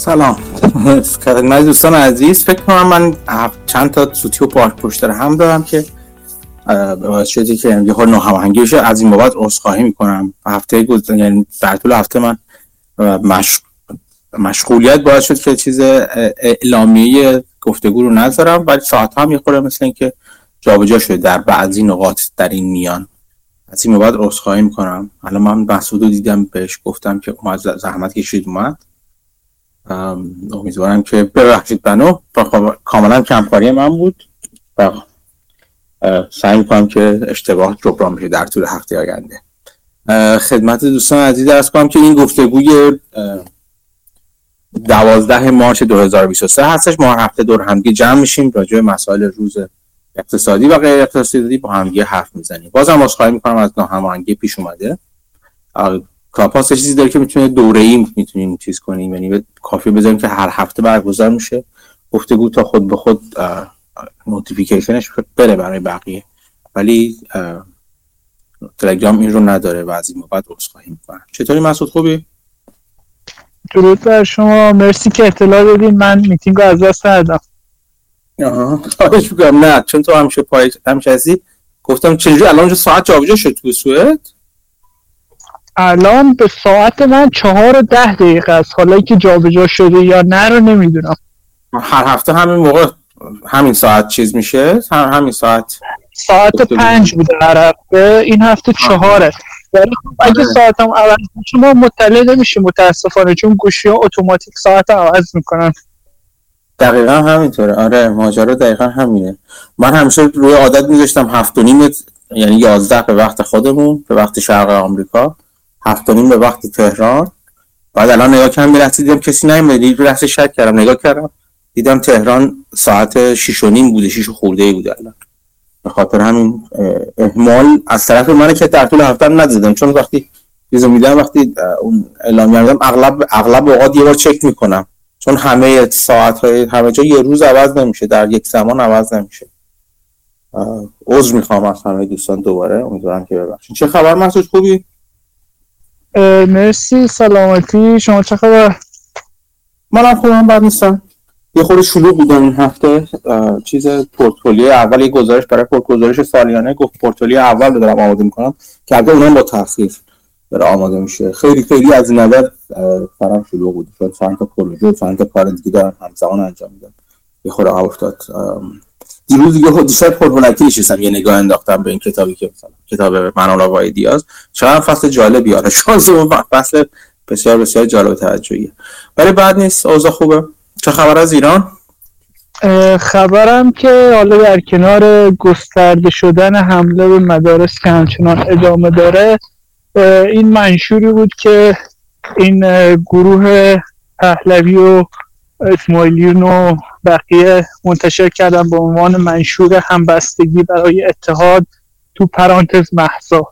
سلام خدمت دوستان عزیز. فکر کنم من چند تا سوتی و پشت هم دارم که باعث شده که یه خورده ناهماهنگی بشه. از این بابت عذرخواهی میکنم. هفته گذشته یعنی در طول هفته من مشغولیت باعث شد که چیز اعلامیه گفتگو رو نذارم، ولی ساعت هم یه خورده مثل این که جابجا شده در بعضی نقاط در این میان. از این بابت عذرخواهی میکنم. الان من مسعود رو دیدم، بهش گفتم که اومد، زحمت کشید اومد. امیدوارم که ببخشید بنو کاملا کمکاری من بود و سعی میکنم که اشتباه جبران بشه در طول هفته آینده. خدمت دوستان عزیز عرض کنم که این گفتگوی 12 مارس 2023 هستش. ما هفته دور همگی جمع میشیم راجع به مسائل روز اقتصادی و غیر اقتصادی با همگی حرف میزنیم. بازم عذرخواهی میکنم از ناهماهنگی پیش اومده. کلاپاس چیزی داره که میتونه دوره‌ای میتونیم چیز کنیم، یعنی کافی بذاریم که هر هفته برگزار میشه گفتگو تا خود به خود نوتیفیکیشنش بره برای بقیه، ولی تلگرام این رو نداره و از این بابت عذرخواهی میکنم. چطوری مسعود، خوبی؟ درود بر شما، مرسی که اطلاع دادین. من میتینگ رو از دست دادم. خواهش میکنم. نه چون تو همیشه هستی گفتم چجوری الان ساعت جابجا شد تو سوئد؟ الان به ساعت من 4:10 است. حالا که جابجا شده یا نه رو نمیدونم. هر هفته همین موقع همین ساعت چیز میشه، همین ساعت 5 بوده هر هفته، این هفته 4. ولی خب اگه ساعتم عوض بشه ما مطلع نمیشیم متاسفانه، چون گوشی‌ها اتوماتیک ساعت عوض میکنن. دقیقا همینطوره. آره ماجرا دقیقا همینه. من همیشه روی عادت میذاشتم 7:30 یعنی 11 به وقت خودمون، به وقت شرق آمریکا، 7:30 به وقت تهران. بعد الان نگاه کردم دیدم کسی نمیاد، لحظه شک کردم، نگاه کردم دیدم تهران ساعت 6:30 بوده، 6 خورده بوده الان. به خاطر همین اهمال از طرف منه که در طول هفته نزدم، چون وقتی چیزو میدم، وقتی اون اعلامیه میدم اغلب اوقات یه بار چک میکنم، چون همه ساعت‌های همه جا یه روز عوض نمیشه، در یک زمان عوض نمیشه. عذر میخوام از همه دوستان دوباره، امیدوارم که ببخشید. چه خبر مسعود، خوبی؟ مرسی، سلامتی. شما چه خبر؟ منم خوبم، بد نیستم. یه خورده شلوغ بودم این هفته. چیز پورتفولیو اول، یه گزارش برای گزارش سالیانه گفت پورتفولیو اول رو دارم آماده میکنم که البته اونم با تاخیر داره آماده میشه. خیلی از این نظر فرام شلوغ بود، چون چند تا پروژه چند تا کار دیگه دارم همزمان انجام میدم. یه خورده افتاد. دیروز یه حدیثه پورتفولیو نشستم یه نگاه انداختم به این کتابی که مثلا کتاب منال آقای دیاز، چقدر فصل جالبی داره. شانس اون فصل بسیار بسیار جالب توجهیه. ولی بعد نیست، اوضاع خوبه. چه خبر از ایران؟ خبرم که حالا در کنار گسترده شدن حمله به مدارس که همچنان ادامه داره، این منشوری بود که این گروه پهلوی و اسماعیلیون و بقیه منتشر کردن به عنوان منشور همبستگی برای اتحاد تو پرانتز مهسا.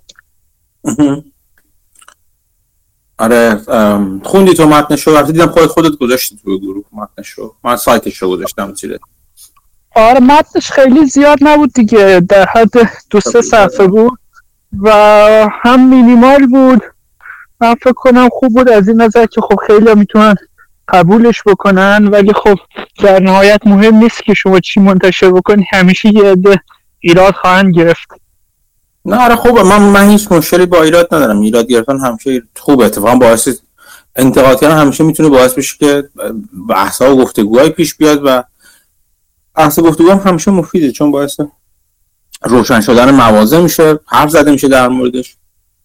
آره خوندی تو متنشو؟ وقتی دیدم خودت گذاشتی تو گروه متنشو، من سایتش رو گذاشتم چیزی. آره متنش خیلی زیاد نبود دیگه، در حد 2-3 صفحه بود و هم مینیمال بود. من فکر کنم خوب بود از این نظر که خب خیلی هم میتونن قبولش بکنن، ولی خب در نهایت مهم نیست که شما چی منتشر بکنی، همیشه یه عده ایراد خواهند گرفت. نه آره خوبه، من هیچ مشکلی با ایراد ندارم. ایراد گرفتن همیشه خوبه، اتفاقا باعث انتقاد کردن همیشه میتونه باعث بشه که بحث‌ها و گفتگوهای پیش بیاد و بحث گفتگو هم همیشه مفیده، چون باعث روشن شدن مواضع میشه، حرف زده میشه در موردش.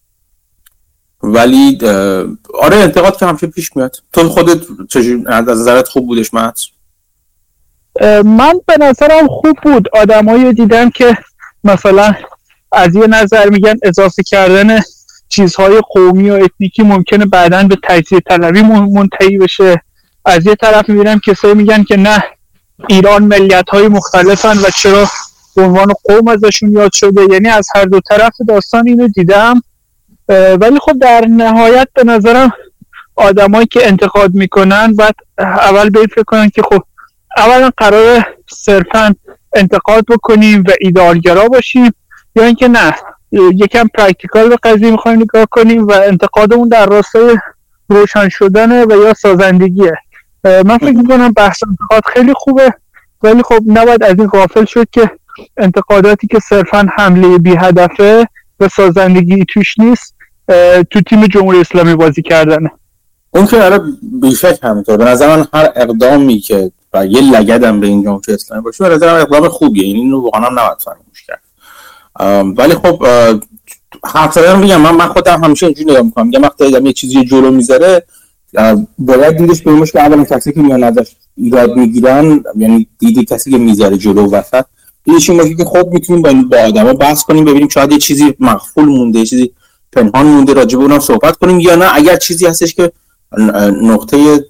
ولی آره انتقاد که همیشه پیش میاد. تو خودت چجوری از نظرت خوب بودش متن؟ من به نظرم خوب بود. آدمایی دیدم که مثلا از یه نظر میگن اضافه کردن چیزهای قومی و اتنیکی ممکنه بعداً به تجزیه طلبی منتهی بشه. از یه طرف میبینم کسایی میگن که نه، ایران ملیت‌های مختلفن و چرا به عنوان قوم ازشون یاد شده. یعنی از هر دو طرف داستان اینو دیدم. ولی خب در نهایت به نظرم آدمایی که انتقاد میکنن باید اول به فکر کنن که خب اولا قراره صرفاً انتقاد بکنیم و ایدئالگرا باشیم، یا اینکه نه یکم پرکتیکال به قضیه میخوایم نگاه کنیم و انتقادمون در راستای روشن شدنه و یا سازندگیه. من فکر میکنم بحث انتقاد خیلی خوبه، ولی خب نباید از این غافل شد که انتقاداتی که صرفا حمله بی هدفه و سازندگی توش نیست تو تیم جمهوری اسلامی بازی کردنه. اون که آره بیشک همینطور. به نظر من هر اقدامی که و یه لگدم به این جمهوری اسلامی باشه به نظر من اقدام خوبیه، اینو واقعا هم نباید فراموش کرد. ولی خب حرف زدن میگم من خودم همیشه اینجوری نگاه میکنم، میگم وقتی آدم یه چیزی جلو میذاره باید دیدش به که اول کسی که میان ازش ایراد میگیرن، یعنی دیدی کسی که میذاره جلو وسط دیدش این باشه که خب میتونیم با آدما بحث کنیم ببینیم شاید یه چیزی مخفول مونده، یه چیزی پنهان مونده، راجع به اونم صحبت کنیم، یا نه اگر چیزی هستش که نقطه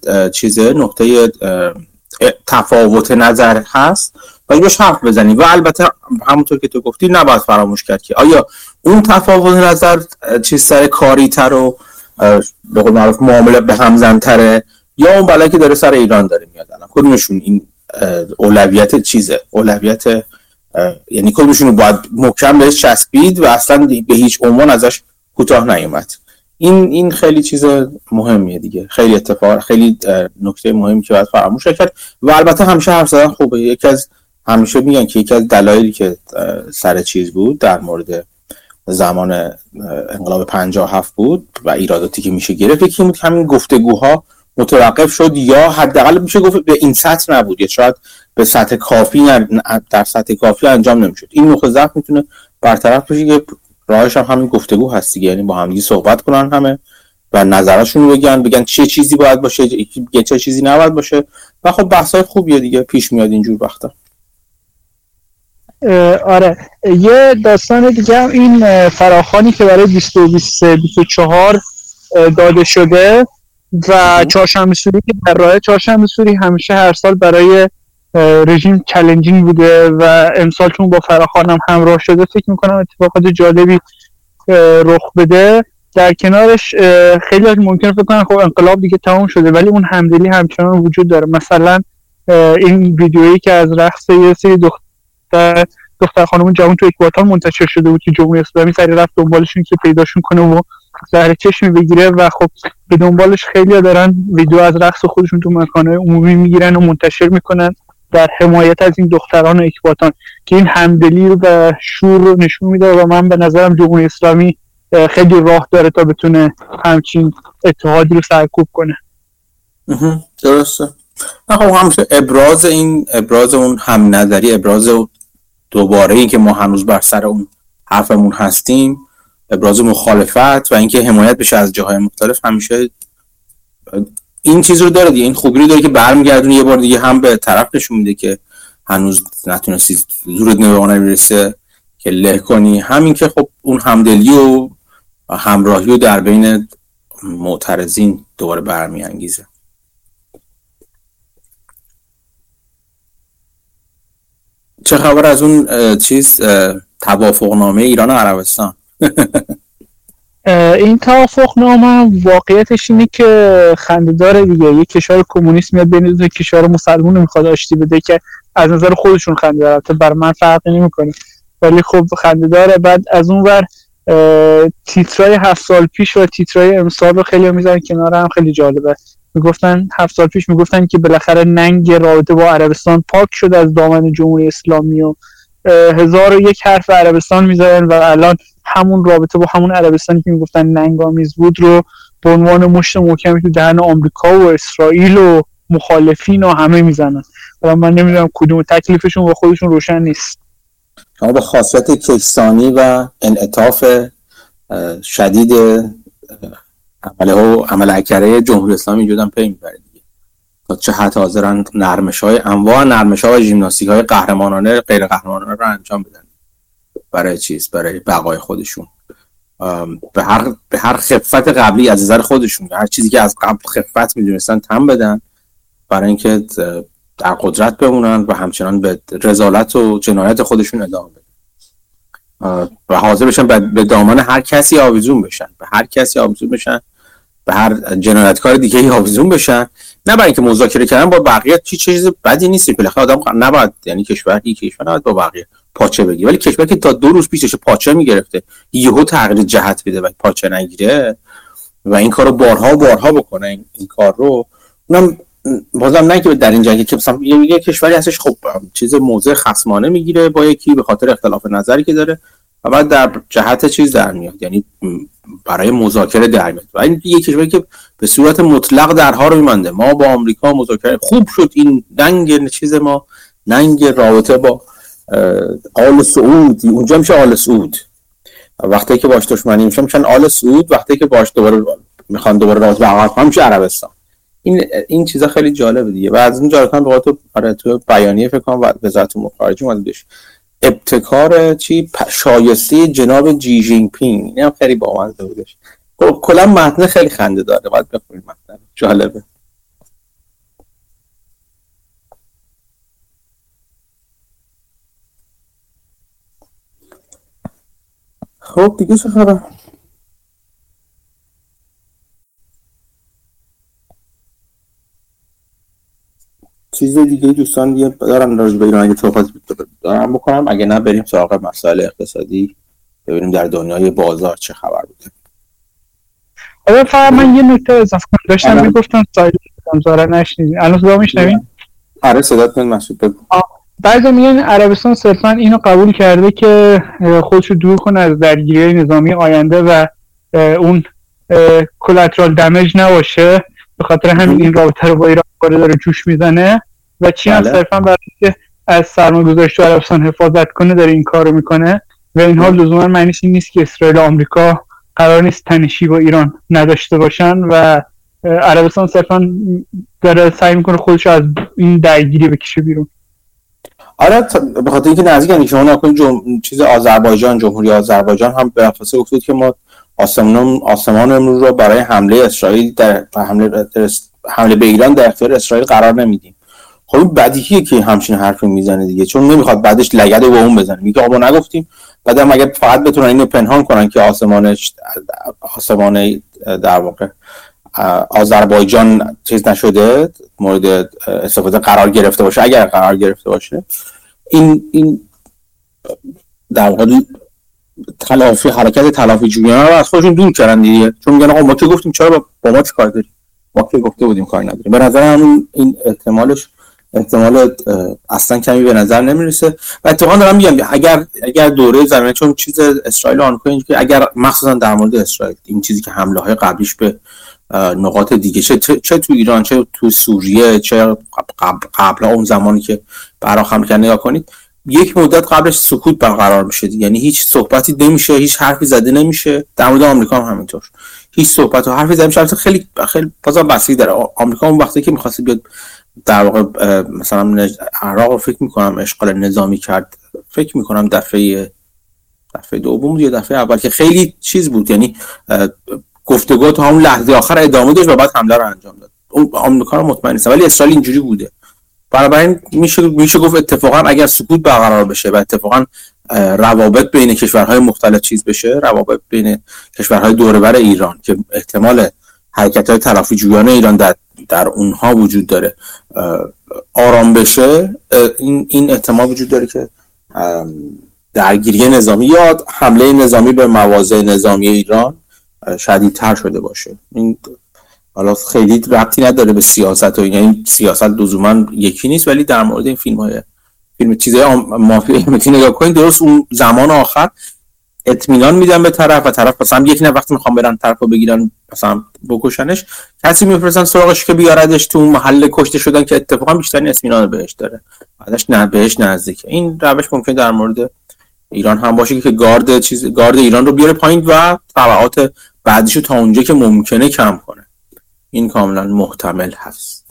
تفاوت نظر هست باید بهش حرف بزنیم. و البته همونطور که تو گفتی نباید فراموش کرد که آیا اون تفاوت نظر چیز سر کاری تر و به قول معروف معامله به همزن تره، یا اون بلایی که داره سر ایران داره میاد الان، کدومشون این اولویت چیزه، اولویت یعنی کدومشون باید محکم بهش چسبید و اصلا به هیچ عنوان ازش کوتاه نیومد. این خیلی چیز مهمیه دیگه، خیلی اتفاق، خیلی نکته مهمی که باید فراموش کرد. و البته همیشه حرف زدن خوبه. همیشه میگن که یکی از دلایلی که سر چیز بود در مورد زمان انقلاب 57 بود و ایراداتی که میشه گرفت، یکی بود همین گفتگوها متوقف شد، یا حداقل میشه گفت به این سطح نبود، یا شاید به سطح کافی در سطح کافی انجام نمیشد. این نقطه ضعف میتونه برطرف بشه که راهش هم همین گفتگو هست دیگه، یعنی با هم دیگه صحبت کنن همه و نظرشون رو بگن چه چیزی باید باشه، چه چیزی نباید باشه، و خب بحثای خوبیه دیگه پیش میاد اینجور وقتا. آره یه داستان دیگه هم این فراخوانی که برای 2024 داده شده و چهارشنبه سوری که در راه چهارشنبه سوری همیشه هر سال برای رژیم چالنجینگ بوده و امسال چون با فراخوان هم همراه شده فکر میکنم اتفاقات جالبی رخ بده. در کنارش خیلی ممکنه فکر کنن خب انقلاب دیگه تمام شده، ولی اون همدلی همچنان وجود داره. مثلا این ویدیویی که از رقص یه سری دختر خانم جوان تو اکباتان منتشر شده بود که جمهوری اسلامی سری رفت دنبالشون که پیداشون کنه و زهر چشمی بگیره و خب به دنبالش خیلی دارن ویدیو از رقص خودشون تو مکانهای عمومی میگیرن و منتشر میکنن در حمایت از این دختران اکباتان که این همدلی رو و شور رو نشون میده. و من به نظرم جمهوری اسلامی خیلی راه داره تا بتونه همچین اتحادی رو سرکوب کنه. درسته. خب همیشه ابراز اون هم نظری، ابراز دوباره این که ما هنوز بر سر اون حرفمون هستیم، ابراز مخالفت و اینکه حمایت بشه از جاهای مختلف، همیشه این چیز رو داره دیگه، این خوبی رو داره که برمیگردونه یه بار دیگه هم به طرف نشون میده که هنوز نتونستی زورت نمیرسه که له کنی، همین که خب اون همدلی و همراهی رو در بین معترضین دوباره برمیانگیزه. چه خبر از اون توافقنامه ایران و عربستان؟ این توافقنامه واقعیتش اینه که خنده‌داره دیگه. یک کشور کمونیست میاد بین دو کشور مسلمان میخواد آشتی بده که از نظر خودشون خنده‌داره، البته بر من فرقی نمیکنه ولی خب خنده‌داره. بعد از اون ور تیترای 7 سال پیش و تیترای امسال رو خیلی میذارن کنار هم، خیلی جالبه. میگفتن 7 سال پیش میگفتن که بالاخره ننگ رابطه با عربستان پاک شد از دامن جمهوری اسلامی و 1001 حرف عربستان میذارن و الان همون رابطه با همون عربستانی که میگفتن ننگامیز بود رو به عنوان مشت محکمی تو دهن آمریکا و اسرائیل و مخالفین و همه میزنن. من نمیدونم کدوم تکلیفشون با خودشون روشن نیست. شما با خاصیت کیسانی و انعطاف شدید عمل اکره جمهوری اسلامی جدن پی میبرید دیگه، تا چه حد حاضرن انواع نرمش‌های ژیمناستیک‌های قهرمانانه غیر قهرمانانه رو انجام بدن برای بقای خودشون، به هر خفت قبلی از نظر خودشون، هر چیزی که از قبل خفت میدونستن تن بدن برای اینکه در قدرت بمونن و همچنان به رذالت و جنایت خودشون ادامه بدن و حاضر بشن به دامن هر کسی آویزون بشن، به هر جنایتکار دیگه آویزون بشن، نه برای اینکه مذاکره کردن با بقیه چیز بدی نیست. بالاخره آدم نباید، یعنی کشور نباید با بقیه پاچه بگیره، ولی کشوری که تا 2 روز پیشش پاچه میگرفته یهو تغییر جهت بده و پاچه نگیره و این کارو بارها بکنه، این کار رو، اونم بازم نه که در این جنگ که مثلا یه کشوری هستش خب چیز موضع خصمانه میگیره با یکی به خاطر اختلاف نظری که داره و بعد در جهت چیز در میاد، یعنی برای مذاکره در میاد. و این یه کشوری که به صورت مطلق درها رو می‌بنده. ما با آمریکا مذاکره خوب شد، این ننگ چیز ما، ننگ رابطه با آل سعود، اونجا میشه آل سعود، وقتی که باش دشمنی میشن آل سعود، وقتی که باش دوباره میخوان دوباره رابطه برقرار کنن میشه عربستان. این چیزا خیلی جالبه دیگه. و از این جالبه به قول تو بیانیه فکر کنم وزارت امور خارجه اومدش ابتکار شایسته جناب جی جین پینگ، اینم خیلی بامزه بودش. کلا متن خیلی خنده داره، باید بخونید متن، جالبه. خب دیگه چه خبر؟ چیز دیگه دوستان دیگه دارن راجع به ایران اگه صحبت دارم بکنم، اگه نه بریم سراغ مسائل اقتصادی، ببینیم در دنیای بازار چه خبر بوده. آره فقط من یه نکته اضافه کنم داشتم میگفتم سایت زاره نشنیدین، الان صدا میشنوین؟ آره صدات میاد مسعود بگو. بعضی میگن عربستان صرفا اینو قبول کرده که خودشو دور کنه از درگیری نظامی آینده و اون کلاترال دمیج نباشه، به خاطر همین این رابطه رو با ایران داره جوش میزنه و چین هم صرفا برای که از سرمایه‌گذاری تو عربستان حفاظت کنه داره این کارو میکنه و این حال لزوما معنیش این نیست که اسرائیل و آمریکا قرار نیست تنشی با ایران نداشته باشن و عربستان صرفا داره سعی میکنه خودش از این درگیری بکشه بیرون. آره به خاطر اینکه نزدیکن شما نکنید چیز آذربایجان، جمهوری آذربایجان هم به افسه افتاد که ما آسمان امروز رو برای حمله اسرائیل حمله به ایران در اختیار اسرائیل قرار نمیدیم. خب بدیهیه که همچین حرفی میزنه دیگه، چون نمیخواد بعدش لگد به اون بزنه، میگه آقا ما نگفتیم. بعدم اگه فقط بتونن اینو پنهان کنن که آسمان در واقع آذربایجان چیز نشده، مورد استفاده قرار گرفته باشه، اگر قرار گرفته باشه، این در واقع حرکت تلافی جویانه رو از خودشون دور کردن دیگه، چون میگن آقا ما که گفتیم چرا با ما چه کار داریم، ما که گفته بودیم کاری نداریم. به نظر من این احتمال اصلا کمی به نظر نمیرسه. و اتفاقا دارم میگم اگر دوره زمینه، چون چیز اسرائیل و آمریکا اینه که اگر مخصوصا در مورد اسرائیل این چیزی که حمله های قبلیش به نقاط دیگه چه تو ایران، چه تو سوریه، چه قبل اون زمانی که براخم کردن، نگاه کنید یک مدت قبلش سکوت برقرار میشه، یعنی هیچ صحبتی نمیشه، هیچ حرفی زده نمیشه. در مورد آمریکا هم همینطور، هیچ صحبت و حرفی زده نمیشه. خیلی بازم بحثی داره. آمریکا اون وقتی که می‌خواست بیاد در واقع مثلا عراق رو فکر می‌کنم اشغال نظامی کرد، فکر می‌کنم دفعه دوم یا دفعه اول که خیلی چیز بود، یعنی گفتگو تا همون لحظه آخر ادامه داشت و بعد حمله رو انجام داد. اون آمریکا رو مطمئن نیست، ولی اسرائیل اینجوری بوده. بنابراین میشه گفت اتفاقا اگر سکوت برقرار بشه و اتفاقا روابط بین کشورهای مختلف چیز بشه، روابط بین کشورهای دور و بر ایران که احتمال حرکت‌های تلافی جویانه ایران در اونها وجود داره آرام بشه، این احتمال وجود داره که درگیری نظامی یا حمله نظامی به مواضع نظامی ایران شدیدتر شده باشه. این حالا خیلی ربطی نداره به سیاست و یعنی سیاست لزوما یکی نیست، ولی در مورد این فیلم چیزای مافیا میتونید نگاه کنید، درست اون زمان آخر اطمینان میدن به طرف و طرف مثلا یک نه وقتی میخوام برن طرفو بگیرن مثلا بکشنش، کسی میفرستن سراغش که بیاردش تو محل کشته شدن که اتفاقا بیشتر اطمینان بهش داره، بعدش نه بهش نزدیک. این روش ممکن در مورد ایران هم باشه که گارد ایران رو بیاره پایین و تبعات بعدیشو تا اونجا که ممکنه کم کنه. این کاملا محتمل هست.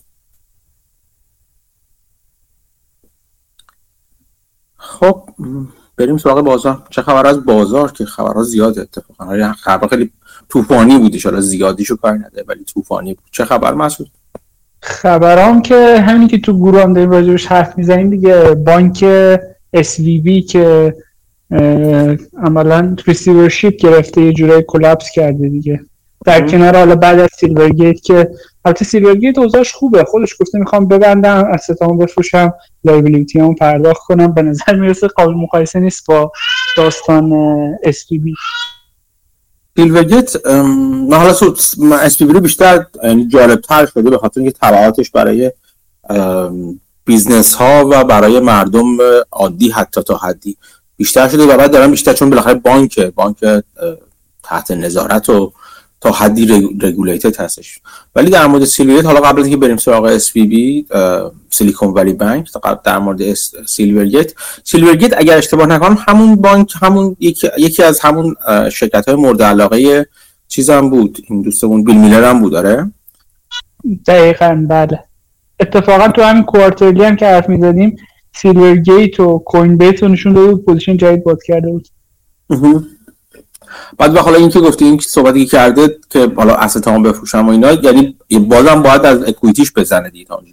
خب بریم سراغ بازار. چه خبر از بازار؟ که خبرها زیاده اتفاقا، خبر خیلی طوفانی بود، ان شاءالله زیادیشو کاری نداره ولی طوفانی بود. چه خبر مسعود؟ خبرام که همین که تو گروه هم داریم راجبش حرف میزنیم دیگه، بانک SVB که عملاً ریسیورشیپ گرفته یه جورایی کلاپس کرده دیگه، در کنار حالا بعد از سیلورگیت که البته سیلورگیت اوضاعش خوبه، خودش گفته میخوام ببندم استامو بفروشم لایبیلیتیامو پرداخت کنم، به نظر میرسه قابل مقایسه نیست با داستان SVB. سیلورگیت من حالا SPV رو بیشتر جالب تر شده به خاطر اینکه تبعاتش برای بیزنس ها و برای مردم عادی حتی تا حدی بیشتر شده و بعد دارن بیشتر چون بالاخره بانک تحت نظارت و تا حدی رگولیتد هستش. ولی در مورد سیلورگیت حالا قبل از اینکه بریم سراغ SVB سیلیکون ولی بانک در مورد سیلورگیت اگر اشتباه نکنم همون بانک همون یکی از همون شرکت‌های مورد علاقه چیزام بود، این دوستمون بیل میلر هم بود. داره دقیقاً بله. اتفاقا تو همین کوارترلی هم که حرف می‌زدیم سیلورگیت و کوین بیس رو نشون داده بود، پوزیشن جدید باز کرده بود. بعد حالا این که گفتی این صحبتی که کرده که حالا اسطام بفروشم و اینا، یعنی بازم باید از اکویتیش بزنه دیگه. تا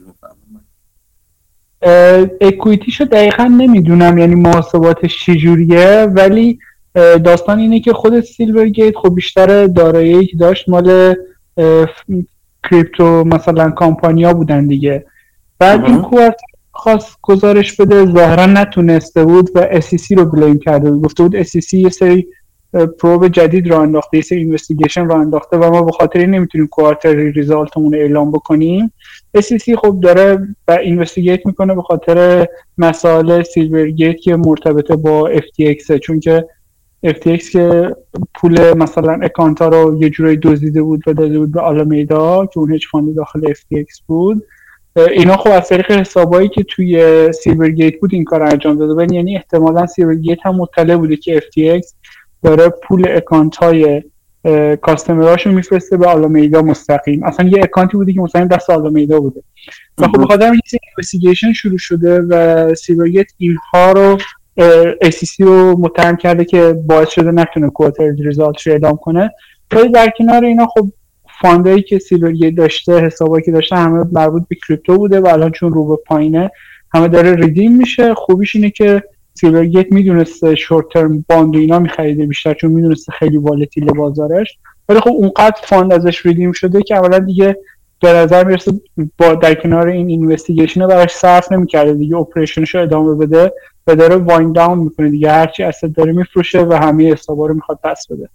اکویتیشو دقیقاً نمیدونم یعنی محاسباتش چجوریه، ولی داستان اینه که خود سیلورگیت خب بیشتر دارایی که داشت مال کریپتو مثلا کامپانیا بودن دیگه. بعد این کوارتر خواست گزارش بده، ظاهرا نتونسته بود و SEC رو بلیم کرده بود، گفته بود SEC یه سری پروب جدید رو انداخته، یه سری اینوستیگیشن رو انداخته و ما به خاطر این نمیتونیم کوارتر ریزالتمون رو اعلام بکنیم. SEC خب داره و اینوستیگیت میکنه به خاطر مسائل سیلورگیت که مرتبطه با FTX، چون که FTX که پول مثلا اکانتا رو یه جورایی دزدیده بود و داده بود به آلامیدا که اون هج فاند داخل FTX بود. اینا خب از طریق حسابایی که توی سیلورگیت بود این کار انجام داده بود، یعنی احتمالاً سیلورگیت هم مطلع بوده که FTX داره پول اکانت‌های کاستمراشو میفرسته به آلامیدا مستقیم. اصلا یه اکانتی بوده که مستقیم دست آلامیدا بوده و خب بخاطر اینکه اینوستیگیشن شروع شده و سیلورگیت اینها رو SEC رو متهم کرده که باعث شده نتونه کوارتر ریزالتش رو اعلام کنه. ولی در کنار اینا خب فاندایی که سیلورگیت داشته، حسابایی که داشته همه مربوط به کریپتو بوده و الان چون رو به پایینه همه داره ریدیم میشه. خوبیش اینه که سیلورگیت میدونسته شورت ترم باند و اینا میخریده بیشتر چون میدونسته خیلی والتیله بازارش، ولی خب اونقدر فاند ازش ریدیم شده که اولا دیگه به نظر میرسه با در کنار این اینوستیگیشن براش صرف نمیکرده دیگه، اپریشنش رو ادامه بده و داره وایند داون میکنه دیگه، هرچی اسست داره میفروشه و همه حسابا رو میخواد پس بده.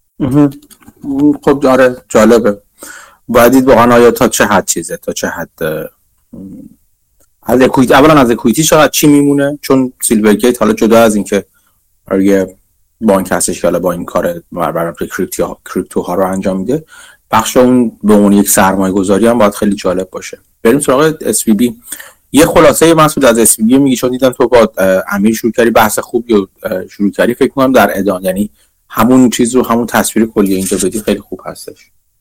خب داره جالبه. باید دید واقعا آیا تا چه حد چیزه، تا چه حد از اکویتی، اولا از اکویتی چقدر چی میمونه، چون سیلورگیت حالا جدا از این که یه بانک هستش که حالا با این کار برای کریپتوها رو انجام میده، بخش اون به اون یک سرمایه گذاری هم باید خیلی جالب باشه. بریم سراغ SVB. یه خلاصه مسعود از SVB میگی، چون دیدم تو با امیر شروع کردی بحث خوبی رو شروع کردی، فکر کنم در ادامه یعنی همون چیز رو، همون تصویر کلی اینجا بدی خیلی خوب هستش.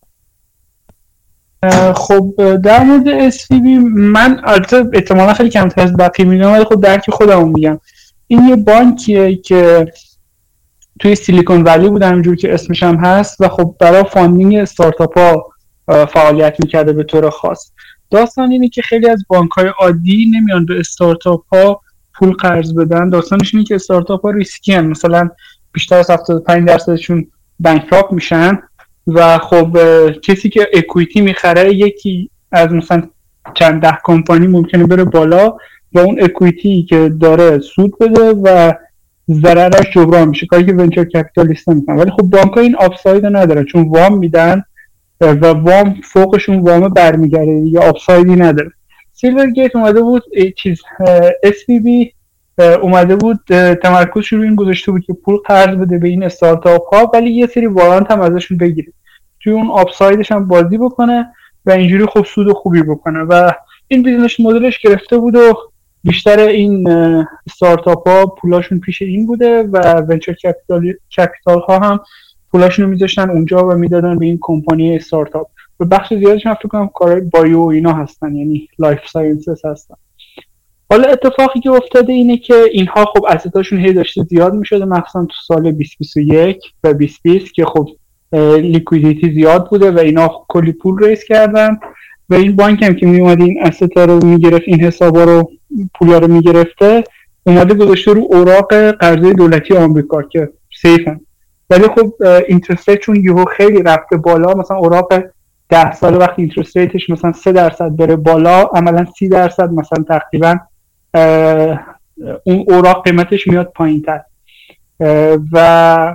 خب در مورد SVB من البته احتمالا خیلی کمتر از بقیه میدونم، ولی خب درک خودمون میگم این یه بانکیه که توی سیلیکون ولی بود همونجور که اسمش هم هست و خب برای فاندینگ استارتاپ ها فعالیت میکرده به طور خاص. داستان اینه که خیلی از بانک‌های عادی نمیان به استارتاپ ها پول قرض بدن. داستانش اینه که استارتاپ ها ریسکی هستن، مثلا بیشتر از 75%شون بانکراپت میشن و خب کسی که اکویتی میخره یکی از مثلا چند ده کمپانی ممکنه بره بالا و اون اکویتی که داره سود بده و ضررش جبران میشه، کاری که ونچر کپیتالیست نمیکنن. ولی خب بانک‌ها این آپساید نداره چون وام میدن و وام فوقشون وام برمیگرده دیگه، آپسایدی نداره. سیلورگیت اومده بود SVB اومده بود تمرکزش رو این گذاشته بود که پول قرض بده به این استارتاپ ها ولی یه سری وارانت هم ازشون بگیره، توی اون آپسایدش هم بازی بکنه و اینجوری خوب سود خوبی بکنه و این بیزنس مدلش گرفته بود و بیشتر این استارتاپ ها پولاشون پیش این بوده و ونچر کپیتال ها هم پولاشون رو میذاشتن اونجا و میدادن به این کمپانی استارتاپ و بخش زیادش هم فکر کنم کارهای بایو اینا هستن، یعنی لایف ساینسز هستن. حالا اتفاقی که افتاده اینه که اینها خب اسیتاشون هی داشته زیاد میشده، مخصوصا تو سال 2021 و 2020 که خب لیکویدیتی زیاد بوده و اینا کلی پول ریز کردن و این بانک هم که میومد این اسیتا رو میگرفت، این حسابا رو پولا رو میگرفته، اومده گذاشته رو اوراق قرضه دولتی آمریکا که سیفن، ولی خب اینترست ریتشون یهو خیلی رفته بالا. مثلا اوراق 10 ساله وقتی اینترست ریتش مثلا 3% بره بالا، عملا 30% مثلا تقریبا اون اوراق قیمتش میاد پایین‌تر و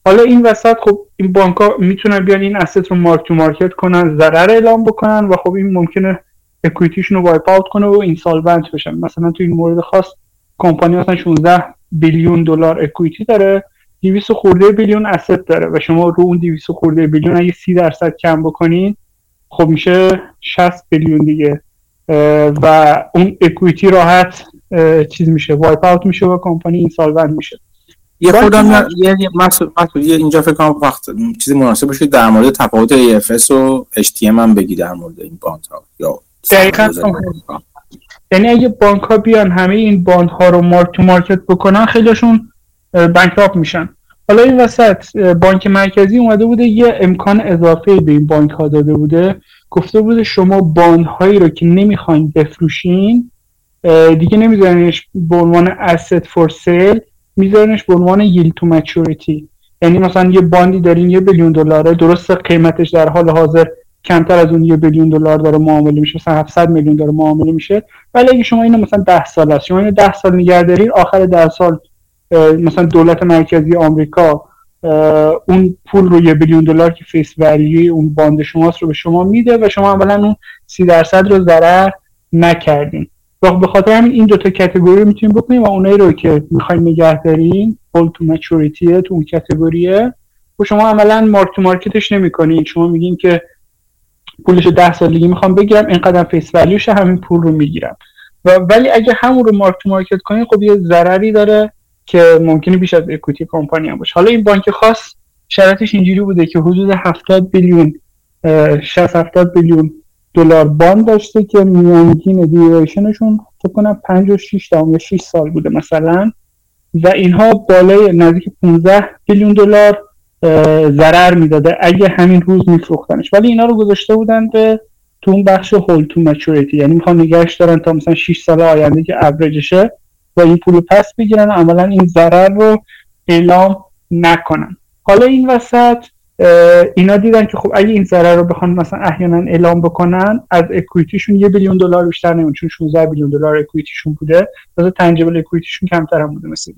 حالا این وسط خب این بانک‌ها میتونن بیان این اسست رو مارک تو مارکت کنن، ضرر اعلام بکنن و خب این ممکنه اکوئیتیشون رو وایپ اوت کنه و اینسالونت بشن. مثلا تو این مورد خاص کمپانی مثلا 16 بیلیون دلار اکوئیتی داره، 200 خورده بیلیون اسست داره و شما رو اون 200 خورده بیلیون اگه 30% کم بکنین خب میشه 60 بیلیون دیگه و اون اکوئیتی راحت چیز میشه، وایپ اوت میشه و کمپانی اینسالونت میشه. یه خودم مسئول اینجا فکر کنم وقت چیزی مناسب باشه در مورد تفاوت AFS و HTM هم بگی در مورد این باندها یا دقیقاً. یعنی اگه بانک ها بیان همه این باند ها رو مارک تو مارکت بکنن خیلیشون بانکراپت میشن. حالا این وسط بانک مرکزی اومده بوده یه امکان اضافه به این بانک ها داده بوده، گفته بوده شما باند هایی رو که نمیخواین بفروشین دیگه نمیذارینش به عنوان asset for sale، میذارینش به عنوان yield to maturity. یعنی مثلا یه باندی دارین $1 بیلیون، درسته قیمتش در حال حاضر کمتر از اون $1 بیلیون داره معامله میشه، مثلا 700 میلیون داره معامله میشه، ولی اگه شما اینو مثلا 10 سال است، شما اینو 10 سال نگه دارین، آخر 10 سال مثلا دولت مرکزی آمریکا اون پول رو $1 بیلیون که فیس ولیوی اون باند شماست رو به شما میده و شما اولا اون 30% رو ضرر نکردین. به خاطر همین این دوتا کاتگوری رو میتونیم بکنیم و اونایی رو که میخواین نگه دارین hold to maturity تو اون کاتگوریه و شما عملا مارک تو مارکتش نمیکنین، شما میگین که پولشو 10 سال دیگه میخوام بگیرم، اینقدر فیس ولیوشه، همین پول رو میگیرم. ولی اگه همون رو مارک تو مارکت کنین خب یه ضرری داره که ممکنه بیش از اکوئیتی کمپانی هم باشه. حالا این بانک خاص شرطش اینجوری بوده که حدود 70 بیلیون 60-70 بیلیون دلار باند داشته که میانگین دیوریشنشون فکر کنم 5.6 یا 6 سال بوده مثلا و اینها بالای نزدیک 15 بیلیون دلار ضرر میداده اگه همین روز میفروختنش، ولی اینا رو گذاشته بودن به تو اون بخش هولد تو مچوریتی، یعنی میخوان نگهش دارن تا مثلا 6 سال آینده که اوریجشه و این پولو پس بگیرن، عملا این ضرر رو اعلام نکنن. حالا این وسط اینا دیدن که خب اگه این ضرر رو بخوان مثلا احیانا اعلام بکنن از اکوئیتیشون $1 بیلیون بیشتر نمیون، چون 16 بیلیون دلار اکوئیتیشون بوده، واسه تنجیبل اکوئیتیشون کمتر هم بوده مثلا.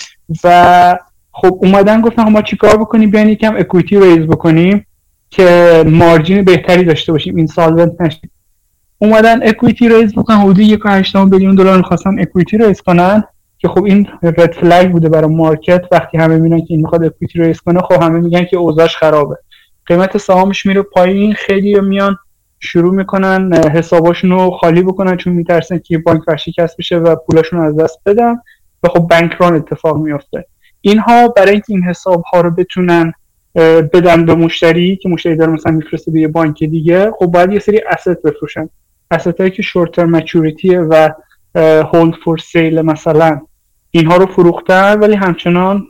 و خب اومدن گفتن ما چیکار بکنیم، بیاین یکم اکوئیتی ریز بکنیم که مارجین بهتری داشته باشیم، اینسالونت نشیم. اومدن اکوئیتی ریز بکنن، حدود 1.8 بیلیون دلار می‌خواستن اکوئیتی ریز کنن که خب این رد فلگ بوده برای مارکت. وقتی همه میبینن که این میخواد اکوئیتی ریز کنه خب همه میگن که اوضاعش خرابه، قیمت سهامش میره پایین، خیلی میان شروع میکنن حساباشون رو خالی بکنن چون میترسن که بانک ورشکست بشه و پولاشون از دست بدن و خب بانک ران اتفاق میفته. اینها برای اینکه این حساب ها رو بتونن بدن به مشتری که مشتری داره مثلا میفرسته به یه بانک دیگه، خب باید یه سری اسست بفروشن، اسستایی که شورت ترم مچوریتی و هولد فور سیل مثلا، اینها رو فروختن ولی همچنان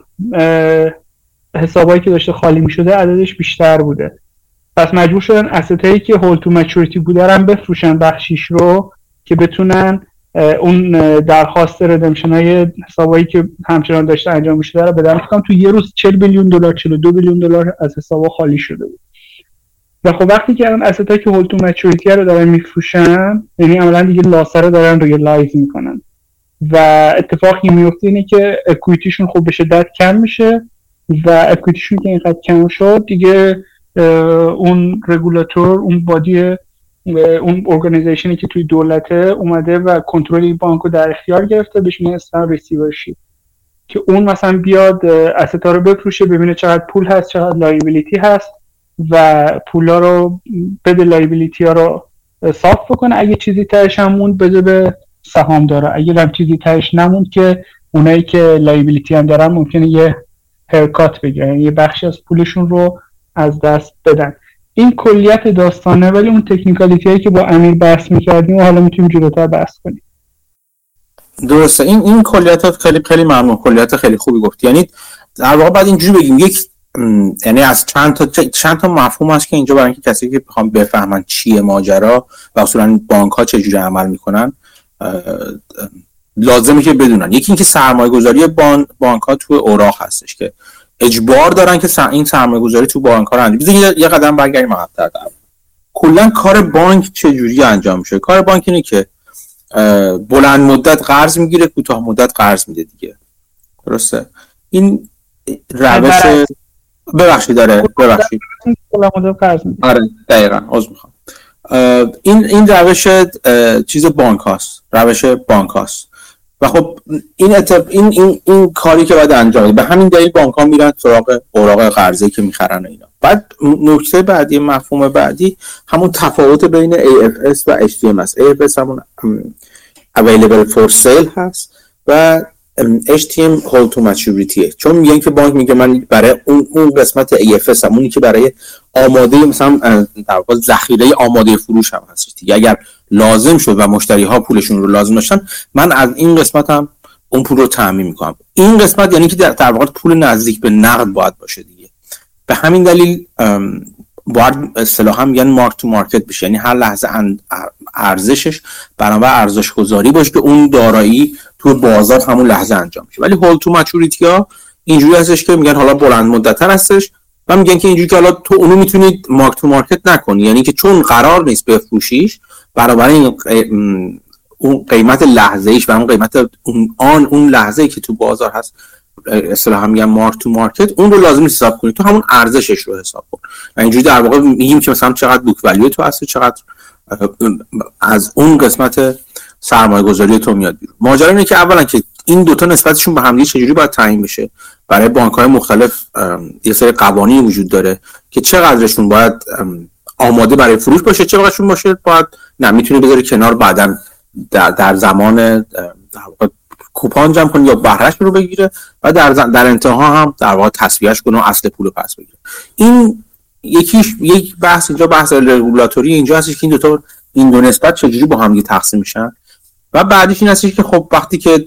حسابایی که داشته خالی میشده عددش بیشتر بوده، پس مجبور شدن اسستایی که هولد تو مچوریتی بوده رو بفروشن بخشیش رو که بتونن اون درخواست ردمشن های حسابایی که همچنان داشته انجام میشده رو بدن. فکر تو یه روز 40 بیلیون دلار 42 بیلیون دلار از حسابا خالی شده بود و خب وقتی که الان اسستایی که هولد تو مچوریتی رو دارن میفروشن، یعنی عملا دیگه لاسره دارن ریلایز میکنن و اتفاقی میفته اینه که اکوئیتیشون خب به شدت کم میشه و اکوئیتیشون که اینقدر کم شد دیگه اون رگولاتور، اون بادی، اون ارگانیزیشنی که توی دولته اومده و کنترل این بانکو در اختیار گرفته، بهش میگن استار ریسیورشیپ، که اون مثلا بیاد استا رو بفروشه، ببینه چقدر پول هست چقدر لایبیلیتی هست و پولا رو بده، لایبیلیتی ها رو صاف بکنه، اگه چیزی تهش هم موند بده به سهامدارا، اگه هم چیزی تهش نموند که اونایی که لایبیلیتی هم دارن ممکنه یه هرکات بگیرن، یه بخشی از پولشون رو از دست بدن. این کلیت داستانه، ولی اون تکنیکالیتی هایی که با امیر بحث میکردیم و حالا میتونیم جلوتر بحث کنیم. درسته، این کلیات خیلی ممنون، کلیات خیلی خوبی گفتی. یعنی در واقع بعد اینجوری بگیم یعنی از چند تا مفهوم هست که اینجا برای اینکه کسی که بخوام بفهمن چیه ماجرا و اصولا بانک ها چجوری عمل میکنن لازمه که بدونن. یکی اینکه سرمایه‌گذاری بانک ها تو اوراق هستش که اجبار دارن که این سرمایه‌گذاری تو بانک ها رو انجام بدن. یه قدم برگردیم عقب‌تر. کلا کار بانک چجوری انجام میشه؟ کار بانک اینه که بلند مدت قرض میگیره، کوتاه مدت قرض میده دیگه. درسته؟ این روش ببخشید آره دقیقاً عذر میخوام. این روش چیز بانک هاست و خب این کاری که باید انجام بده. به همین دلیل بانک ها میرن سراغ اوراق قرضه‌ای که میخرن اینا. بعد نکته بعدی، مفهوم بعدی همون تفاوت بین AFS و HTM است. AFS همون available for sale هست و HTM hold to maturity. چون میگن که بانک میگه من برای اون قسمت AFS هم، اونی که برای آماده مثلا در واقع ذخیره آماده فروش هم هست دیگه، اگر لازم شد و مشتری ها پولشون رو لازم داشتن، من از این قسمت هم اون پول رو تامین میکنم. این قسمت یعنی که در واقع پول نزدیک به نقد باید باشه دیگه. به همین دلیل باید اصطلاحا میگن مارک تو مارکت بشه، یعنی هر لحظه ارزشش برابر ارزش گذاری باشه که اون دارایی تو بازار همون لحظه انجام میشه. ولی هولد تو مچوریتی ها اینجوری هستش که میگن حالا بلند مدت‌تر هستش و میگن که اینجوری که حالا تو اونو میتونید مارک تو مارکت نکنی، یعنی که چون قرار نیست بفروشیش برابر اون قیمت لحظه‌ایش و اون قیمت اون لحظه‌ای که تو بازار هست اصطلاحا میگن مارک تو مارکت، اون رو لازم حساب کنی، تو همون ارزشش رو حساب کن. و اینجوری در واقع میگیم که مثلا چقدر بوک ولیو تو هست، چقدر از اون قسمت سرمایه گذاری تو میاد بیرون. ماجرا اینه که اولا که این دوتا نسبتشون به هم دیگه چجوری باید تعیین بشه. برای بانک‌های مختلف یه سری قوانین وجود داره که چقدرشون باید آماده برای فروش باشه، چقدرشون باشه باید نه میتونه بذاره کنار، بعداً در زمان در واقع کوپان جمع کنه یا بهرهش رو بگیره و در انتها هم در واقع تسویه‌اش کنه و اصل پول رو پس بگیره. این یک بحث اینجا، بحث رگولاتوری اینجا هستش که این دو نسبت چجوری با هم تقسیم میشن. و بعدش این هستش که خب وقتی که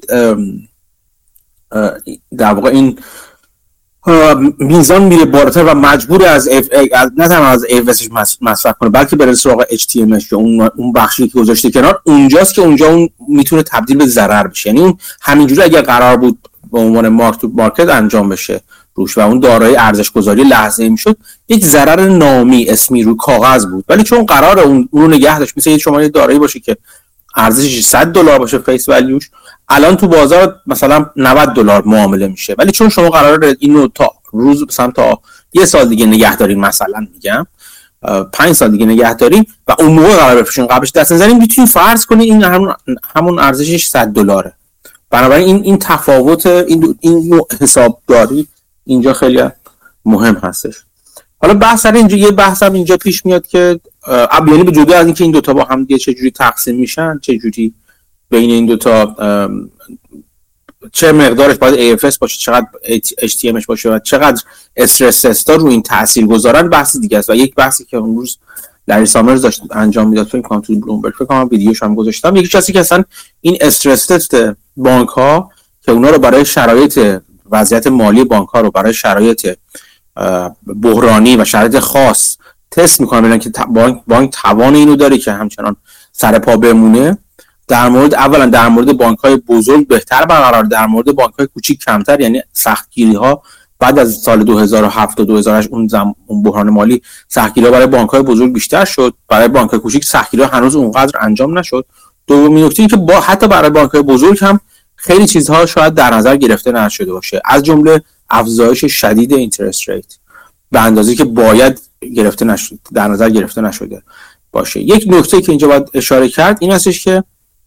در واقع این میزان میره بالاتر و مجبور از نه تنها از AFSش مصرف کنه بلکه بره سراغ HTMش یا اون بخشی که گذاشته کنار، اونجاست که اونجا اون میتونه تبدیل به ضرر بشه. یعنی اون همینجوری اگر قرار بود به عنوان مارک تو مارکت انجام بشه روش و اون دارایی ارزش گذاری لحظه‌ای میشد، یک ضرر نامی اسمی رو کاغذ بود، ولی چون قرار اون رو نگه داشت، مثلا شما یه دارایی باشه که ارزشش $100 باشه فیس ولیوش، الان تو بازار مثلا $90 معامله میشه، ولی چون شما قراره اینو تا روز مثلا تا یه سال دیگه نگه دارین، مثلا میگم 5 سال دیگه نگه دارین و اون موقع قرار بفروشین، قبلش دست نزنین، میتونین فرض کنین این همون ارزشش $100. بنابراین این تفاوت این حسابداری اینجا خیلی مهم هستش. حالا بحث سر اینجا یه بحث هم اینجا پیش میاد که یعنی به جدا از اینکه این دوتا با هم دیگه چجوری تقسیم میشن، چجوری بین این دوتا چه مقدارش باید AFS باشه، چقدر HTMش باشه و چقدر استرس تستا رو این تاثیر گذارن، بحث دیگه است. و یک بحثی که اون روز لری سامرز داشت انجام میداد فکر کنم تو بلومبرگ، فکر کنم ویدیوش هم گذاشتم، یکی چیزی که اصلا این استرس تست بانک ها که اونا رو برای شرایط وضعیت مالی بانک ها رو برای شرایط بحرانی و شرایط خاص تست میکنن ببینن که بانک توان اینو داره که همچنان سر پا بمونه. در مورد بانک‌های بزرگ بهتر برقرار، در مورد بانک‌های کوچیک کمتر، یعنی سختگیری‌ها بعد از سال 2007 و 2008 اون بحران مالی سختگیری‌ها برای بانک‌های بزرگ بیشتر شد، برای بانک‌های کوچیک سختگیری‌ها هنوز اونقدر انجام نشد. دومین نکته این که حتی برای بانک‌های بزرگ هم خیلی چیزها شاید در نظر گرفته نشده باشه، از جمله افزایش شدید اینترست ریت به اندازه‌ای که باید در نظر گرفته نشده باشه. یک نکته که اینجا باید اشاره کرد این هستش که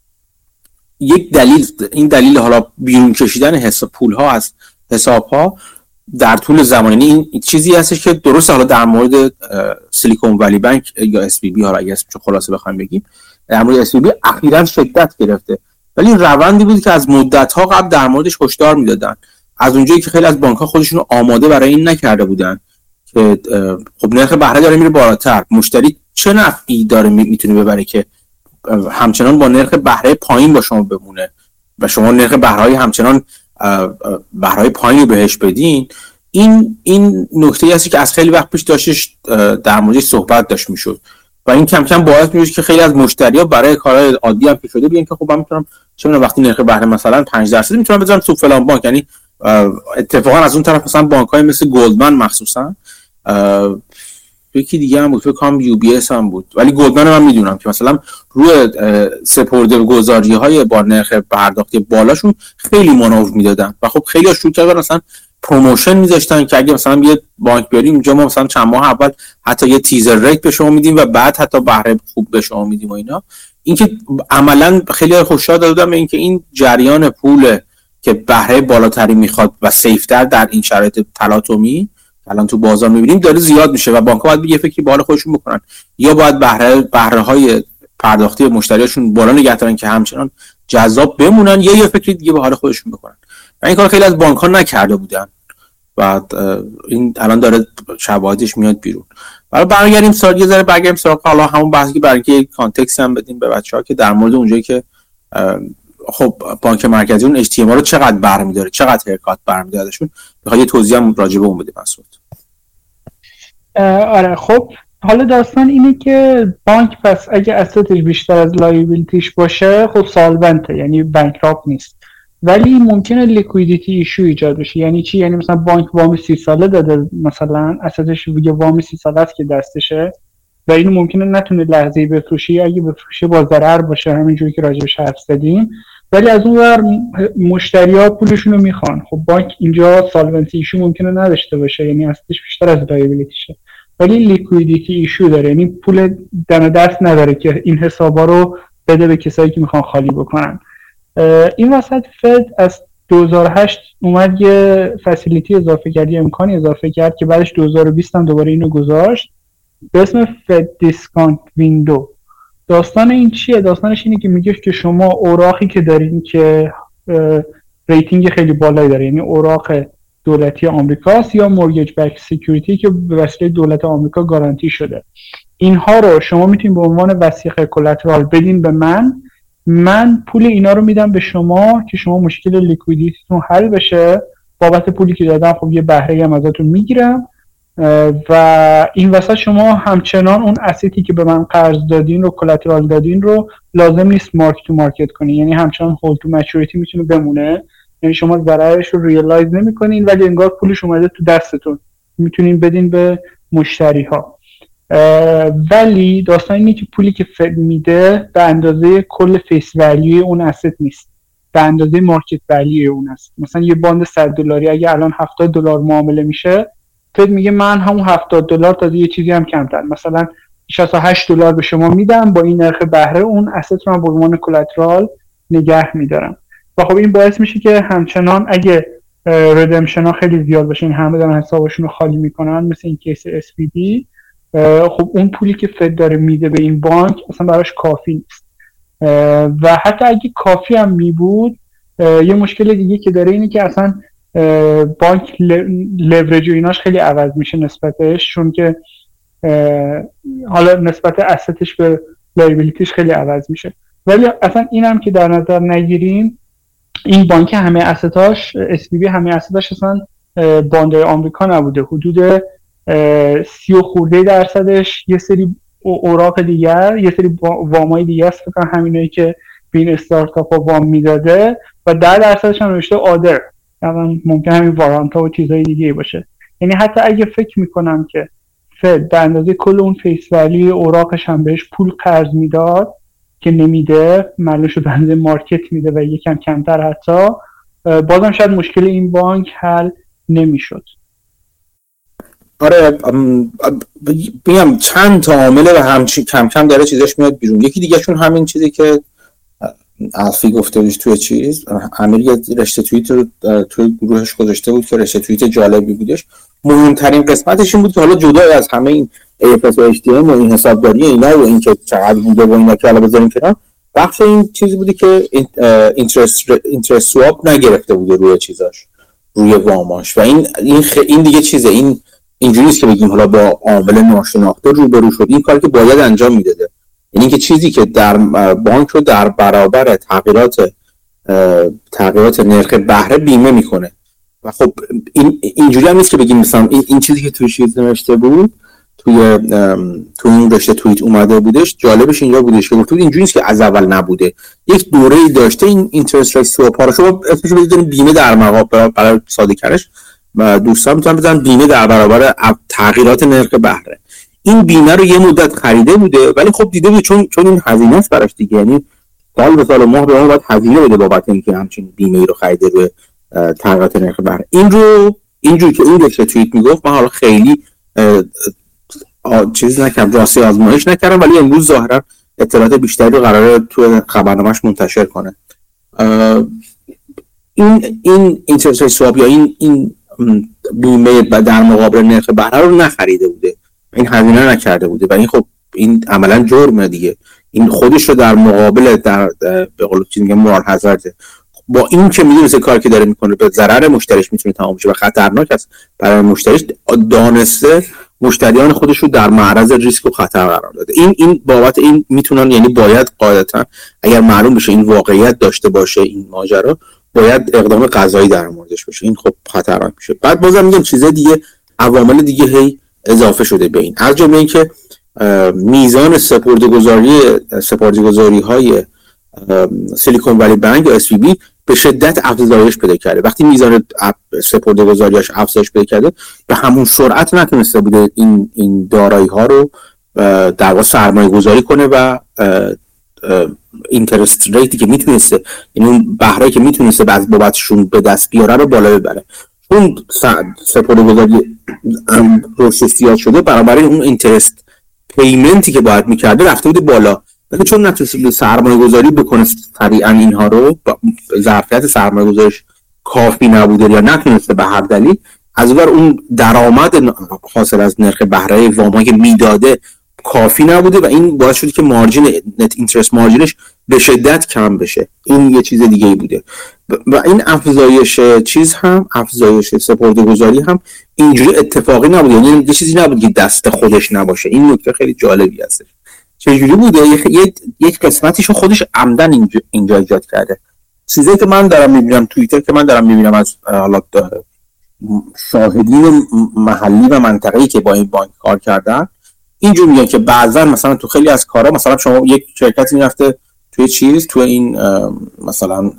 این دلیل حالا بیرون کشیدن حساب پول‌ها از حساب‌ها در طول زمان، یعنی این چیزی هستش که درسته حالا در مورد سیلیکون ولی بانک یا اس بی بی ها اگه اسمش خلاصه بخوایم بگیم، در مورد اس بی بی اخیراً شدت گرفته، ولی روندی بود که از مدت‌ها قبل در موردش هشدار میدادن، از اونجایی که خیلی از بانک‌ها خودشون رو آماده برای این نکرده بودن که خب نرخ بهره داره میره بالاتر، مشتری چه نفعی داره میتونه ببره که همچنان با نرخ بهره پایین با شما بمونه و شما نرخ بهره‌ای همچنان بهره‌ای پایین بهش بدین. این نکته‌ای هستی که از خیلی وقت پیش داشتش در موردش صحبت داشت میشد و این کم کم باعث میشه که خیلی از مشتری‌ها برای کارهای عادی هم که شده بیان که خب من میتونم چه می‌دونم وقتی نرخ بهره مثلا 5% میتونم بذارم تو فلان بانک، یعنی اتفاقا از اون طرف مثلا بانک‌های مثل گلدمن مخصوصا یکی دیگه هم بود، فکر کنم یو بی اس هم بود، ولی گلدمن من میدونم که مثلا روی سپرده‌گذاری‌های با نرخ پرداختی بالاشون خیلی مانور میدادن و خب خیلی شروع کردن مثلا پروموشن میذاشتن که اگه مثلا یه بانک بیاریم اینجا ما مثلا چند ماه اول حتی یه تیزر ریت به شما میدیم و بعد حتی بهره خوب به شما میدیم و اینا. اینکه عملا خیلی خوشحال دادم به اینکه این جریان پول که بهره بالاتری میخواد و سیفتر در این شرایط تلاطمی الان تو بازار میبینیم داره زیاد میشه و بانک‌ها باید یه فکری بالا خودشون بکنن، یا باید بهره‌های پرداختی مشتریاشون بالا نگه دارن که همچنان جذاب بمونن، یا یه فکری دیگه به حال خودشون بکنن. و این کار خیلی از بانک‌ها نکرده بودن. بعد این الان داره شواهدش میاد بیرون. برگردیم یه ذره برگردیم سراغ حالا همون بحثی که برای اینکه کانتکست هم بدیم به بچه‌ها که در مورد اونجایی که خب بانک مرکزی اون HTML رو چقدر برمی‌داره، چقدر هرکات برمی‌دارهشون، بخواد یه توضیح هم راجع به اون بده مسعود. آره خب حالا داستان اینه که بانک پس اگه اسستش بیشتر از لایبیلیتیش باشه خب سالونته، یعنی بانکراپت نیست، ولی ممکنه لیکویدیتی ایشو ایجاد بشه. یعنی چی؟ یعنی مثلا بانک وام 30 ساله داده، مثلا اسستش یه وام 30 ساله است که دستشه و اینو ممکنه نتونه لحظه‌ای بفروشه، اگه بفروشه با ضرر باشه، همینجوری که راجبش حرف زدیم، ولی از اون ور مشتری‌ها پولشون رو میخوان. خب بانک اینجا سالونتی ایشو ممکنه نداشته باشه، یعنی اسستش بیشتر از لایبیلیتیشه، ولی لیکویدیتی ایشو داره، یعنی پول دم دست نداره که این حسابا رو بده به کسایی که میخوان خالی بکنن. این وسط فد از 2008 اومد یه فسیلیتی اضافه کرد، یه امکانی اضافه کرد که بعدش 2020 هم دوباره اینو گذاشت به اسم فد دیسکانت ویندو. داستان این چیه؟ داستانش اینه که میگه که شما اوراقی که دارین که ریتینگ خیلی بالایی داره، یعنی اوراق دولتی آمریکاست یا مورگیج بک سکیوریتی که به وسیله دولت آمریکا گارانتی شده، اینها رو شما میتونید به عنوان وثیقه کلاترال بدین به من پول اینا رو میدم به شما که شما مشکل لیکویدیتیتون حل بشه، بابت پولی که دادم خب یه بهره هم ازتون میگیرم و این وسط شما همچنان اون اسیتی که به من قرض دادین رو، کلاترال دادین رو، لازم نیست مارک تو مارکت کنین، یعنی همچنان هولد تو مچوریتی میتونه بمونه، یعنی شما ضررش رو ریالایز نمی‌کنین ولی انگار پولش اومده تو دستتون، میتونین بدین به مشتری‌ها. ولی داستان اینه که پولی که فد میده به اندازه کل فیس ولیوی اون اسست نیست، به اندازه مارکت ولیوی اون است. مثلا یه باند $100 اگه الان $70 معامله میشه، فد میگه من همون $70 تا یه چیزی هم کمتر، مثلا $68 به شما میدم، با این نرخ بهره اون اسست رو به عنوان کلاترال نگه میدارم. و خب این باعث میشه که همچنان اگه ردمشن ها خیلی زیاد باشه، این همه دارن حسابشون رو خالی میکنن، مثل این کیس SVB، خب اون پولی که فد داره میده به این بانک اصلا براش کافی نیست. و حتی اگه کافی هم میبود، یه مشکل دیگه که داره اینه که اصلا بانک لورج و ایناش خیلی عوض میشه نسبتش، چون که حالا نسبت اسستش به لایبیلیتیش خیلی عوض میشه. ولی اصلا اینم که در نظر نگیریم، این بانک همه اسستاش SVB همه اسستاش اصلا باندای آمریکا نبوده، حدود 30% یه سری اوراق دیگر، یه سری وامای دیگه است، فکر همینایی که به این استارتاپ ها وام میداده، و 10% هم نوشته آدر، یعنی ممکن همین وارانتا و چیزهای دیگه باشه. یعنی حتی اگه فکر میکنم که فد به اندازه کل اون فیس ولی اوراقش هم بهش پول قرض میداد که نمیده، معلومش به اندازه مارکت میده و یکم کمتر حتی، بازم شاید مشکل این بانک حل نمیشد. آره بگم چند تا عامل و همچین کم کم داره چیزاش میاد بیرون. یکی دیگه شون همین چیزی که الفی گفته بودش توی چیز، امیر یه رشته توییت رو توی گروهش گذاشته بود که رشته توییت جالبی بودش. مهمترین قسمتش این بود که حالا جدا از همه این AFS و HTM و این حسابداری اینا و این که چقدر بوده و اینا که حالا بذاریم کنار، بخش این چیزی بودی که اینترست سواب نگرفته بوده روی چیزاش، روی واماش. و این دیگه چیزه، این اینجوری است که بگیم حالا با عامل ناشناخته روبرو شد. این کاری که باید انجام میداده، یعنی اینکه چیزی که در بانک رو در برابر تغییرات نرخ بهره بیمه میکنه. و خب اینجوری هم نیست که بگیم مثلا این چیزی که توی چیز نوشته بود، توی اون رشته توییت اومده بودش، جالبش اینجا بودش که گفت اینجوری نیست که از اول نبوده، یک دوره‌ای داشته این اینترست ریت سواب ها رو. شما اسمش رو بذارید بیمه در مقابل، برای ساده کردنش دوستان میتونن بزنن بیمه در برابر تغییرات نرخ بهره. این بیمه رو یه مدت خریده بوده، ولی خب دیده بود چون این هزینه است براش دیگه، یعنی سال به سال ماه به ماه باید هزینه بده بابت اینکه همچین بیمه رو خریده روی تغییرات نرخ بهره. این رو اینجور که اون دکتر توییت میگفت من حالا خیلی چیز نکردم، راستی آزمایش نکردم، ولی امروز ظاهرا اطلاعات بیشتری رو قراره تو خبرنامه‌اش منتشر کنه. این اینترست ریت سواب یا این بیمه در مقابل نرخ بهره رو نخریده بوده، این هزینه نکرده بوده و این خب این عملا جرمه دیگه. این خودش رو در مقابل در به قول چیزی میگم مورال هازارد، با این که میدونه کاری که داره میکنه به ضرر مشتریش میتونه تمام شه و خطرناک است برای مشتریش، دانسته مشتریان خودش رو در معرض ریسک و خطر قرار داده. این بابت این میتونن، یعنی باید قاعدتا اگر معلوم بشه این واقعیت داشته باشه این ماجرا، باید اقدام قضایی در موردش بشه. این خب خطرناک میشه. بعد بازم میگم چیزای دیگه، عوامل دیگه هی اضافه شده به این، از جمله اینکه میزان سپرده‌گذاری های سیلیکون ولی بانک یا SVB به شدت افزایش پیدا کرده. وقتی میزان سپرده‌گذاریاش افزایش پیدا کرده، به همون سرعت نتونسته بوده این دارایی ها رو در واقع سرمایه گذاری کنه و اینترست ریتی که میتونسته، یعنی اون بهره‌ای که میتونسته از بابتشون به دست بیاره رو بالا ببره. اون سپرده‌گذاری رشد زیاد شده، برابر اون اینترست پیمنتی که باید میکرده رفته بوده بالا، ولی چون نتونسته سرمایه گذاری بکنه طبیعاً اینها رو، ظرفیت سرمایه گذاریش کافی نبوده یا نتونسته به هر دلیل، از اون درآمد حاصل از نرخ بهره وام‌هایی که میداده کافی نبوده و این باعث شده که مارجین نت اینترست مارجینش به شدت کم بشه. این یه چیز دیگه ای بوده و این افزایش سپرده‌گذاری هم اینجوری اتفاقی نبوده، یعنی یه چیزی نبود که دست خودش نباشه. این نکته خیلی جالبی هست. چجوری بوده؟ یک قسمتیشو خودش عمدن اینجا ایجاد کرده. چیزی که من دارم میبینم توییتر، که من دارم میبینم از حالا شاهدین محلی و منطقه‌ای که با این بانک کار کردن، اینجور میگن که بعضا مثلا تو خیلی از کارا، مثلا شما یک شرکتی میرفته توی این مثلا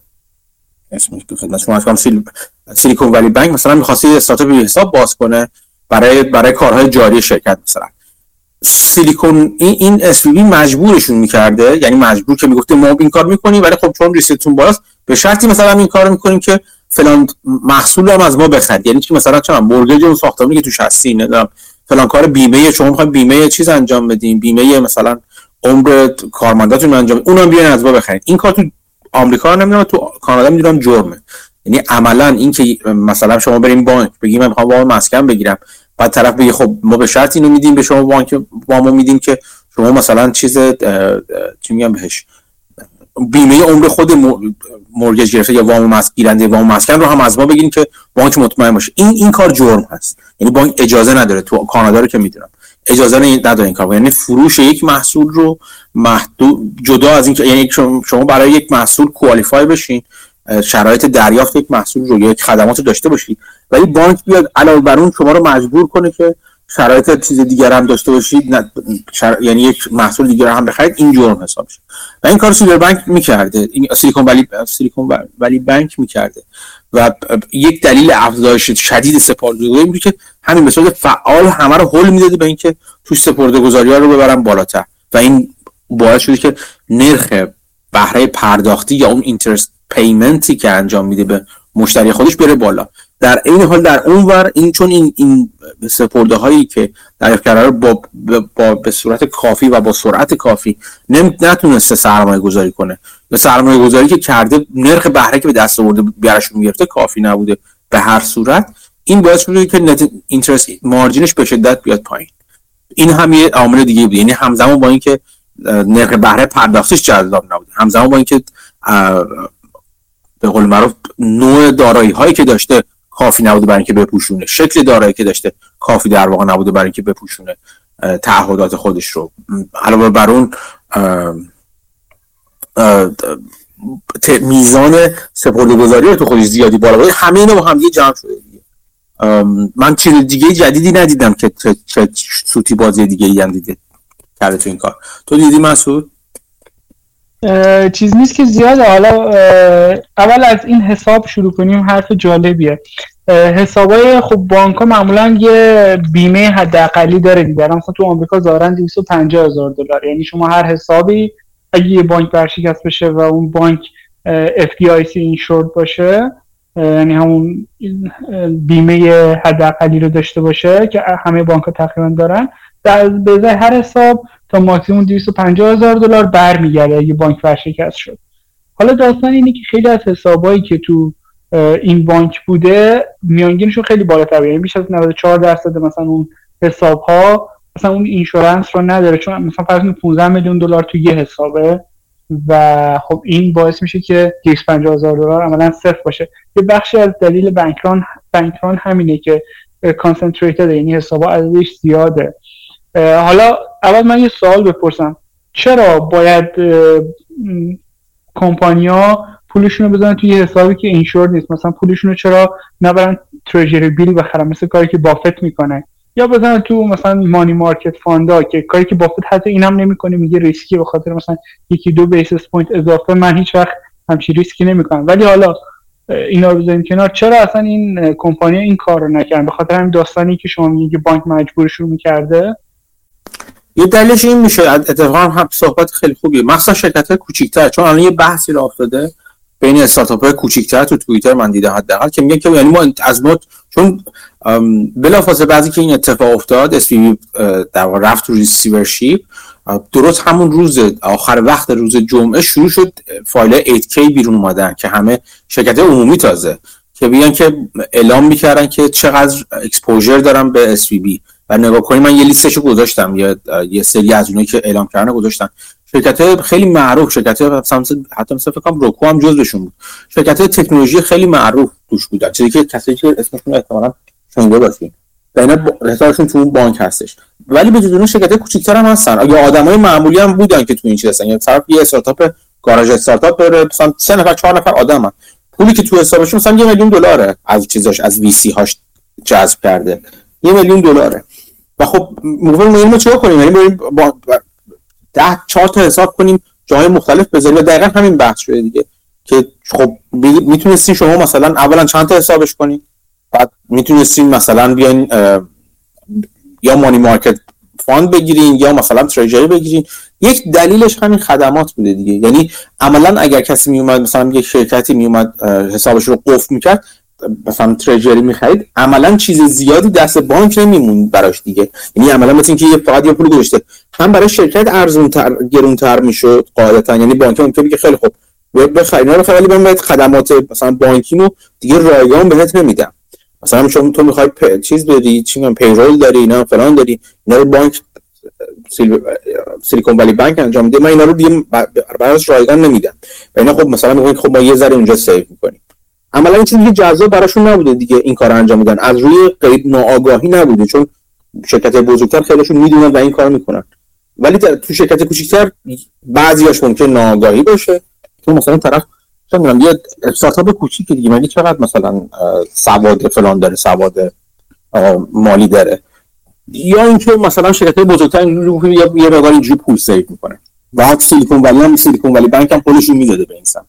اسمش تو خدمت شما هستم، سیلیکون ولی بانک مثلا می‌خواسته استارتاپ حساب باز کنه برای کارهای جاری شرکت، مثلا سیلیکون این SVB مجبورشون میکرده، یعنی مجبور که میگفته ما این کار میکنیم ولی خب چون ریسکتون بالاست به شرطی مثلا این کارو میکنیم که فلان محصول هم از ما بخرید. یعنی چی؟ مثلا چون مورگیج اون ساختمانی که توش هستی، ندارم فلان کار بیمه، شما میخواید بیمه چیز انجام بدین، بیمه مثلا عمر کارمنداتون انجام بدین، اونم بیان از ما بخرید. این کار تو آمریکا نمیدونم، تو کانادا میدونم جرمه. یعنی عملا این که مثلا شما بریم بانک بگیم من میخوام وام مسکن بگیرم، بعد طرف بگه خب ما به شرط اینو میدیم به شما، بانک وامو میدیم که شما مثلا چیز چی میگم بهش، بیمه عمر خود مورگیج گرفته یا وام مسکن گیرنده وام مسکن رو هم از ما بگیرین که بانک مطمئن باشه. این کار جرم هست. یعنی بانک اجازه نداره، تو کانادا رو که میدونم اجازه نداره این کار، یعنی فروش یک محصول رو محدود، جدا از این که یعنی شما برای یک محصول کوالیفای بشین، شرایط دریافت یک محصول رو یا یک خدمات رو داشته باشید، ولی بانک بیاد علاوه بر اون شما رو مجبور کنه که شرایط چیز دیگر هم داشته باشید، یعنی یک محصول دیگر هم بخرید، این جرم حساب میشه. و این کار سیلور بانک میکرده، این سیلیکون ولی بانک میکرده و یک دلیل افزایش شدید سپرده‌گذاری بود که همین به صورت فعال همه رو هول میداده به اینکه توش سپرده‌گذاری‌ها رو ببرن بالاتر و این باعث شده که نرخ بهره پرداختی یا اون اینترست پیمنتی که انجام میده به مشتری خودش بره بالا. در این حال در اونور این چون این سپرده هایی که دریافت کرده رو با به صورت کافی و با سرعت کافی نتونسته سرمایه گذاری کنه، به سرمایه گذاری که کرده نرخ بهره که به دست آورده بیارشون میگرفته کافی نبوده به هر صورت، این باعث شده که نت اینترست مارجینش به شدت بیاد پایین. این هم یه عامل دیگه بود. یعنی همزمان با اینکه نرخ بهره پرداختش جذاب نبود، همزمان با اینکه به قول معروف نوع دارایی هایی که داشته کافی نبوده برای اینکه بپوشونه، شکل دارایی که داشته کافی در واقع نبوده برای اینکه بپوشونه تعهدات خودش رو. علاوه بر اون میزان سپرده‌گذاری رو تو خودش زیادی بالا بود. همه اینا با هم دیگه جمع شده دیگه. من چیز دیگه جدیدی ندیدم که سوتی بازی دیگه ای هم دیده کرده تو این کار. تو دیدی مسعود؟ چیز نیست که زیاده. حالا اول از این حساب شروع کنیم، حرف جالبیه. حسابای خب بانک‌ها معمولا یه بیمه حداقلی داره دیگه. مثلا تو آمریکا ظاهرا $250,000، یعنی شما هر حسابی اگه یه بانک ورشکست بشه و اون بانک FDIC اینشورد باشه، یعنی همون بیمه حداقلی رو داشته باشه که همه بانک‌ها تقریبا دارن، در به ازای هر حساب تا ماکسیموم $250,000 برمیگرده اگه بانک ورشکست شد. حالا داستان اینه که خیلی از حسابایی که تو این بانک بوده میانگینشون خیلی بالاتر، یعنی بیش از 94% مثلا اون حساب‌ها مثلا اون اینشورنس رو نداره، چون مثلا فرض کنید $15 میلیون تو یه حسابه و خب این باعث میشه که $250,000 عملا صفر باشه. یه بخشی از دلیل بانکران همینه که کانسنتریتد، یعنی حسابا عددش زیاده. حالا اول من یه سوال بپرسم، چرا باید کمپانی‌ها پولشون رو بزنن توی یه حسابی که اینشور نیست؟ مثلا پولشون رو چرا نبرن تریجری بیل بخرن مثل کاری که بافت میکنه، یا بزنن تو مثلا مانی مارکت فاندا که کاری که بافت حتی اینم نمیکنه، میگه ریسکی به خاطر مثلا 1-2 بیسیس پوینت اضافه من هیچ وقت همچین ریسکی نمیکنم. ولی حالا اینا رو بزنیم کنار، چرا اصلا این کمپانی این کار رو نکردن؟ به خاطر همین داستانی که شما میگید بانک مجبورشون میکرده؟ یه دلیلش این میشه، اتفاقا هم صحبت خیلی خوبیه، مخصوصا شرکت‌های کوچیک‌تر، چون الان یه بحثی راه افتاده بین استارتاپ‌های کوچیک‌تر تو توییتر من دیدم حداقل که میگن که یعنی ما از نوت، چون بلافاصله بعضی که این اتفاق افتاد اسپی در واقع رفت رو ریسیورشیپ، درست همون روز آخر وقت روز جمعه شروع شد فایل 8K بیرون اومدن که همه شرکت‌های عمومی تازه که بیان که اعلام می‌کردن که چقدر اکسپوژر دارن به SVB و نگاه کنیم. من یه لیستشو گذاشتم، یه سری از اونایی که اعلام کردن گذاشتم، شرکت‌های خیلی معروف، شرکت‌های حتی مثلا فکر کنم روکو هم جزوشون بود، شرکت‌های تکنولوژی خیلی معروف توش بودن، چیزی که کسایی که اسمشون احتمالاً شنیده باشین و اینا حسابشون تو اون بانک هستش. ولی به جز اون شرکت‌های کوچیک‌تر هم هستن، یا آدمای معمولی هم بودن که تو این چیز هستن، یعنی طرف یه استارتاپ گاراژ استارتاپ داره، مثلا 3 نفر 4 نفر آدمن، پولی که تو حسابشون مثلا $1 میلیون از چیزاش از وی سی هاش جذب کرده، $1 میلیون. و خب ما چیکار کنیم؟ یعنی بریم با 10-4 تا حساب کنیم جای مختلف بذاریم. و دقیقاً همین بحث شده دیگه که خب میتونستین شما مثلا اولا چند تا حسابش کنین، بعد میتونستین مثلا بیاین یا مانی مارکت فاند بگیرین یا مثلا تریجری بگیرین. یک دلیلش همین خدمات بوده دیگه، یعنی عملاً اگر کسی میومد مثلا یک شرکتی میومد حسابش رو قفل میکرد، مثلا تریجری می‌خرید، عملاً چیز زیادی دست بانک نمیمون براش دیگه، یعنی عملاً مثلا اینکه یه فقط یه پول گذاشته، هم برای شرکت ارزان‌تر گرون‌تر میشد قاعدتاً، یعنی بانک ممکنه که خیلی خوب بخرید اینا رو، ولی من باید خدمات مثلا بانکیمو دیگه رایگان بهت نمیدم، مثلا شما تو می‌خوای چیز داری، چی میگم پیرول داری، اینا فلان داری، اینا رو بانک سیلیکون ولی بانک انجام میده، من اینا رو دیگه براش رایگان نمیدم و اینا خب مثلا میگن خب ما یه ذره اونجا سیو می‌کنیم. عملا این چیزی که جذاب براشون نبوده دیگه این کارو انجام میدن، از روی غیر ناآگاهی نبوده، چون شرکت‌های بزرگتر خیلیشون میدونن و این کارو میکنن، ولی تو شرکت کوچیک‌تر بعضیاش ممکن ناآگاهی باشه، تو مثلا طرف چون میگم یه استارتاپ کوچیکی دیگه مگه چقدر مثلا سواد فلان داره، سواد مالی داره، یا اینکه مثلا شرکت‌های بزرگتر اینجوری یه مقدار اینجوری پول سیو میکنه و سیلیکون ولی بانک هم پولشون میداده به این سمت.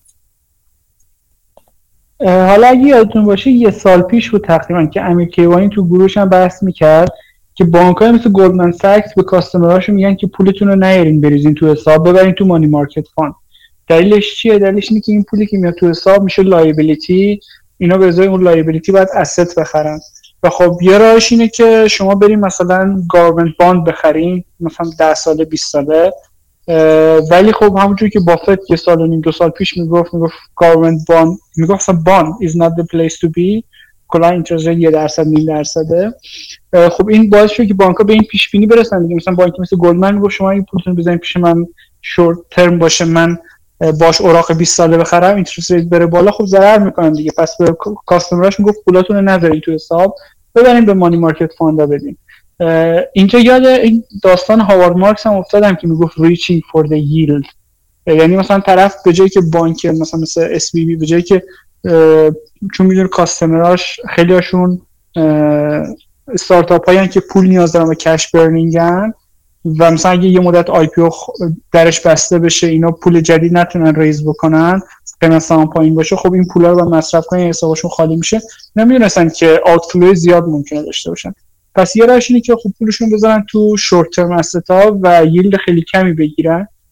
حالا اگه یادتون باشه یه سال پیش بود تقریبا که امیر کیوانی تو گروهش هم بحث میکرد که بانک‌های مثل گلدمن ساکس به کاستمرهاشون میگن که پولتون رو نیارین بریزین تو حساب، ببرین تو مانی مارکت فاند. دلیلش چیه؟ دلیلش اینه که این پولی که میاد تو حساب میشه لایبیلیتی، اینا به ازای اون لایبیلیتی باید اسست بخرن و خب یه راهش اینه که شما بریم مثلا گورنمنت باند بخرین، مثلا 10 ساله 20 ساله، ولی خب همونجوری که بافت 1 سال و نیم 2 سال پیش میگفت گورنمنت باند، میگفت اصلا باند is not the place to be، کلا اینترست ریت 1% 0.5%. خب این باعث شد که بانک‌ها به این پیش بینی برسن دیگه، مثلا بانک مثل گلدمن میگفت شما این پولتون بزنید پیش من شورت ترم باشه، من باش اوراق 20 ساله بخرم، اینترست ریت بره بالا، خب ضرر میکنن دیگه. پس به کاستمرش میگفت پولاتون رو نذارین تو حساب، ببرین به مانی مارکت فاندا بدین. اینجا یاد این داستان هاوارد مارکس هم افتادم که میگفت reaching for the yield، یعنی مثلا طرف به جایی که بانک مثل SVB به جایی که چون میدونه کاستمراش خیلی هاشون استارتاپ هایی که پول نیاز دارن و کش برنینگن و مثلا اگه یه مدت آی پی او درش بسته بشه، اینا پول جدید نتونن ریز بکنن، قیمت سهام پایین باشه، خب این پولا رو مصرف کنن، حسابشون خالی میشه، نمیدونستن که آوتفلو زیاد ممکنه داشته باشن. پس یه راهش اینه که خب پولشون بذارن تو شورت ترم استا و ییلد خیلی کمی بگیرن.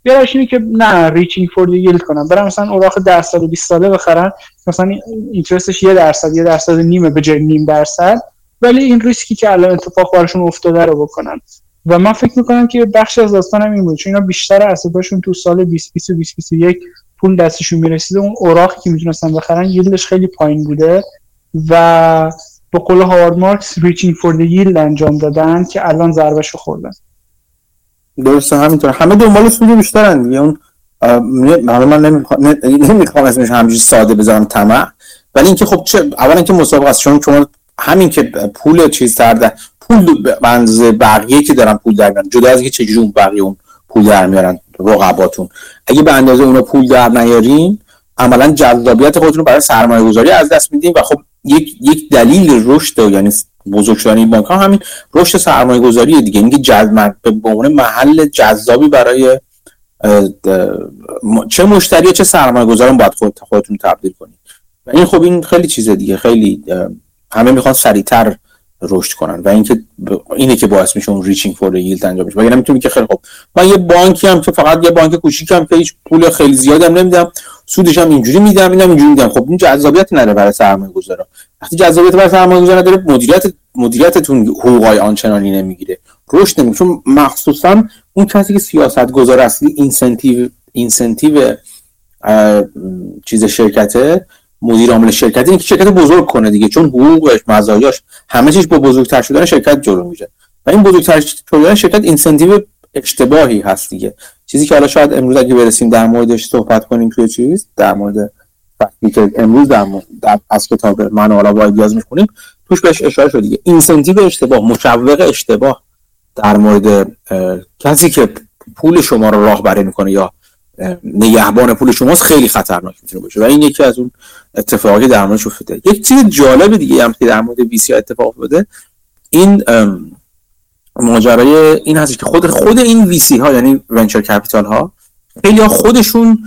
بیارش اینه که نه ریچینگ فور دی ییلد کنن، برن مثلا اوراق 10 ساله 20 ساله بخرن، مثلا اینترستش 1%، 1.5% به جای 0.5%، ولی این ریسکی که الان اتفاق براشون افتاده رو بکنن. و من فکر میکنم که بخش از داستانم این بود، چون اینا بیشتر اسیداشون تو سال 2020 و 2021 پول دستشون میرسیده، اون اوراقی که میتونستن بخرن ییلدش خیلی پایین بوده و به قول هاوارد مارکس ریچینگ فور دی ییلد انجام دادن که الان ضربهشو خوردن. درسته، همینطور همه دنبال سود بیشترن دیگه. اون من نمیخوام اسمش همینجوری ساده بذارم طمع، ولی اینکه خب چه اولا که مسابقه است، چون شما همین که پول چیز در پول به اندازه بقیه که دارن پول در میارن، جدا از اینکه چجوری اون بقیه اون پول در میارن رقباتون، اگه به اندازه اونا پول در نیارین عملا جذابیت خودتون رو برای سرمایه‌گذاری از دست میدین. و خب یک دلیل رشد یعنی بزرگ شدن این بانک‌ها همین رشد سرمایه‌گذاری دیگه، اینکه جذب به عنوان محل جذابی برای چه مشتری چه سرمایه‌گذارم باید خودتون تبدیل کنید. و این خب این خیلی چیز دیگه، خیلی همه میخوان سریعتر رشد کنن و اینه که باعث میشه اون ریچینگ فور ییلد انجام بشه. وگرنه میتونی که خیلی خب من یه بانکی هم که فقط یه بانک کوچیکم که هیچ پول خیلی زیادی هم نمیدم، سودش هم اینجوری میدم، اینم اینجوری میدم، خب این جذابیتی نداره برای سرمایه‌گذارا. وقتی جذابیت برای سرمایه‌گذار نداره، مدیریتتون حقوقای آنچنانی نمیگیره، رشد نمیشه. چون مخصوصا اون کسی که سیاستگزار اصلی اینسنتیو چیز شرکته، مدیر عامل شرکت، اینکه شرکت بزرگ کنه دیگه، چون حقوقش، مزایاش، همه چیز با بزرگتر شدن شرکت جلو میشه. و این بزرگتر شدن شرکت اینسنتیو اشتباهی هست دیگه. چیزی که حالا شاید امروز اگه برسیم در موردش صحبت کنیم توی چیز، در مورد وقتی که امروز در از کتاب من حالا با ایدیاز میخونیم توش بهش اشاره شد دیگه. اینسنتیو اشتباه، مشوق اشتباه در مورد کسی که پول شما رو راهبری میکنه یا نگهبان پول شماست خیلی خطرناک میتونه باشه. و این یکی از اون اتفاقی در موردش افتاده. یک چیز جالب دیگه هم که در مورد ویسی اتفاق افتاده، این ماجرای این هست که خود این ویسی ها یعنی ونچر کپیتال ها خیلی ها خودشون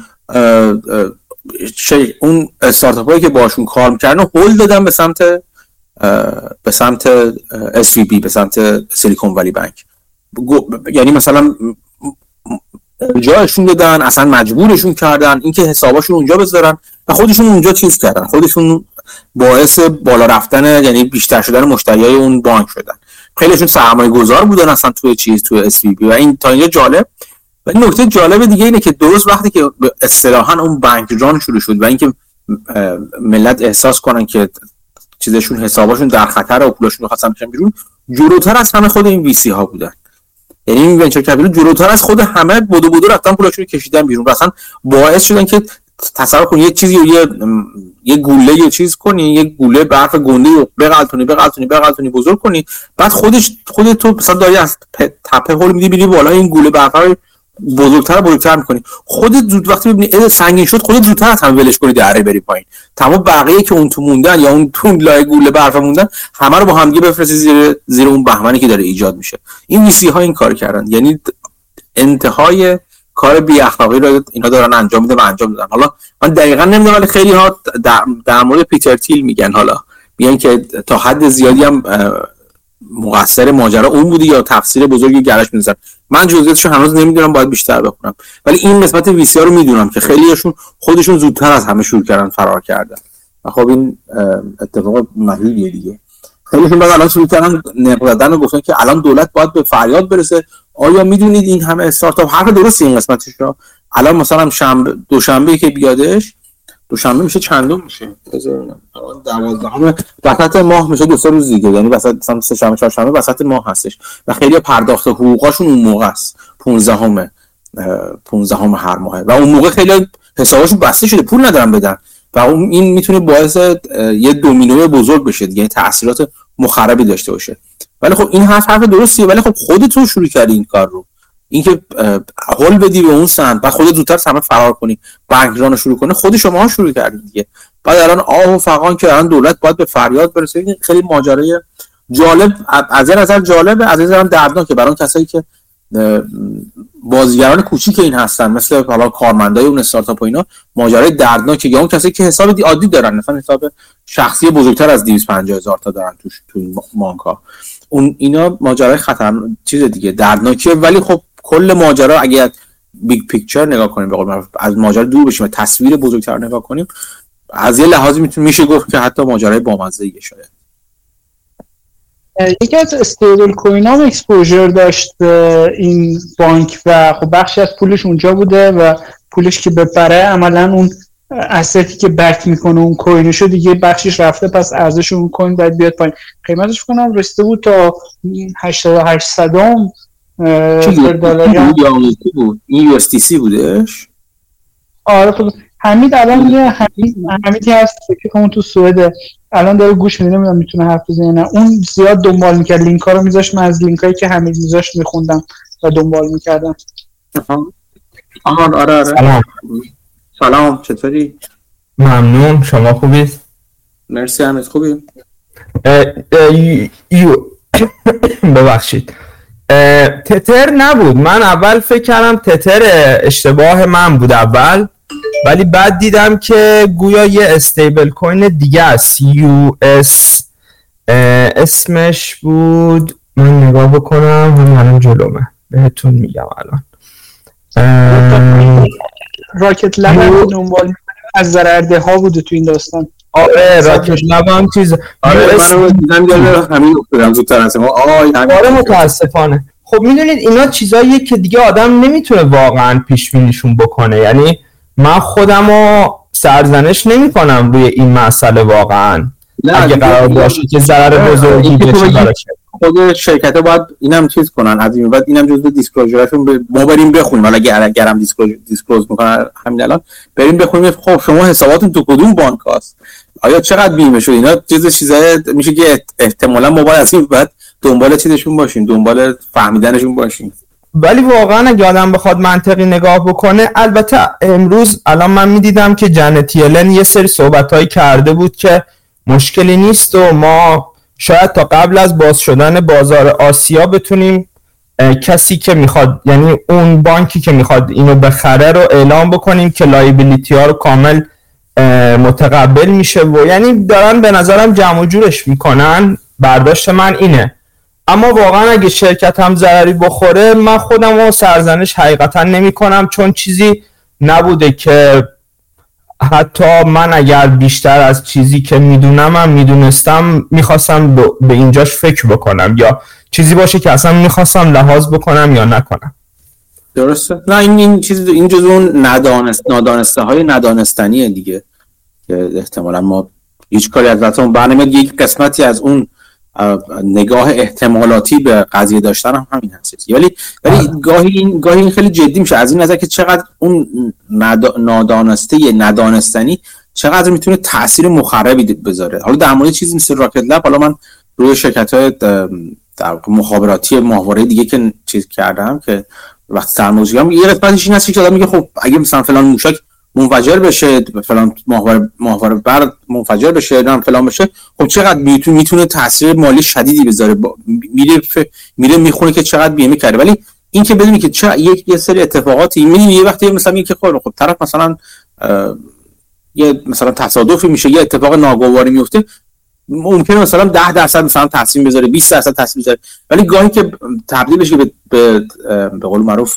اون استارتاپ هایی که باشون کار میکردن هول دادن به سمت SVB، به سمت سیلیکون ولی بانک. یعنی مثلا جایشون دادن، اصلا مجبورشون کردن اینکه حساباشون اونجا بذارن و خودشون اونجا چیز کردن، خودشون باعث بالا رفتن یعنی بیشتر شدن مشتریای اون بانک شدن. خیلیشون سرمایه گذار بودن اصلا توی SVB و این تا اینجا جالب. و این نکته جالب دیگه اینه که درست وقتی که اصطلاحاً اون بانک ران شروع شد و اینکه ملت احساس کنن که چیزشون حساباشون در خطر و پولاشون می‌خواستن بشن بیرون، جلوتر از همه خود این ویسی ها بودن. یعنی این ونچر کپیتال جلوتر از خود همه بدو رفتن پولاشون رو کشیدن بیرون، اصلا باعث شدن که تصور کنی یه چیزی یه گوله یه چیز کنی، یه گوله برف گنده رو بغلتونی بزرگ کنی، بعد خودت تو مثلا داری از تپه هول میدی بالا، این گوله برف رو بزرگتر میکنی، خودت زود وقتی ببینی سنگین شد خودت زودتر از هم ولش کنی دره بری پایین، تمام بقیه که اون تو موندن یا اون تو لای گوله برف موندن همه رو با هم دیگه بفرستی زیر اون بهمنی که داره ایجاد میشه. این ویسی ها این کار کردن، یعنی انتهای کار بی اخلاقی رو اینا دارن انجام میدن و انجام دادن. حالا من دقیقاً نمیدونم ولی خیلی ها در مورد پیتر تیل میگن، حالا میگن که تا حد زیادی هم مقصر ماجرا اون بودی یا تفسیر بزرگی گرش می‌ذارن. من جزئیاتشو هنوز نمیدونم، باید بیشتر بخونم، ولی این قسمت ویسی ها رو میدونم که خیلیشون خودشون زودتر از همه شروع کردن فرار کردن و خب این اتفاق مهیبیه دیگه. خیلیشون بعد الان شروع کردن نقدن و گفتن که الان دولت باید به فریاد برسه. آیا میدونید این همه استارتاپ حرف درسته این قسمتش رو؟ الان مثلا دوشنبه که بیادش، دوشنبه میشه چندم میشه؟ بذارم الان 12 وسط ماه میشه، 2 روز دیگه، یعنی وسط مثلا سه شنبه چهارشنبه وسط ماه هستش و خیلی پرداخت حقوقاشون اون موقع است 15 هر ماه و اون موقع خیلی حساباشون بسته شده، پول ندارن بدن و این میتونه باعث یه دومینوی بزرگ بشه دیگه، یعنی تاثیرات مخربی داشته باشه. ولی خب این حرف درستیه، ولی خب خودت تو شروع کردی این کار رو، اینکه هول بدی به اون سمت و خودت زودتر سمت فرار کنی، بانک ران شروع کنه، خود شما ها شروع کردید دیگه. بعد الان آه و فغان که الان دولت باید به فریاد برسه. خیلی ماجرای جالب، از این نظر جالبه، از این نظر دردناکه برای کسایی که بازیگران کوچیک این هستن، مثل حالا کارمندای اون استارتاپ و اینا. ماجرای دردناکه، یا اون کسایی که حساب عادی دارن، مثلا حساب شخصی بزرگتر از 250,000 تا دارن توی بانک‌ها، اون اینا ماجرای خطر چیز دیگه دردناکه. ولی خب کل ماجرا اگه بیگ پیکچر نگاه کنیم، به قول معروف از ماجرا دور بشیم و تصویر بزرگتر نگاه کنیم، از یه لحاظی میشه گفت که حتی ماجرای بامزه‌ایه. شاید یکی از استیبل کوین هم اکسپوژر داشت این بانک و خب بخشی از پولش اونجا بوده و پولش که بپره عملا اون استی که بک میکنه اون کوینشو دیگه بخشش رفته، پس ارزش اون کوین باید بیاد پایین. قیمتش کنم رسیده بود تا 8800 دلاری بود. این USDC بودش. آره خب حمید الان میگه حمیدی هست که اون تو سوئد الان داره گوش میده، نمیدونم میتونه حرف بزنه نه. اون زیاد دنبال میکرد لینک‌ها رو میذاشت، من از لینکایی که حمید میذاشت میخوندم و دنبال میکردم. آره سلام چطوری؟ ممنون، شما خوبید؟ مرسی حمید، خوبی؟ ببخشید تتر نبود، من اول فکر کردم تتر اشتباه من بود اول، ولی بعد دیدم که گویا یه استیبل کوین دیگه است US اسمش بود، من نگاه بکنم همین جلومه بهتون میگم الان. راکت لب دنبال از ضررده ها بوده تو این داستان. آره راکت لب هم چیز آره من دیدم یاد همین افتادم زودتر از ما. آره متاسفانه. خب میدونید اینا چیزاییه که دیگه آدم نمیتونه واقعا پیش بینیشون بکنه، یعنی من خودمو سرزنش نمیکنم روی این مسئله واقعا، اگه قرار باشه که ضرر بزرگی بشه برای خود شرکت‌ها باید اینم چیز کنن، از این بعد اینم جزء دیسکلوزرشون ما بریم بخونیم، حالا اگرم دیسکلوز میکنن همین الان بریم بخونیم خب شما حساباتون تو کدوم بانک هست، آیا چقدر بیمه شد، اینا چیزای میشه که احتمالاً ما باید از این بعد دنبال چیزشون باشیم، دنبال فهمیدنشون باشیم. ولی واقعا اگه آدم بخواد منطقی نگاه بکنه، البته امروز الان من میدیدم که جنت یلن یه سری صحبتایی کرده بود که مشکلی نیست و ما شاید تا قبل از باز شدن بازار آسیا بتونیم کسی که میخواد، یعنی اون بانکی که میخواد اینو بخره رو اعلام بکنیم که لایبیلیتی ها رو کامل متقبل میشه و یعنی دارن به نظرم جمع و جورش میکنن، برداشت من اینه. اما واقعا اگه شرکت هم ضرری بخوره من خودم رو سرزنش حقیقتا نمی کنم، چون چیزی نبوده که حتی من اگر بیشتر از چیزی که میدونستم میخواستم به اینجاش فکر بکنم یا چیزی باشه که اصلا میخواستم لحاظ بکنم یا نکنم. درسته؟ نه این چیز، این جزء اون نادانسته های ندانستنیه دیگه که احتمالا ما هیچ کاری از وقتمون برنمیاد. یک قسمتی از اون نگاه احتمالاتی به قضیه داشتن هم همین هست، ولی گاهی این خیلی جدی میشه از این نظر که چقدر اون ندانستنی چقدر میتونه تاثیر مخربی بذاره. حالا در مورد چیزی مثل راکت لب، حالا من روی شرکت‌های در مخابراتی ماهواره دیگه که چیز کردم که وقتی سرمایه‌گذاری یه قسمتش این هست که آدم میگه خب اگه مثلا فلان موشک منفجر بشه، فلان ماهواره برق منفجر بشه، نه فلان بشه، خب چقدر میتونه تاثیر مالی شدیدی بذاره. میره میخونه که چقدر بیمه کرده. ولی این که بدونی که یه سری اتفاقاتی میبینی یه وقتی مثلا میگه که خب طرف مثلا یه مثلا تصادفی میشه، یه اتفاق ناگواری میفته، ممکنه مثلا 10% مثلا تاثیر بذاره، 20% تاثیر بذاره، ولی گاهی که تبدیل بشه به قول معروف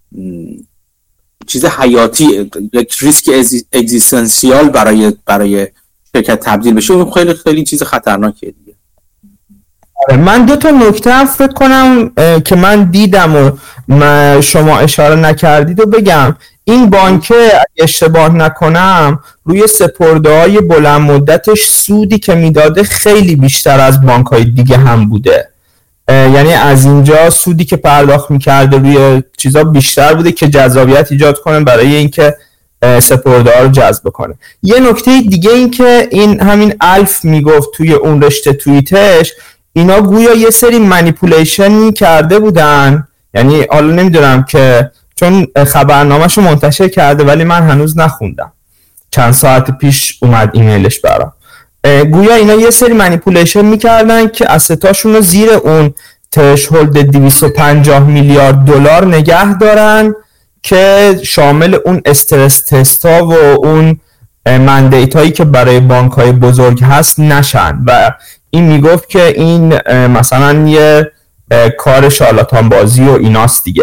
چیز حیاتی، یک ریسک اگزیستانسیال برای شرکت تبدیل بشه، اون خیلی خیلی چیز خطرناکیه دیگه. من دو تا نکته هم فکر کنم که من دیدم و شما اشاره نکردید و بگم. این بانک اگه اشتباه نکنم روی سپرده‌های بلند مدتش سودی که میداده خیلی بیشتر از بانک‌های دیگه هم بوده، یعنی از اینجا سودی که پرداخت میکرده روی چیزا بیشتر بوده که جذابیت ایجاد کنه برای اینکه سپرده‌ها رو جذب کنه. یه نکته دیگه این که این همین الف میگفت توی اون رشته توییتش، اینا گویا یه سری منیپولیشن کرده بودن، یعنی حالا نمیدونم که چون خبرنامه‌شو منتشر کرده ولی من هنوز نخوندم، چند ساعت پیش اومد ایمیلش برام. گویا اینا یه سری منیپولیشن میکردن که استاشون رو زیر اون ترشهولد 250 میلیارد دلار نگه دارن که شامل اون استرس تستا و اون مندیت هایی که برای بانک های بزرگ هست نشن و این میگفت که این مثلا یه کار شارلاتان بازی و ایناست دیگه.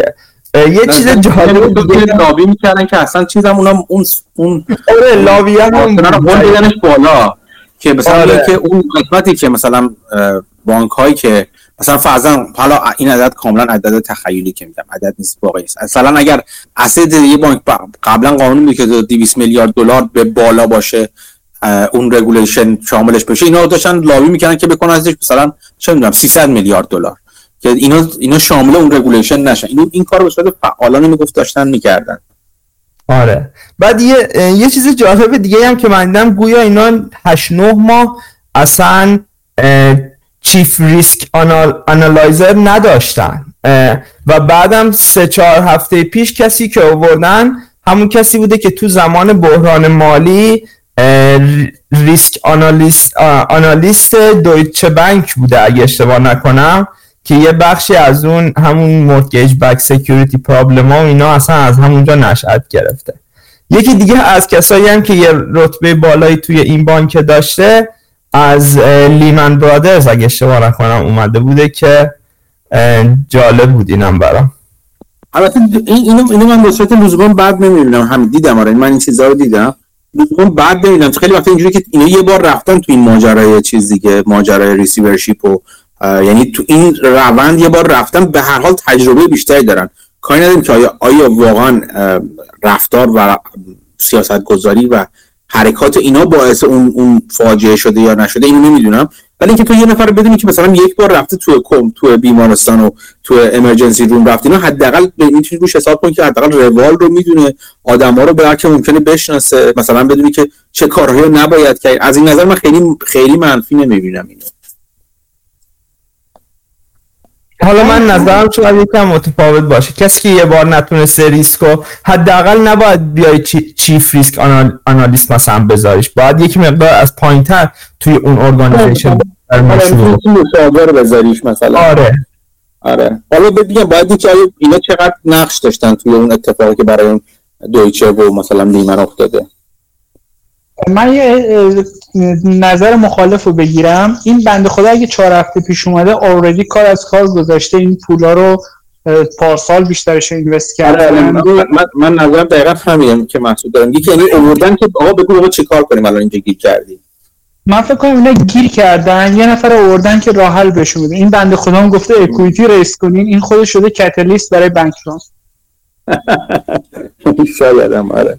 یه چیز جالب دیگه لابی میکردن که اصلا چیزم اون لابی هم قول دیدنش بالا که مثلا که اون قسمتی که مثلا بانک هایی که مثلا فرضاً حالا این عدد کاملا عدد تخیلی که میگم، عدد نیست واقعی است، مثلا اگر اسید یه بانک قبلا قانون بود که 200 میلیارد دلار به بالا باشه اون رگولیشن شاملش بشه، اینا داشتن لابی میکنن که بکنن ازش مثلا چه میدونم 300 میلیارد دلار که اینا شامل اون رگولیشن نشن. این کارو به صورت فعالانه میگفت داشتن میکردن. آره. بعد یه چیز جالب دیگه هم که من دیدم، گویا اینا 8-9 ماه اصلا چیف ریسک آنالایزر نداشتن و بعدم 3-4 هفته پیش کسی که آوردن همون کسی بوده که تو زمان بحران مالی ریسک آنالیست دویچه بانک بوده اگه اشتباه نکنم، که یه بخشی از اون همون مورتگیج بک سکیوریتی پرابلم ها و اینا اصلا از همونجا نشأت گرفته. یکی دیگه از کسایی هم که یه رتبه بالایی توی این بانک داشته از لیمن برادرز اگه اشتباه نکنم اومده بوده که جالب بود اینم برام. البته اینو من به صورت لزوما بعد نمیبینم، همین دیدم. آره من این چیزا رو دیدم لزوما بعد نمیبینم. خیلی وقت اینجوری که اینا یه بار رفتن تو این ماجرای چیز دیگه، ماجرای ریسیورشیپ و یعنی تو این روند یه بار رفتن، به هر حال تجربه بیشتری دارن. کاری نداریم که آیا واقعا رفتار و سیاستگذاری و حرکات اینا باعث اون فاجعه شده یا نشده، اینو نمیدونم. ولی اینکه تو یه نفر بدونی که مثلا یک بار رفته تو بیمارستان و تو امرجنسی روم رفت، اینا حداقل میتونی روش حساب کنی که حداقل روال رو میدونه، آدما رو به که ممکنه بشناسه، مثلا بدونی که چه کارهایی نباید کرد. از این نظر من خیلی منفی نمیبینم اینو. حالا من نظرم شاید یکم متفاوت باشه. کسی که یه بار نتونسته ریسکو، حداقل نباید بیای چیف ریسک آنالیست مثلا بذاریش، باید یک مقدار از پایینتر توی اون ارگانیزیشن مشاور بذاریش مثلا. آره حالا بگم باید که اینا چقدر نقش داشتن توی اون اتفاقی که برای اون دویچه و مثلا لیمن افتاده. من یه نظر مخالف رو بگیرم. این بنده خدا اگه 4 هفته پیش اومده اوردی کار از کار گذاشته، این پولا رو پارسال بیشترش اینوست کرده. من نظرم دقیقاً همینه که محسود دارم، یکی یعنی آوردن که آقا بگو آقا چه کار کنیم الان اینجا گیر کردیم. من فکر کنم اینا گیر کردن، یه نفر آوردن که راه حل بهشون بده. این بنده خدا هم گفته اکوئیتی ریس کنین، این خودش شده کاتالیست برای بانک ران. ان شاءالله. آره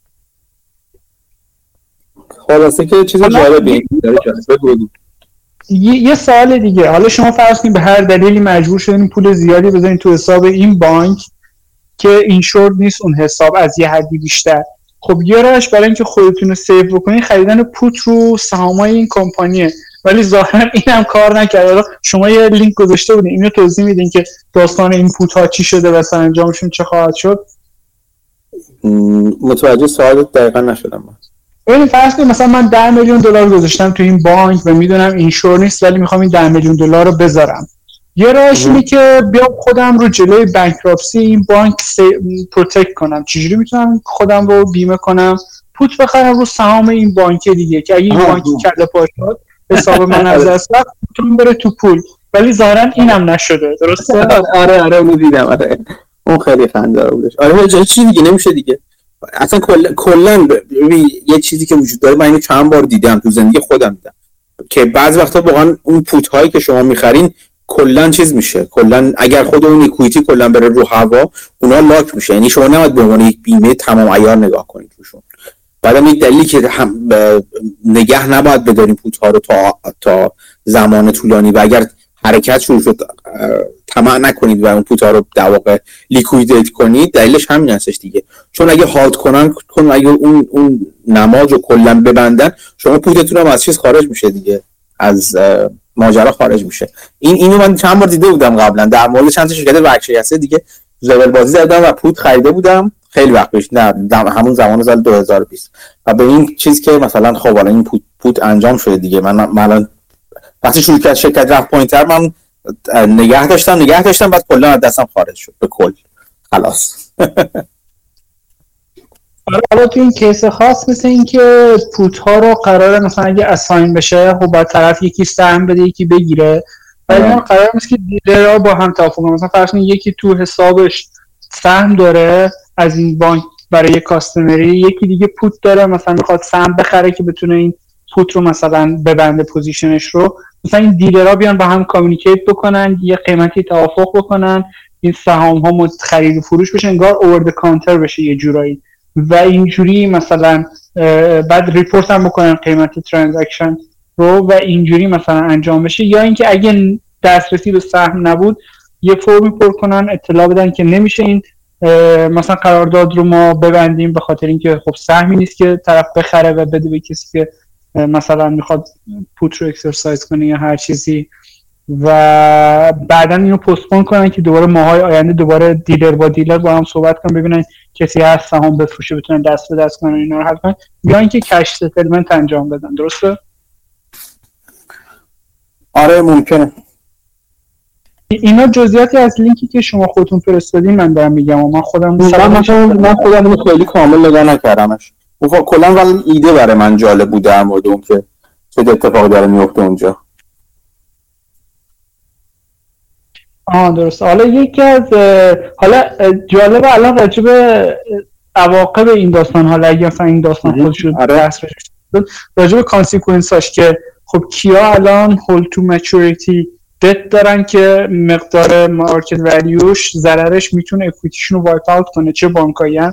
خلاصه که چیز جالبیه داره جالب. یه سوال دیگه، حالا شما فرض کنید به هر دلیلی مجبور شدین پول زیادی بذارین تو حساب این بانک که اینشورد نیست اون حساب از یه حدی بیشتر، خب یه راهش برای اینکه خودتون رو سیو بکنین خریدن پوت رو سهامای این کمپانیه، ولی ظاهرا اینم کار نکرد. شما یه لینک گذاشته بودین، اینو توضیح میدین که داستان این پوت ها چی شده و سرانجامشون چه خواهد شد؟ متوجه سوالت دقیقاً نشدم. ببین فرض کنید مثلا من 10 میلیون دلار گذاشتم تو این بانک و میدونم اینشور نیست، ولی میخوام این 10 میلیون دلار رو بذارم. یه راهش اینه که بیام خودم رو جلوی بانکراپسی این بانک پروتکت کنم. چجوری میتونم خودم رو بیمه کنم؟ پوت بخرم رو سهام این بانک دیگه که اگه این بانک کله پا شد حساب من از دست رفت، پولم بره تو پول. ولی ظاهرا اینم نشده. درسته؟ آره اونو دیدم. آره اون خیلی خنده‌دار بودش. آره چیزی دیگه نمیشه دیگه. اصلا کلا یه چیزی که وجود داره، من اینو چند بار دیدم تو زندگی خودم، دیدم که بعضی وقتا واقعا اون پوت هایی که شما میخرین کلا چیز میشه، کلا اگر خود اون اکوئیتی کلا بره رو هوا اونا لاک میشه. یعنی شما نباید به عنوان یک بیمه تمام عیار نگاه کنید روشون. بعدم یک دلیلی که نگه نباید بداریم پوت ها رو تا زمان طولانی و اگر حرکت شروع شد طمع نکنید و اون پوتا رو در واقع لیکویدیت کنید. دلیلش همین هستش دیگه، چون اگه هالت کنن اگه اون نماد رو کلا ببندن، شما پوتتون هم از چیز خارج میشه دیگه، از ماجرا خارج میشه. اینو من چند بار دیده بودم قبلا در مورد چند تا شرکت ورکشکسته دیگه. زبل بازی زدم و پوت خریده بودم خیلی وقت پیش، نه همون زمان سال 2020 و به این چیز که مثلا خب حالا این پوت انجام شده دیگه. من وقتی شروع کرد شرکت رفت پایینتر، من نگه داشتم بعد کلا از دستم خارج شد به کل، خلاص. حالا تو این کیس خاص مثل این که پوت ها رو قراره مثلا اگه اساین بشه خب باید طرف یکی سهم بده یکی بگیره، ولی قرار نیست که دیلرها با هم توافق کنن. مثلا فرض کنید یکی تو حسابش سهم داره از این بانک برای یک کاستمری، یکی دیگه پوت داره مثلا میخواد سهم بخره که بتونه این پوت رو مثلا ببنده پوزیشنش رو. مثلا این دیلرها بیان با هم کامیونیکیت بکنن، یه قیمتی توافق بکنن، این سهام ها خرید و فروش بشه، انگار اوورد کانتر بشه یه جورایی، و اینجوری مثلا بعد ریپورت هم بکنن قیمت ترانزکشن رو و اینجوری مثلا انجام بشه. یا اینکه اگه دسترسی به سهم نبود یه فرمی پر کنن اطلاع بدن که نمیشه این مثلا قرارداد رو ما ببندیم به خاطر اینکه خب سهمی نیست که طرف بخره و بده به کسی که مثلا میخواد پوت رو اکسرسایز کنه یا هر چیزی، و بعدن اینو پستپون کنن که دوباره ماهای آینده دوباره دیلر با دیلر با هم صحبت کنن ببینن کسی هست سهام بفروشه بتونن دست به دست کنن اینا رو حل کنن، یا اینکه کش ستلمنت انجام بدن. درسته؟ آره ممکنه. اینا جزئیاتی از لینکی که شما خودتون فرستادین من دارم میگم و من خودم اونو خیلی کامل نگاه نکردمش. کلا ولی ایده برای من جالب بود در مورد اون که چه اتفاقی داره میفته اونجا. درسته. حالا یکی از حالا جالبه الان راجع به عواقب این داستان، حالا اگه مثلا این داستان خودش رو بحث بشه راجع به کانسیکوئنساش که خب کیا الان هولد تو مچوریتی دت دارن که مقدار مارکت ولیوش ضررش میتونه اکویتیشون رو وایپ اوت کنه، چه بانکایین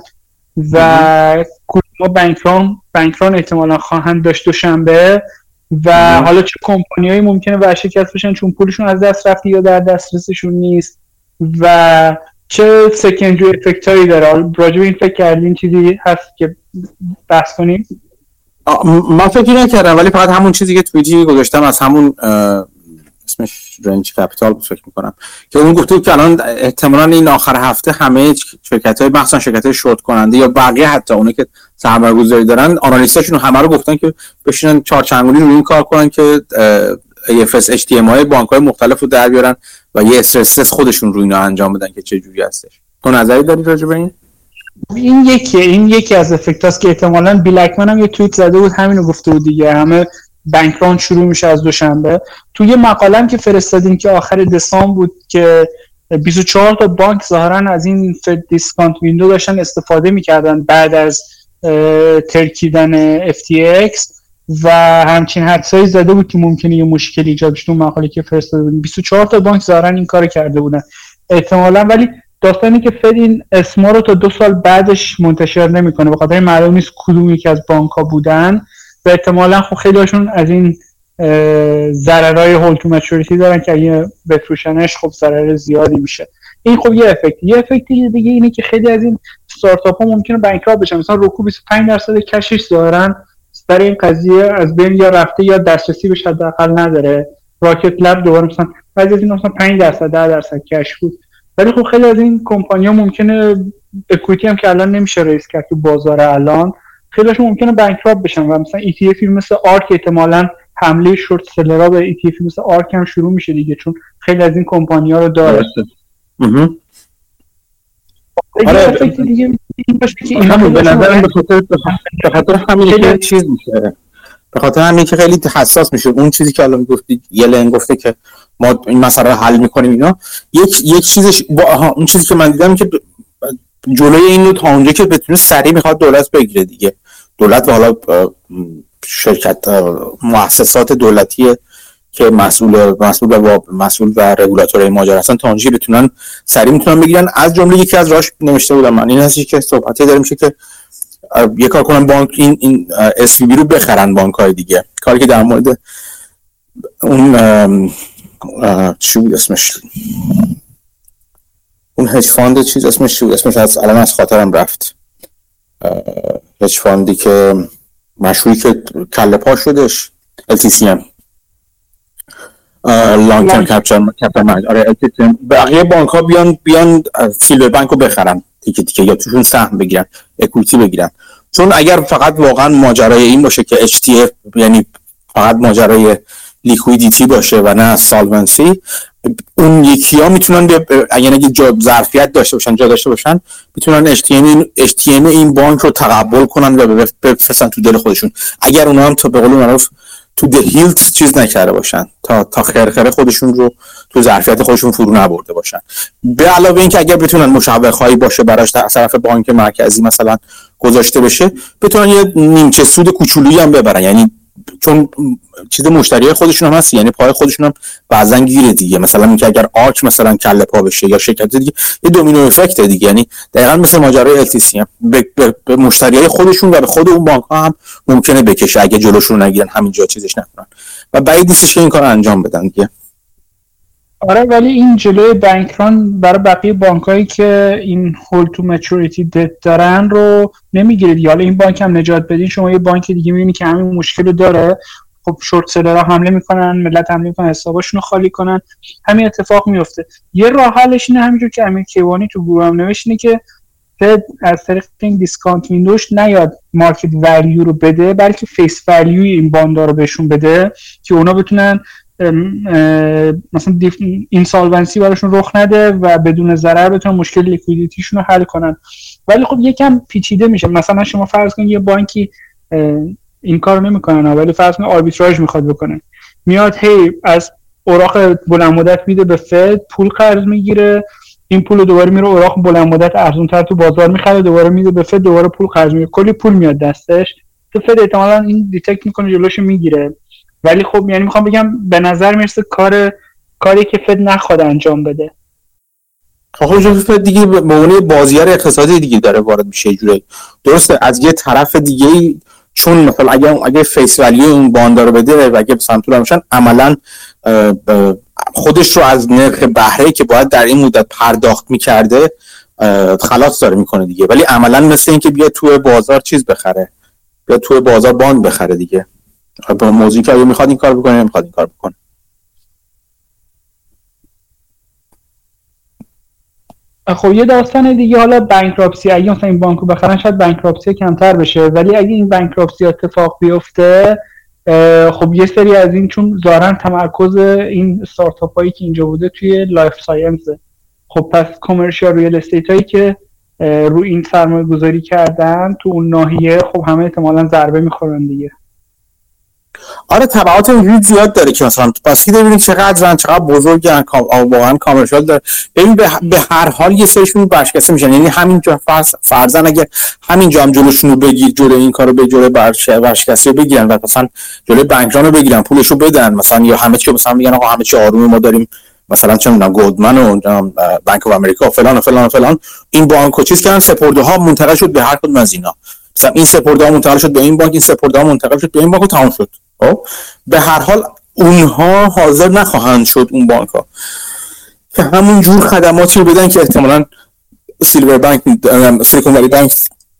و کدوم بانکران احتمالاً خواهند داشت دوشنبه، و حالا چه کمپانیایی ممکنه ورشکست بشن چون پولشون از دست رفته یا در دسترسشون نیست، و چه سکندری افکت هایی داره. راجع به این فکر کردین چیزی هست که بحث کنیم؟ من فکر نکردم ولی فقط همون چیزی که توییتی گذاشتم از همون اسمش رنج کپیتال بود فکر میکنم که اون گفته که الان احتمالاً این آخر هفته همه شرکت‌های مخصوصا شرکت‌های شورت کننده یا بقیه حتی اونایی که سرمایه‌گذاری دارن آنالیستاشون همه رو گفتن که بشینن چهارچنگولی روی این کار کنن که IFRS HTMI بانک‌های مختلف رو در بیارن و یه استرس تست خودشون روی اینا انجام بدن که چه جوری هستش. تو نظری داری راجع به این؟ این یکی از افکتاست که احتمالاً بیلکمن هم یه توییت زده بود همینو گفته بود دیگه، همه بانکران شروع میشه از دوشنبه. توی یه مقاله‌ام که فرستادیم که آخر دسامبر بود که 24 تا بانک ظاهرا از این فد دیسکانت ویندو داشتن استفاده میکردن بعد از ترکیدن FTX و همچین حدسایی زده بود که ممکنه یه مشکلی ایجاد بشه. تو مقاله که فرستاده بودیم 24 تا بانک ظاهرا این کارو کرده بودن احتمالاً، ولی داستانی که فد این اسما رو تا 2 سال بعدش منتشر نمیکنه به خاطر معلوم نیست کدوم یکی از بانک‌ها بودن و احتمالاً خب خیلی‌هاشون از این ضررهای هولد تو مچوریتی دارن که اگه بفروشنش خب ضرر زیادی میشه. این خب یه افکت دیگه اینه که خیلی از این استارتاپ‌ها ممکنه بانکرات بشن. مثلا روکو 25% کشش دارن برای این قضیه از بین یا رفته یا دسترسی بهش حداقل نداره. راکت لب دوباره مثلا بعضی از اینا مثلا 5% 10% کش بود، ولی خب خیلی از این کمپانی‌ها ممکنه اکویتی هم که الان نمیشه ریس کرد تو بازار الان، خیلیشون ممکنه بانکرات بشن و مثلا ETF مثل آرک احتمالاً حمله شورت سلرها به ETF مثل آرک هم شروع میشه دیگه، چون خیلی از این کمپانی‌ها رو داره. آره دیگه این باشه که اینا به نظرم به خاطر همین که چیز میشه، به خاطر همین که خیلی حساس میشه. اون چیزی که الان گفتی یلن گفته که ما این مسئله رو حل میکنیم اینا، یک چیزش اون چیزی که من دیدم که جلوی این رو تا اونجا که بتونه سریع میخواد دولت بگیره دیگه. دولت و حالا شرکت مؤسسات دولتی که مسئول و رگولاتورهای ماجرا هستن تا اونجا بتونن سریع میتونن بگیرن. از جمله یکی از راهش نوشته بودم من این هستی که صحبتی داره میشه که یه کار کنن بانک این SVB رو بخرن بانک‌های دیگه، کاری که در مورد اون چی بود اسمش، اون هج فاند چیز اسمش چی بود، اسمش الان از خاطرم رفت، هج فاندی که مشهوری که کله پا شدش LTCM لانگ ترم کپیتال مانیج. آره LTCM بقیه بانک‌ها بیان سیلور بانک رو بخرن تیکه یا توشون سهم بگیرن، اکویتی بگیرن. چون اگر فقط واقعا ماجرای این باشه که HTF یعنی فقط ماجرای لیکویدیتی باشه و نه سالونسی، اون یکی‌ها میتونن اگر جا ظرفیت داشته باشن، جا داشته باشن، میتونن HTM این بانک رو تقبل کنن و بفرستن تو دل خودشون. اگر اونها هم تا به قول معروف تو دهیلت چیز نکرده باشن، تا خرخره خودشون رو تو ظرفیت خودشون فرو نبرده باشن. به علاوه اینکه اگر بتونن مشوق‌هایی باشه براش از طرف بانک مرکزی مثلا گذاشته بشه، بتونن یه نیمچه سود کوچولویی هم ببرن، یعنی چون چیز مشتریای خودشون هم هست، یعنی پای خودشون هم بعضا گیره دیگه. مثلا اینکه اگر آرک مثلا کله پا بشه یا شرکت دیگه، یه دومینو افکت دیگه، یعنی دقیقاً مثل ماجرای LTC هم به مشتریای خودشون و به خود اون بانک ها هم ممکنه بکشه اگه جلوشون نگیرن، همینجا چیزش نکنن و بعید نیستش که این کارو انجام بدن دیگه. آره، ولی این جلوی بانکران برای بقیه بانکایی که این هول تو مچوریتی دت دارن رو نمیگیره دیگه. حالا این بانک هم نجات بدین، شما یه بانک دیگه میبینی که همین مشکل داره، خب شورت سلرها حمله میکنن، ملت حمله میکنن، حساباشون رو خالی کنن، همین اتفاق میفته. یه راه حلش اینه، همینجور که امیر کیوانی تو گروه هم نوشت، اینه که فد از طریق این دیسکانت ویندوش نیاد مارکت ولیو رو بده، بلکه فیس ولیوی این باندها رو بهشون بده که اونا بتونن مثلا اینسالونسی براشون رخ نده و بدون ضرر بتونن مشکل لیکویدیتیشون رو حل کنن. ولی خب یکم پیچیده میشه. مثلا شما فرض کنید یه بانکی این کارو نمیکنن، ولی فرض کنید آربیتراژ میخواد بکنه، میاد هی از اوراق بلند مدت میده به فد، پول قرض میگیره، این پول رو دوباره میره اوراق بلند مدت ارزان‌تر تو بازار میخره، دوباره میده به فد، دوباره پول قرض میگیره، کلی پول میاد دستش. تو فد احتمالاً این دیتکت میکنه، جلوش میگیره. ولی خب یعنی میخوام بگم به نظر میرسه کاری که فد نخواد انجام بده. خب فد دیگه به عنوان بازیگر اقتصادی دیگه داره وارد میشه یه جوری. درسته از یه طرف دیگه، چون مثلا اگه فیس ولیو اون باند رو بده و اگه سمتون باشن، عملاً خودش رو از نرخ بهره که باید در این مدت پرداخت میکرده خلاص داره میکنه دیگه. ولی عملاً مثل این که بیا توی بازار چیز بخره، بیا توی بازار باند بخره دیگه. با موضوعی که میخواد این کار بکنه، نمیخواد این کار بکنه. خب یه داستان دیگه، حالا بانکراپسی، اگه مثلا این بانکو بخرن شاید بانکراپسی کمتر بشه، ولی اگه این بانکراپسی اتفاق بیفته، خب یه سری از این، چون ظاهرا تمرکز این استارتاپ هایی که اینجا بوده توی لایف ساینس، خب پس کامرشیال ریال استیت هایی که رو این سرمایه گذاری کردن تو اون ناحیه، خب همه احتمالاً ضربه میخورن دیگه. آره تبعات اینجوری زیاد داره که مثلا پس ببینید چقدر بزرگن، واقعا کامرشال داره. ببین به هر حال یه سریشون برشکسته میشن، یعنی همینجا فرضاً اگه همینجا هم جلوشون رو بگیر، جلوی این کارو به جلوی برشکسته بگیرن و مثلا جلوی بانکران رو بگیرن، پولشو بدن مثلا، یا همه چی مثلا میگن آقا همه چی آرومه، ما داریم مثلا چه میدونم گلدمن و بانک اف امریکا فلان و فلان و فلان، این بانکو چیز کردن، سپرده ها منتقل شد به هر کدوم از اینا، مثلا این سپرده ها منتقل شد به این بانک، این سپرده ها منتقل شد به این بانک و تمام شد. به هر حال اونها حاضر نخواهند شد اون بانک ها که همون جور خدماتی رو بدن که احتمالاً سیلور بانک، سیلیکون ولی بانک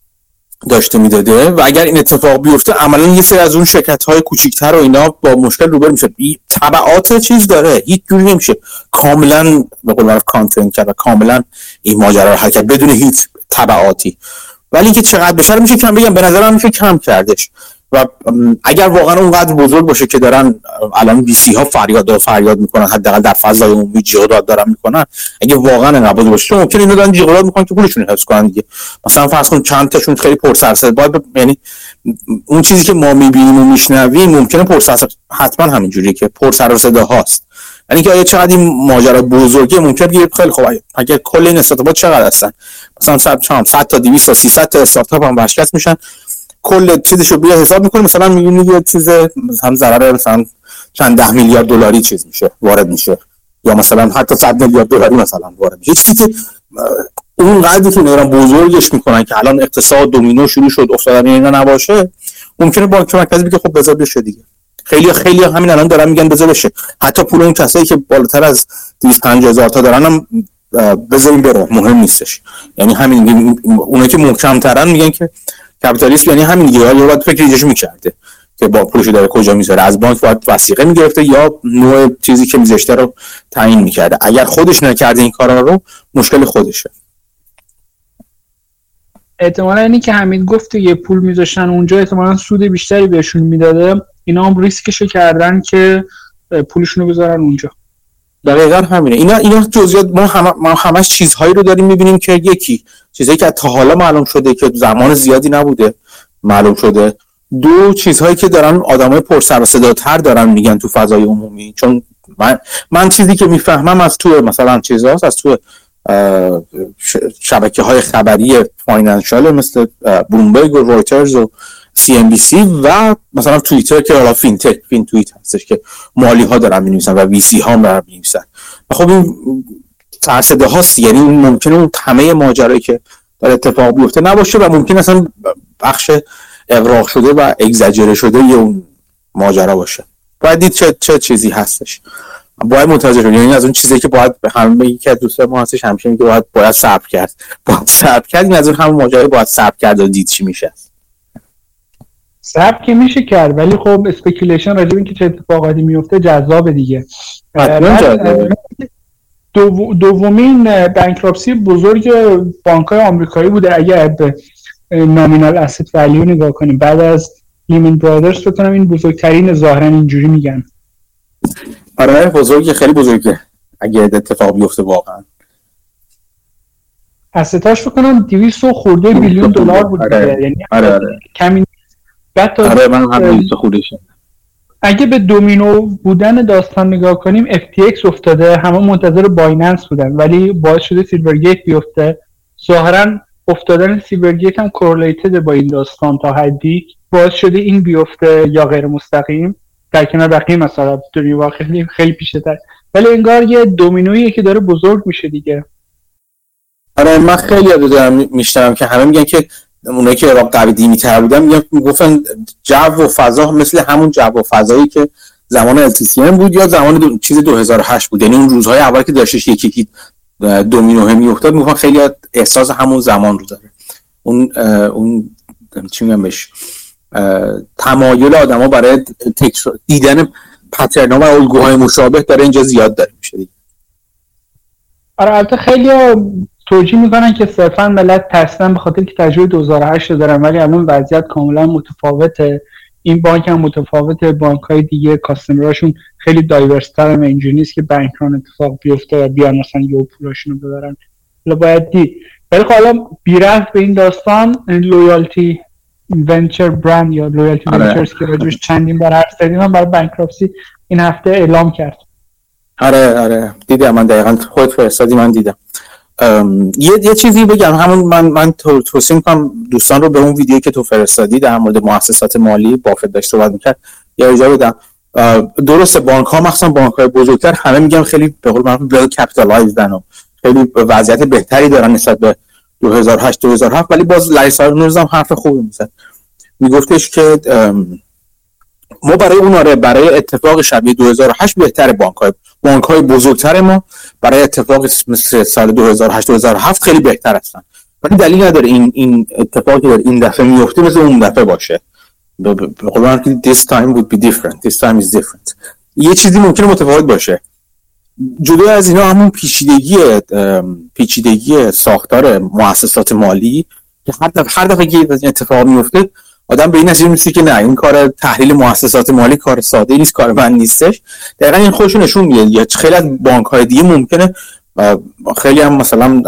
داشته میداده. و اگر این اتفاق بیفته، عملاً یه سری از اون شرکت های کوچیک‌تر و اینا با مشکل روبرو میشن. تبعات چیز داره، هیچ جوری نمیشه کاملاً به قول معروف کانتین کرد و کاملاً این ماجرا رو حل کرد بدون هیچ تبعاتی. ولی اینکه چقدر بشه میشه کم بگم، به نظر من میشه کم کردش. و اگر واقعا اونقدر بزرگ باشه که دارن الان بیسی ها فریاد میکنن، حداقل در فضای عمومی جیغداد دارن میکنن، اگه واقعا انقدر بزرگ باشه ممکنه اینا دارن جیغداد میکنن که پولشون حفظ کنن دیگه. مثلا فرض کن چند تاشون خیلی پرسرصدا، یعنی اون چیزی که ما میبینیم و میشنویم ممکنه پرسرصدا، حتما همینجوریه که پرسرصدا هاست. یعنی که آیا چقدر این ماجرا بزرگه، ممکنه بگید خیلی خوب اگه کل این استارتاپ‌ها چقدر هستن، مثلا 100 تا 200 تا 300 تا استارتاپ هم ورشکست میشن، کل چیزشو بیا حساب میکنه، مثلا میبینید یه چیز مثلا ضرر مثلا چند ده میلیارد دلاری چیز میشه وارد میشه، یا مثلا حتی 100 میلیارد دلاری مثلا وارد میشه. چیزی که اون قدری که میرن بزرگش میکنن که الان اقتصاد دومینو شروع شد افتادن اینا نباشه، ممکنه بانک مرکزی بگه خب بذار بشه دیگه. خیلی همین الان دارن میگن بذار بشه، حتی پول اون کسایی که بالاتر از 250,000 تا دارن هم بذاریم بره، مهم نیستش. یعنی همین اونایی که محکم‌ترن میگن که کپیتالیسم یعنی همین دیگه، یا باید فکر ایجاش میکرده که با پولشو داره کجا میذاره، از بانک باید وثیقه میگرفته یا نوع چیزی که میذاشته رو تعیین میکرده. اگر خودش نکرده این کارا رو، مشکل خودشه. احتمالاً اینی که حمید گفت یه پول میذاشتن اونجا، احتمالاً سود بیشتری بهشون میداده، اینا هم ریسکشو کردن که پولشون رو بذارن اونجا. دقیقاً همینه. اینا جزئیات ما همش چیزهایی رو داریم میبینیم که یکی چیزایی که تا حالا معلوم شده که زمان زیادی نبوده معلوم شده، دو چیزهایی که دارن آدمای پر سر و صداتر دارن میگن تو فضای عمومی. چون من چیزی که میفهمم از تو مثلا چیزهاست، از تو شبکه‌های خبری فاینانشال مثل بلومبرگ و رویترز و CNBC و مثلا توییتر که حالا فین توییت هستش که مالی ها دارن می‌نویسن و وی سی ها دارن می‌نویسن. خب این سرصده هاست، یعنی ممکنه اون همه ماجرایی که داره اتفاق بیفته نباشه و ممکن اصلا بخش اغراق شده و اگزاجره شده یه اون ماجرا باشه. باید دید چه چیزی هستش، باید متوجه شد. یعنی از اون چیزی که باید همه یکی از دوستان ما هستش همیشه میگه باید صبر کرد. این از اون همون ماجرای باید صبر کرد و دید چی میشه. صبر که میشه کرد، ولی خب اسپیکولیشن راجع به اینکه چه اتفاقاتی میفته جذاب دیگه. دومین بانکراپسی بزرگ بانک‌های آمریکایی بوده اگر به نامینال اسید ولیو نگاه کنیم. بعد از لیمن برادرز فکر کنم این بزرگترین ظاهرا اینجوری میگن. آره بزرگه، خیلی بزرگه اگه اتفاق بیفته واقعا. اسیداش فکر کنم 200 خورده بیلیون دلار بود. یعنی آره کمی. آره من هم 200 خوردهشم. اگه به دومینو بودن داستان نگاه کنیم FTX افتاده، همه منتظر بایننس بودن ولی باعث شده سیلورگیت بیفته. ظاهرا افتادن سیلورگیت هم کورلیتد با این داستان تا حدی باعث شده این بیفته یا غیر مستقیم در کنار بقیه مثلا دنیا خیلی پیشتر، ولی انگار یه دومینویی که داره بزرگ میشه دیگه. آره من خیلی دارم میشنوم که همه میگن که اونایی که عراق قدیمی‌تر بودن میگفتن جو و فضا مثل همون جو و فضایی که زمان LTCM بود یا زمان چیز 2008 بود. یعنی اون روزهای اول که داشتش یکی دومینو میافتاد میگن خیلی احساس همون زمان رو داره. اون چی میگم بهش، تمایل آدما برای دیدن پترن‌ها و الگوهای مشابه داره اینجا زیاد داره میشه دیگه. آره البته خیلی توجیه میکنن که صرفا ملت ترسیدن به خاطر که تجربه 2008 رو دارن، ولی الان وضعیت کاملا متفاوته. این بانک هم متفاوته، بانک‌های دیگه کاستمراشون خیلی دایورستر، هم اینجوری نیست که بانک ران اتفاق بیفته و بیان مثلا یه پولاشون رو ببرن. حالا باید دید. ولی حالا بی‌رفت به این داستان لویالتی ونچر برند یا لویالتی ونچرز که راجعش چندین بار حرف زدیم هم برای بانکراپسی این هفته اعلام کرد. آره دیدم، من دقیقاً خود فرستادی من دیدم. یه چیزی بگم، همون من توصیه میکنم دوستان رو به اون ویدیویی که تو فرستادی در مورد مؤسسات مالی بافت داشت صحبت میکرد یا اجازه بدم. درسته بانک ها مخصوصا بانک های بزرگتر همه میگن خیلی به قول معروف ویل کپیتالایزدن و خیلی وضعیت بهتری دارن نسبت به 2008 ولی باز لایسار نورز هم حرف خوبی میزد، میگفتش که ما برای اتفاق شبیه 2008 بهتره بانک های بزرگتر ما برای اتفاق مثل سال 2008 خیلی بهتر هستن، ولی دلیل نداره این اتفاقی که این دفعه میفته مثل اون دفعه باشه. به قول معروف this time would be different, this time is different. یه چیزی ممکنه متفاوت باشه. جدا از اینا همون پیچیدگی ساختار مؤسسات مالی که هر دفعه که اتفاق میفته آدم به این نتیجه میرسه که نه این کار تحلیل مؤسسات مالی کار ساده نیست، کار من نیستش. دقیقاً این خودشون نشون میده. یا خیلی از بانک‌های دیگه ممکنه خیلی هم مثلا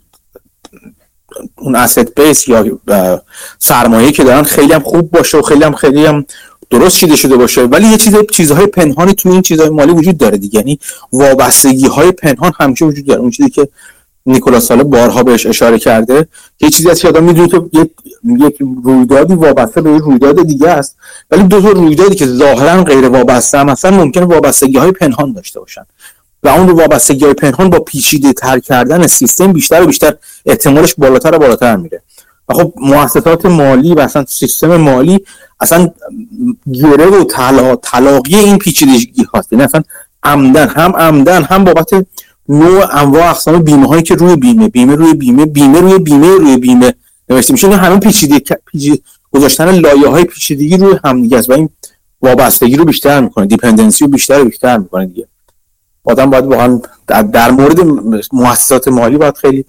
اون asset base یا سرمایه‌ای که دارن خیلی هم خوب باشه و خیلی هم درست چیده شده باشه، ولی یه چیزهای پنهانی تو این چیزهای مالی وجود داره دیگه. یعنی وابستگی‌های پنهان همیشه وجود داره. اون چیزی که نیکولاس ساله بارها بهش اشاره کرده، یه چیزی هست که آدم میدونه تو یک رویدادی وابسته به رویداد دیگه است، ولی دو تا رویدادی که ظاهرا غیر وابسته هم هستن ممکنه وابستگی‌های پنهان داشته باشن و اون وابستگی‌های پنهان با پیچیده‌تر کردن سیستم بیشتر و بیشتر احتمالش بالاتر و بالاتر میره. و خب مؤسسات مالی و اصلا سیستم مالی اصلا گره و تلاقی این پیچیدگی هاست. یعنی اصلا عمدن هم بابت نوع انواع اقسام بیمه هایی که روی بیمه روی بیمه نوشته میشه، همین گذاشتن لایه‌های پیچیدگی روی هم دیگه است و این وابستگی رو بیشتر میکنه، دیپندنسی رو بیشتر میکنه دیگه. آدم باید واقعا در مورد مؤسسات مالی باید خیلی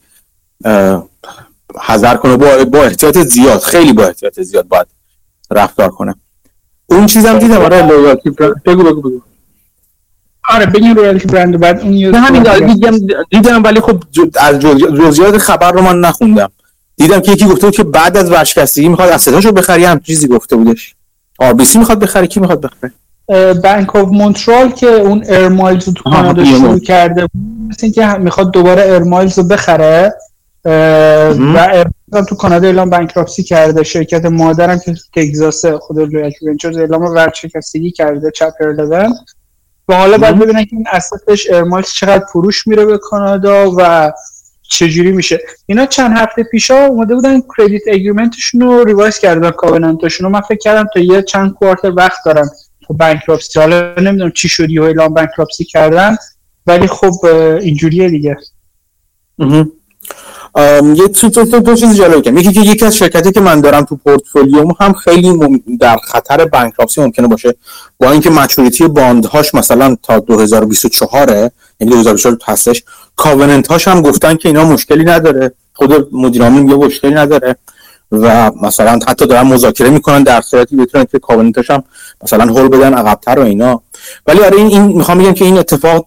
حذر کنه، با احتیاط زیاد، خیلی با احتیاط زیاد باید رفتار کنه. اون چیزم دیدم. آره لویالتی بگو. آره بگین رویالتی برند. بعد اون دیدم ولی خب از جزئیات خبر رو من نخوندم. دیدم که یکی گفته بود که بعد از ورشکستگی میخواد اسیداشو بخری، هم چیزی گفته بودش. RBC میخواد بخره؟ کی میخواد بخره؟ بانک آف مونترال که اون ایرمایلز رو تو کانادا شروع کرده بود، مثل اینکه میخواد دوباره ایرمایلز رو بخره و ایرمایلز تو کانادا اعلام بانکراپسی کرده. شرکت مادرم که تگزاس خود رویاک ونچرز اعلام ورشکستگی کرده، چپتر 11. و حالا باید ببینن که این اساسش ایرمایلز چقدر فروش میره به کانادا و چجوری میشه. اینا چند هفته پیشا اومده بودن کردیت اگریمنتشون رو ریوایز کردن، کاوننتاشون رو. من فکر کردم تا یه چند کوارتر وقت دارن تو بانکراپسی. حالا نمیدونم چی شدی و اعلام بانکراپسی کردن، ولی خب اینجوریه دیگه. یه دو چیز جالب بگم. یکی از شرکتی که من دارم تو پورتفولیوم هم خیلی در خطر بانکراپسی ممکنه باشه، با اینکه مچوریتی باندهاش مثلا تا 2024 یعنی 2024 هستش. کاوننت هاش هم گفتن که اینا مشکلی نداره، خود مدیر عامل میگه مشکلی نداره و مثلا حتی دارن مذاکره میکنن در صورتی بتونن که کاوننت هاش هم مثلا هول بدن عقب‌تر و اینا. ولی آره این میخوام بگم که این اتفاق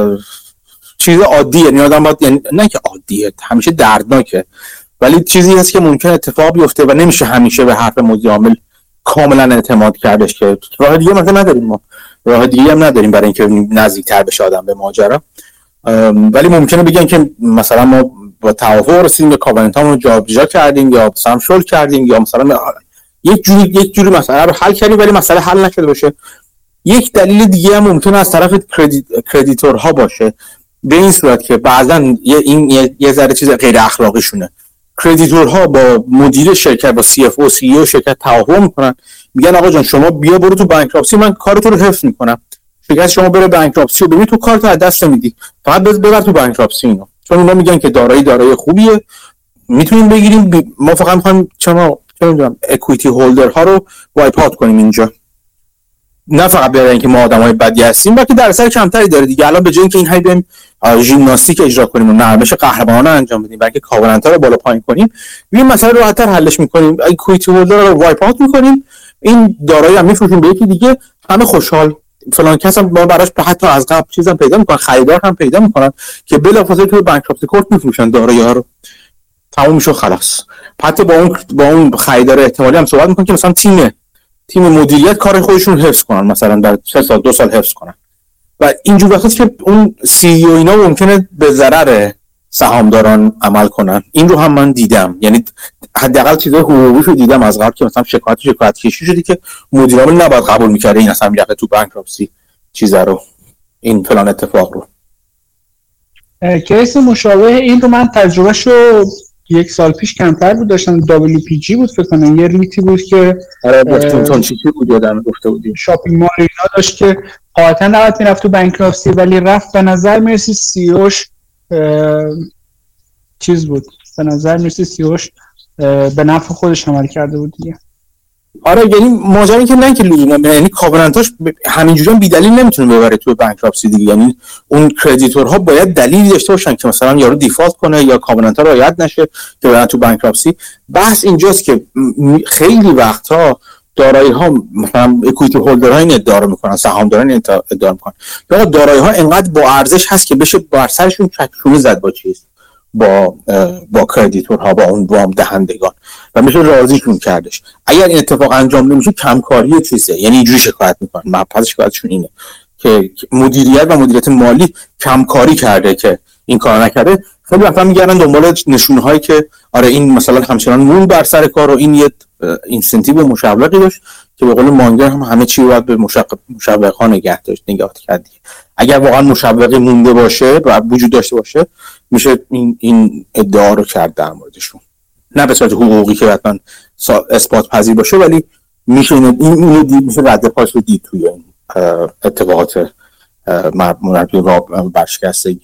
چیز عادیه، یعنی آدم باید، یعنی نه که عادیه، همیشه دردناکه، ولی چیزی هست که ممکن اتفاق بیفته و نمیشه همیشه به حرف مدیر عامل کاملا اعتماد کردش که راه دیگه مثلا نداریم. ما راه دیگه هم نداریم برای اینکه نزدیک‌تر بشه آدم به ماجرا. ولی ممکنه بگن که مثلا ما با توافق رسیدیم به کاوننت هامون رو جابجا کردیم یا مثلا شل کردیم یا مثلا یک جوری مسئله رو حل کردیم ولی مسئله حل نشده باشه. یک دلیل دیگه هم ممکنه از طرف کردیتورها باشه، به این صورت که بعضن یه ذره چیز غیر اخلاقی شونه. کردیتورها با مدیر شرکت، با سی اف او سی او شرکت توافق میکنن، میگن آقا جان شما بیا برو تو بانکراپسی، من کارتو رو حفظ میکنم. شرکت شما بره بانکراپسی و ببین تو کارتو از دست نمیدی، فقط ببر تو بانکراپسی اینو. چون اونا میگن که دارایی خوبیه، میتونیم بگیریم، ما فقط میخوایم چه میدونم اکوئیتی هولدر ها رو وایپ اوت کنیم اینجا. نه فقط برای اینکه ما آدمای بدی هستیم، بلکه در اثر کمتری داره دیگه. الان به جای اینکه این هی بریم ژیمناستیک اجرا کنیم و نرمش قهرمانانه انجام بدیم، بلکه کاوننت‌ها رو بالا پایین کنیم، این مسئله رو راحت‌تر حلش می‌کنیم. اکوئیتی هولدر رو وایپ اوت می‌کنیم، این دارایی هم می‌فروشیم به یکی دیگه، همه خوشحال. فلان کس هم براش حتی از قبل چیزام پیدا می‌کنن، خریدار هم پیدا می‌کنن که بلافاصله تو بانکراپسی کورت می‌فروشن دارایی‌ها رو. تموم میشه خلاص. حتی با اون خریدار احتمالی هم صحبت می‌کنن که مثلا تیم مدیریت کار خودشون حفظ کنن، مثلا در 3 سال 2 سال حفظ کنن. و اینجور وقتی که اون سی او اینا ممکنه به ضرر سهامداران عمل کنن. این رو هم من دیدم، یعنی حداقل چیزای حقوقیشو دیدم از قبل که مثلا شکایت کشی شدی که مدیر عامل نباید قبول می‌کرده این اصلا میرفت تو بانکراپسی چیزا رو، این فلان اتفاق رو. کیس مشابه این رو من تجربهشو 1 سال پیش کمتر بود داشتم. WPG بود فکر کنم، یه ریتی بود که واشنگتن چیزی بود یادم گفته بودیم شاپینگ مال اینا داشت که قاطعا نباید میرفت تو بانکراپسی، ولی رفت. به نظر میرسی سی اوش چیز بود، به نظر میرسی سی اوش به نفع خودش عمل کرده بود دیگه. آره یعنی ماجرا که نه که لزوما، یعنی کاوننتاش همینجوری هم بی دلیل نمیتونه ببره تو بانکراپسی دیگه. یعنی اون کردیتورها باید دلیلی داشته باشن که مثلا یارو دیفالت کنه یا کاوننت‌ها رعایت نشه که برن تو بانکراپسی. بحث اینجاست که خیلی وقتها دارایی‌ها مثلا اکوئیتی هولدرها این ادعا میکنن، سهامداران ادعا میکنن یا دارایی‌ها انقدر با ارزش هست که بشه بر سرشون چکشونه زد با چیز، با کردیتورها، با اون وام دهندگان و میشه راضیشون کردش. اگر این اتفاق انجام نمیشه کمکاری چیزه، یعنی اینجوری شکایت میکنن. مبحث شکایتشون اینه که مدیریت و مدیریت مالی کمکاری کرده که این کار نکرده. خیلی وقتا میگردن دنبال نشونهایی که آره این مثلا همچنان مون بر سر کار و این یه اینسنتیو مشوقی داشت که به قول مانگر هم همه چی رو باید به مشوق‌ها نگاه کرد. اگر واقعا مشوقی مونده باشه و وجود داشته باشه میشه این ادعا رو کرد در موردشون، نه به صورت حقوقی که حتما اثبات پذیر باشه، ولی میشه اینو دید، میشه رد پاش رو دید توی این اتفاقات مربوط به برشکستگی.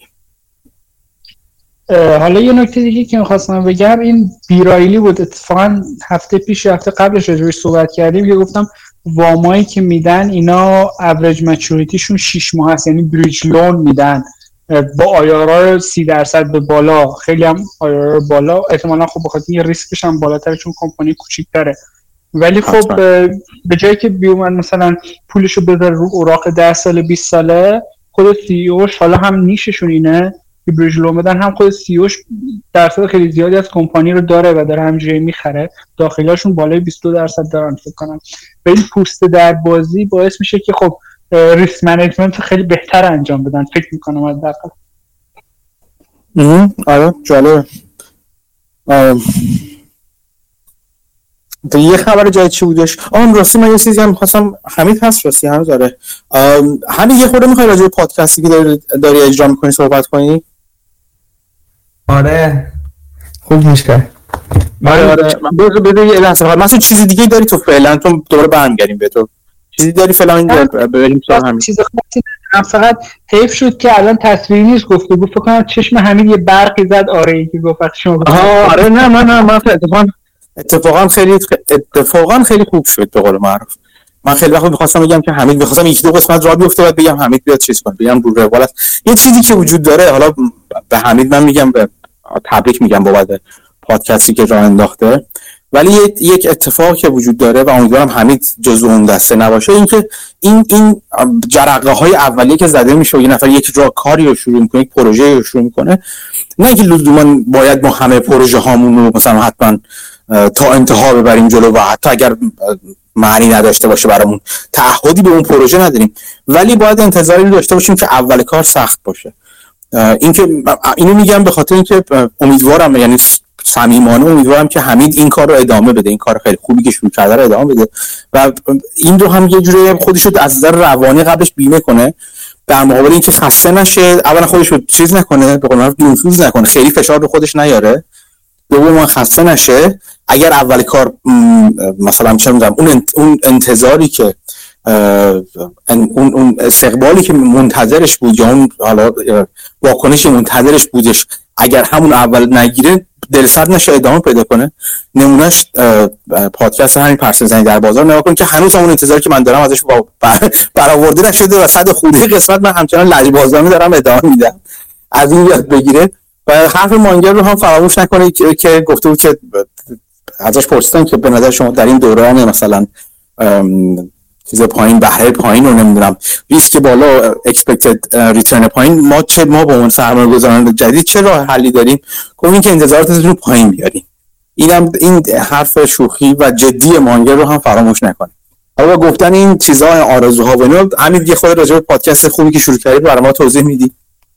حالا یه نکته دیگه که می‌خواستم بگم این بیرایلی بود. اتفاقا هفته قبلش راجعش صحبت کردیم که گفتم وامایی که میدن اینا اوریج مچوریتیشون 6 ماه هست، یعنی بریج لون میدن با آی‌آر 30% به بالا، خیلی هم آی‌آر بالا، احتمالاً خب بخاطر این ریسکش هم بالاتره چون کمپانی کوچیک‌تره. ولی خب به جایی که بیومن مثلا پولشو بذاره رو اوراق 10 ساله 20 ساله، خود سی اوش حالا هم نیششون اینه لیبرج لو بدن، هم خود سیوش درصد خیلی زیادی از کمپانی رو داره و داره همینجوری میخره، داخلیاشون بالای 22% دارن فکر کنم. و این پوست در بازی باعث میشه که خب ریسک منیجمنت خیلی بهتر انجام بدن فکر میکنم از داخل. آره جالب. یه خبر جدید چی بودش؟ راستی من یه چیزی هم می‌خواستم، حمید هست راستی هنوز داره. حمید یه خورده می‌خوای راجع به پادکستی که داری اجرا می‌کنی صحبت کنی؟ آره خوب میشه. آره بده یه لحظه مثلا چیزی دیگه داری تو فعلا، تو دوباره برمیگردیم به تو. چیزی داری فعلا بریم سراغ همین چیز خاصی ندارم، فقط حیف شد که الان تصویری نیست گفته بود، فکر کنم چشم حمید یه برقی زد. آره یکی گفت شما آره نه من اتفاقا خیلی خوب شد به قول معروف. من خیلی وقت می‌خواستم بگم که حمید می‌خواستم یک دو قسمت راه بیفته بعد بگم حمید بیاد چیز کنه، بگم رو روال است. یه چیزی که وجود داره، حالا به حمید من میگم، به تبریک میگم بابت پادکستی که راه انداخته، ولی یک اتفاقی که وجود داره و امیدوارم حمید جزو اون دسته نباشه، این که این جرقه‌های اولیه که زده میشه و یه نفر یک راه کاری رو شروع می‌کنه، یک پروژه رو شروع می‌کنه، نه اینکه لزوما باید ما همه پروژه هامون رو مثلا حتما تا انتها ببریم جلو و حتی اگر معنی نداشته باشه برامون تعهدی به اون پروژه نداریم، ولی باید انتظاری رو داشته باشیم که اول کار سخت باشه. اینو میگم به خاطر اینکه امیدوارم، یعنی صمیمانه امیدوارم که حمید این کار رو ادامه بده، این کار خیلی خوبی که شروع کرده رو ادامه بده و این رو هم یه جوری خودش رو از نظر روانی قبلش بیمه کنه، در مقابل اینکه خسته نشه، اولا خودش رو چیز نکنه، به قول معروف دونفوز نکنه، خیلی فشار رو خودش نیاره، دوم خسته نشه. اگر اول کار مثلا چه می‌دونم اون انتظاری که اون استقبالی که منتظرش بود یا اون حالا واکنشی منتظرش بودش، اگر همون اول نگیره دلسرد نشه ادامه پیدا کنه. نمونهش پادکست همین پرسه زنی در بازار نگاه کن که هنوز همون انتظاری که من دارم ازش برآورده نشده و 100 خورده قسمت من همچنان لجبازانه دارم ادامه میدم، از این یاد بگیره. و حرف مانگر رو هم فراموش نکنه که گفته بود که ازش پرسیدن که به نظر شما در این دوران مثلا چیز پایین، بهره پایین رو نمیدونم ریسک بالا، expected return پایین، ما با اون سرمایه‌گذاران جدید چه راه حلی داریم؟ گفتین که انتظاراتتون رو پایین بیاریم. این حرف شوخی و جدی مانگر رو هم فراموش نکنید. حالا گفتن این چیزا، آرزوها و اینا، همین یه خود راجع به پادکست خوبی که شروع کردید برای ما توضیح میدی؟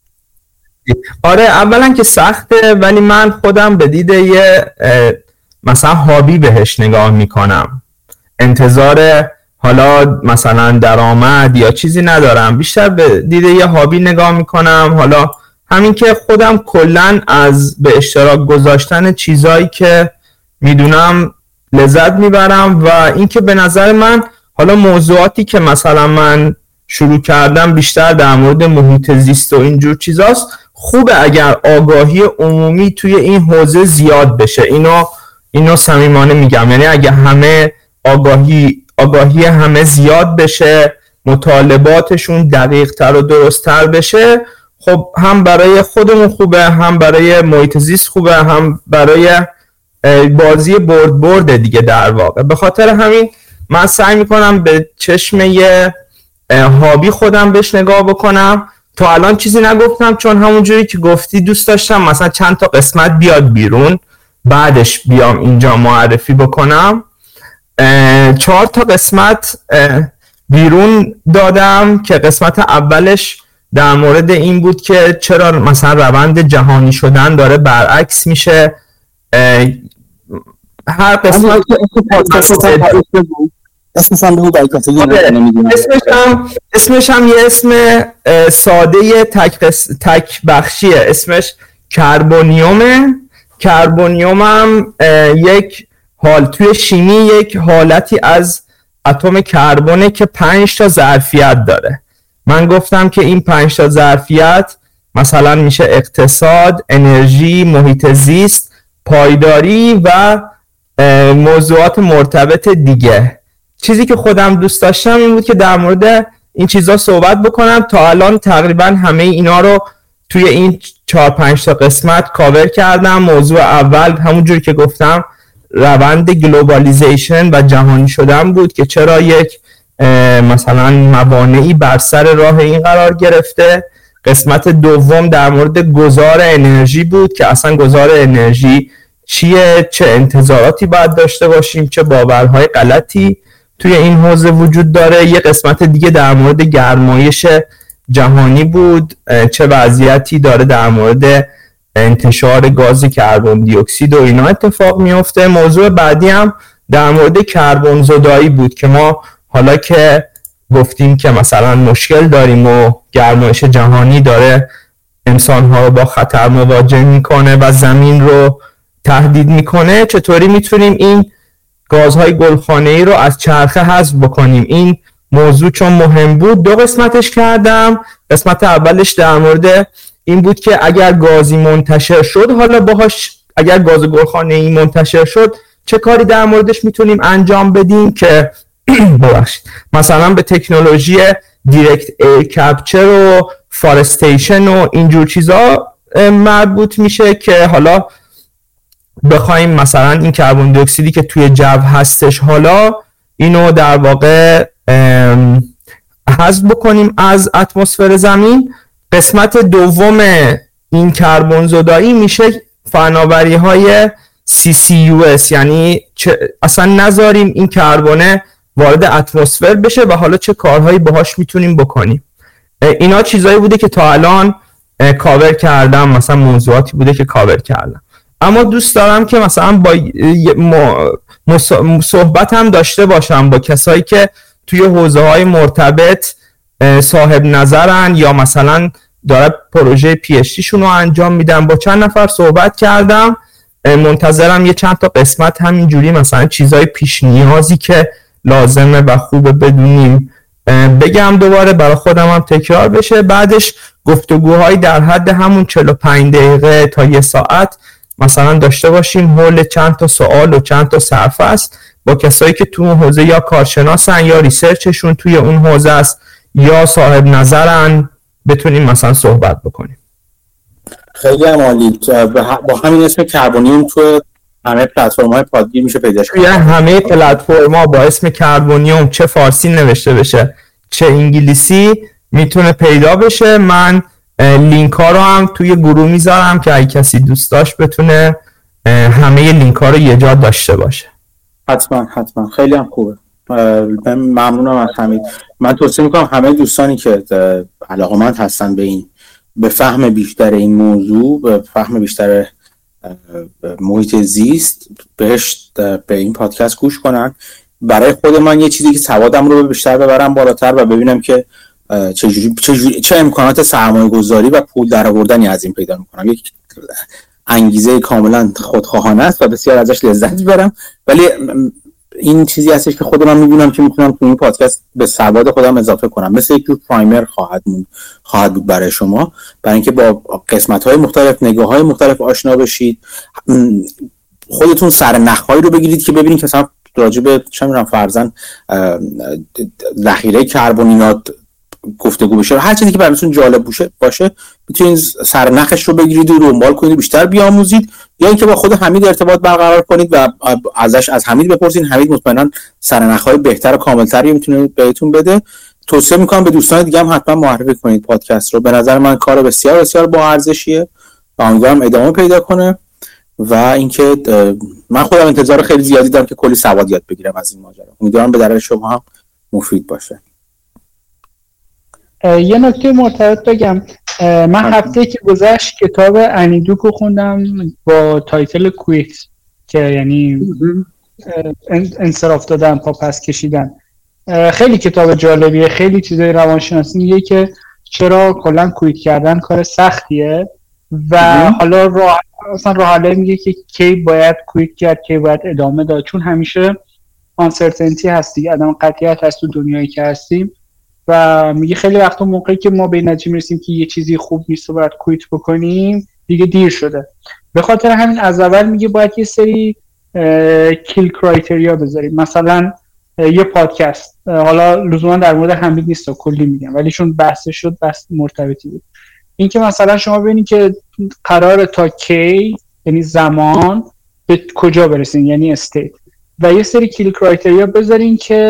آره اولا که سخته، ولی من خودم به دید یه مثلا هابی بهش نگاه میکنم، انتظار حالا مثلا درآمد یا چیزی ندارم، بیشتر به دید یه هابی نگاه میکنم. حالا همین که خودم کلن از به اشتراک گذاشتن چیزایی که میدونم لذت میبرم و اینکه به نظر من حالا موضوعاتی که مثلا من شروع کردم بیشتر در مورد محیط زیست و اینجور چیزاست، خوبه اگر آگاهی عمومی توی این حوزه زیاد بشه. اینو صمیمانه میگم، یعنی اگه همه آگاهی همه زیاد بشه، مطالباتشون دقیق تر و درست تر بشه، خب هم برای خودمون خوبه، هم برای محیط زیست خوبه، هم برای بازی برد دیگه در واقع. به خاطر همین من سعی میکنم به چشم یه هابی خودم بهش نگاه بکنم. تا الان چیزی نگفتم چون همونجوری که گفتی دوست داشتم مثلا چند تا قسمت بیاد بیرون، بعدش بیام اینجا معرفی بکنم. 4 تا قسمت بیرون دادم که قسمت اولش در مورد این بود که چرا مثلا روند جهانی شدن داره برعکس میشه. هر قسمت اسمش هم یه اسم ساده تک بخشیه، اسمش کربونیومه. کربونیوم هم یک حال توی شیمی یک حالتی از اتم کربونه که 5 تا ظرفیت داره. من گفتم که این 5 تا ظرفیت مثلا میشه اقتصاد، انرژی، محیط زیست، پایداری و موضوعات مرتبط دیگه. چیزی که خودم دوست داشتم این بود که در مورد این چیزا صحبت بکنم. تا الان تقریبا همه اینا رو توی این 4-5 تا قسمت کاور کردم. موضوع اول همونجوری که گفتم روند گلوبالیزیشن و جهانی شدن بود که چرا یک مثلا موانعی بر سر راه این قرار گرفته قسمت دوم در مورد گذار انرژی بود که اصلا گذار انرژی چیه، چه انتظاراتی باید داشته باشیم، چه باورهای غلطی توی این حوزه وجود داره. یه قسمت دیگه در مورد گرمایش جهانی بود، چه وضعیتی داره در مورد انتشار گاز کربن دی اکسید و اینا اتفاق میفته. موضوع بعدی هم در مورد کربن زدایی بود که ما حالا که گفتیم که مثلا مشکل داریم و گرمایش جهانی داره انسان‌ها رو با خطر مواجه میکنه و زمین رو تهدید میکنه، چطوری میتونیم این گازهای گلخانه‌ای رو از چرخه حذف بکنیم. این موضوع چون مهم بود 2 قسمتش کردم. قسمت اولش در مورد این بود که اگر گازی منتشر شد، حالا باهاش اگر گاز گلخانه‌ای منتشر شد چه کاری در موردش میتونیم انجام بدیم که ببخشید مثلا به تکنولوژی دیرکت ایر کپچر و فارستیشن و اینجور چیزا مربوط میشه که حالا بخوایم مثلا این کربن دی اکسیدی که توی جو هستش حالا اینو در واقع حذف بکنیم از اتمسفر زمین. قسمت دوم این کربن زدایی میشه فناوری های CCUS، یعنی اصلا نذاریم این کربن وارد اتمسفر بشه و حالا چه کارهایی باهاش میتونیم بکنیم. اینا چیزایی بوده که تا الان کاور کردم، مثلا موضوعاتی بوده که کاور کردم. اما دوست دارم که مثلا با صحبت هم داشته باشم با کسایی که توی حوزه های مرتبط صاحب نظرن یا مثلا داره پروژه PhD شون رو انجام میدن. با چند نفر صحبت کردم، منتظرم یه چند تا قسمت همینجوری مثلا چیزای پیش نیازی که لازمه و خوبه بدونیم بگم دوباره برای خودم هم تکرار بشه. بعدش گفتگوهایی در حد همون 45 دقیقه تا 1 ساعت مثلا داشته باشیم حول چند تا سوال و چند تا صرفه است با کسایی که تو اون حوزه یا کارشناسن یا ریسرچشون توی اون حوزه است یا صاحب نظرن، بتونیم مثلا صحبت بکنیم. خیلی عالی. با همین اسم کربونیوم تو همه پلتفرم‌های پادگیر میشه پیداش کرد. همه پلتفرم‌ها با اسم کربونیوم چه فارسی نوشته بشه چه انگلیسی میتونه پیدا بشه. من لینک ها رو هم توی گروه میذارم که اگه کسی دوست داشت بتونه همه لینک ها رو یه جا داشته باشه. حتما خیلی هم خوبه. ممنونم از حمید. من توصیه میکنم همه دوستانی که علاقه‌مند هستن به فهم بیشتر این موضوع، به فهم بیشتر محیط زیست، به این پادکست گوش کنن. برای خود من یه چیزی که سوادم رو بیشتر ببرم بالاتر و ببینم که چه امکانات سرمایه گذاری و پول در آوردنی از این پیدا میکنم. یک انگیزه کاملا خودخواهانه است و بسیار ازش لذت میبرم، ولی این چیزی هستش که خودم میدونم که میتونم تو این پادکست به سواد خودم اضافه کنم. مثل یک جور پرایمر خواهد بود برای شما، برای اینکه با قسمت‌های مختلف، نگاه‌های مختلف آشنا بشید. خودتون سرنخ‌هایی رو بگیرید که ببینید که مثلا راجع به چه می‌دونم فرضاً ذخیره کربنیات گفتگو بشه، هر چیزی که براتون جالب باشه میتونید سرنخش رو بگیرید و دنبال کنید، بیشتر بیاموزید، یا اینکه با خود حمید ارتباط برقرار کنید و از حمید بپرسید. حمید مطمئنا سرنخ‌های بهتر و کاملتری میتونه بهتون بده. توصیه میکنم به دوستان دیگه هم حتما معرفی کنید پادکست رو. به نظر من کار بسیار بسیار با ارزشیه و امیدوارم ادامه پیدا کنه و اینکه من خودم انتظار خیلی زیادی دارم که کلی سواد یاد بگیرم از این ماجرا. امیدوارم به درد شما هم مفید باشه. یه نکته مرتبط بگم، من هفته که گذشت کتاب انیدوک رو خوندم با تایتل کویت که یعنی انصراف دادن، پا پس کشیدن. خیلی کتاب جالبیه، خیلی چیزای روانشناسی میگه که چرا کلا کویت کردن کار سختیه و حالا راه حل میگه که کی باید کویت کرد، کی باید ادامه داد، چون همیشه uncertainty هست دیگه، عدم قطعیت هست تو دنیایی که هستیم و میگه خیلی وقتا موقعی که ما به نتیجه میرسیم که یه چیزی خوب نیست و باید کویت بکنیم دیگه دیر شده. به خاطر همین از اول میگه باید یه سری کیل کرایتریا بذاریم. مثلا یه پادکست، حالا لزوما در مورد حمید نیست و کلی میگم، ولی چون بحث شد بحث مرتبطی بود، این که مثلا شما ببینید که قراره تا کی، یعنی زمان، به کجا برسین، یعنی استیت، و یه سری کیل کرایتریا بذارین که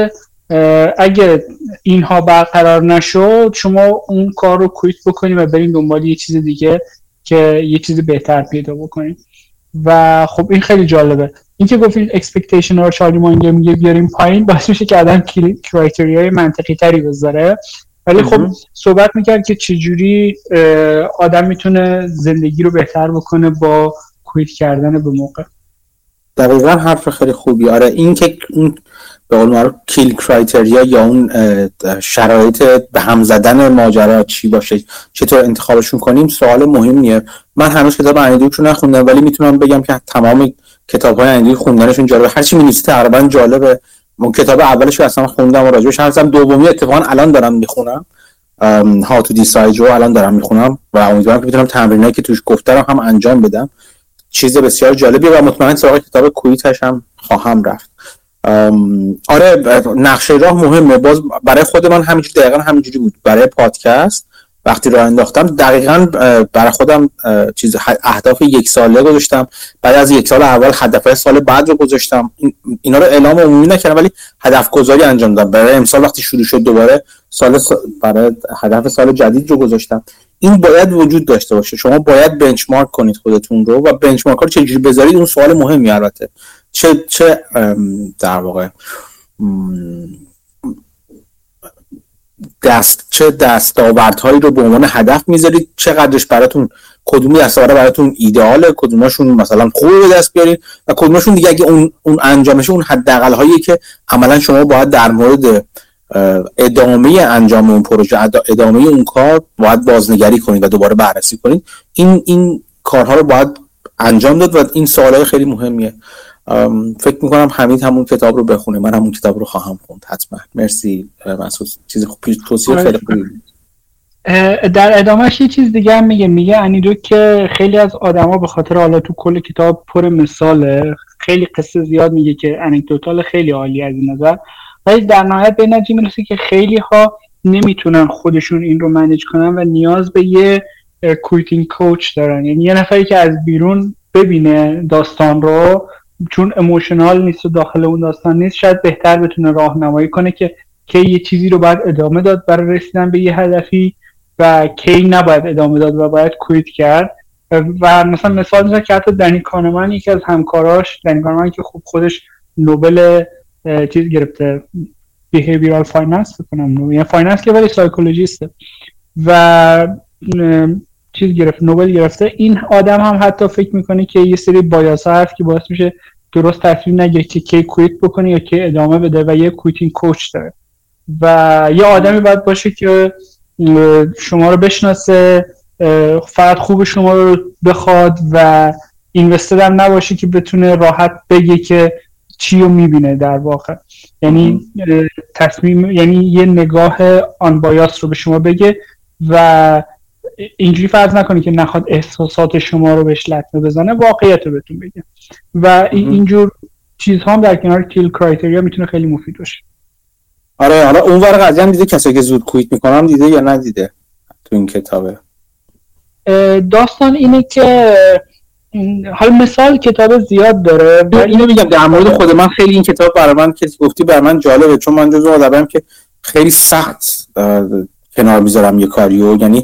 اگه اینها برقرار نشد شما اون کار رو کویت بکنید و برید دنبال یه چیز دیگه که یه چیز بهتر پیدا بکنید. و خب این خیلی جالبه. این که گفتید اکسپکتیشن رو چارلی مانگر میگه بیاریم پایین، باعث میشه که آدم کرایتریای منطقی تری بذاره. ولی خب صحبت میکرد که چجوری آدم میتونه زندگی رو بهتر بکنه با کویت کردن به موقع. دقیقاً حرف خیلی خوبی. آره این که اون به قول معروف کیل کرایتریا یا اون شرایط به هم زدن ماجرا چی باشه، چطور انتخابشون کنیم، سوال مهمیه. من هنوز کتاب اندرویچ رو نخوندم ولی میتونم بگم که تمام کتاب‌های اندرویچ خوندنشون جالبه، هر چی می‌نویسه تقریبا جالبه. من کتاب اولش رو اصلا خوندم و راجعش حرفم، دومی اتفاقا الان دارم میخونم، How to Decide رو الان دارم میخونم و امیدوارم که بتونم تمرینایی که توش گفته رو هم انجام بدم. چیز بسیار جالبیه و مطمئن سراغ کتاب کویتش هم خواهم رفت. آره نقشه راه مهمه. باز برای خود من همینجوری دقیقاً همینجوری بود. برای پادکست وقتی راه انداختم دقیقاً برای خودم چیز اهداف یک ساله گذاشتم. بعد از یک سال اول هدفهای سال بعد رو گذاشتم. اینا رو اعلام عمومی نکردم ولی هدف گذاری انجام دادم. برای امسال وقتی شروع شد دوباره برای هدف سال جدید رو گذاشتم. این باید وجود داشته باشه. شما باید بنچمارک کنید خودتون رو و بنچمارک رو چجوری بذارید اون سوال مهمی. البته چه در واقع چه دستاوردهایی رو به عنوان هدف میذارید، چقدرش براتون، کدومی دستاورد براتون ایدئاله، کدوماشون مثلا خوبه به دست بیارید و کدوماشون دیگه اگه اون انجامشه اون حداقل هایی که عملا شما باید در مورد ادامه انجام اون پروژه، ادامه اون کار باید بازنگری کنید و دوباره بررسی کنید. این کارها رو باید انجام داد و این سوالای خیلی مهمیه. فکر میکنم حمید همون کتاب رو بخونه، من همون کتاب رو خواهم خوند حتما. مرسی مسعود، چیز خوبی توصیه خیلی خوبی. در ادامهش یه چیز دیگه هم میگه انیدو که خیلی از آدما به خاطر حالا تو کل کتاب پر مثاله، خیلی قصه زیاد میگه که انکدوتال خیلی عالی از این نظر، ولی در نهایت به نتیجه میرسه که خیلی ها نمیتونن خودشون این رو منیج کنن و نیاز به یه کویتینگ کوچ دارن. یعنی یه نفری که از بیرون ببینه داستان رو، چون ایموشنال نیست و داخل اون داستان نیست، شاید بهتر بتونه راهنمایی کنه که یه چیزی رو باید ادامه داد برای رسیدن به یه هدفی و کی نباید ادامه داد و باید کویت کرد. و مثلا مثال میزنم که حتی دنی کانمان یکی از همکاراش، دنی کانمان که خوب خودش نوبل چیز گرفته، بیهیویرال فایننس بکنم، یعنی فایننس که ولی سایکولوژیسته و چیز گرفت، نوبل گرفته. این آدم هم حتی فکر میکنه که یه سری بایاسا هست که باعث میشه درست تصمیم نگیره که کی کویت بکنه یا کی ادامه بده و یه کویتینگ کوچ داره و یه آدمی باید باشه که شما رو بشناسه، فقط خوب شما رو بخواد و اینوستر هم نباشه که بتونه راحت بگه که چی رو میبینه در واقع. یعنی تصمیم، یعنی یه نگاه آن بایاس رو به شما بگه و اینجوری فرض نکنی که نخواد احساسات شما رو بهش لطمه بزنه، واقعیت رو بهتون بگه. و اینجور چیزها هم در کنار کیل کرایتریا میتونه خیلی مفید باشه. آره حالا اون ور قضیه هم دیده کسایی که زود کویت میکنم دیده یا ندیده تو این کتابه؟ داستان اینه که حالا مثال کتاب زیاد داره. اینو میگم در مورد خود من خیلی این کتاب برای من که گفتی برای من جالبه، چون من جزو آدمم که خیلی سخت کنار میذارم یه کاریو، یعنی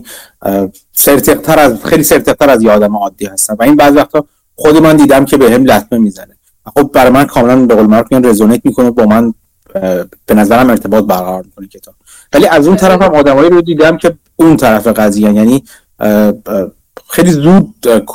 خیلی سرتق‌تر از یه آدم عادی هستم و این بعضی وقتا خود من دیدم که بهم لطمه میزنه. خب برای من کاملا به قول معروف رزونیت میکنه با من، به نظرم ارتباط برقرار میکنه کتاب. ولی از اون طرف هم آدمایی رو دیدم که اون طرف قضیه، یعنی خیلی زود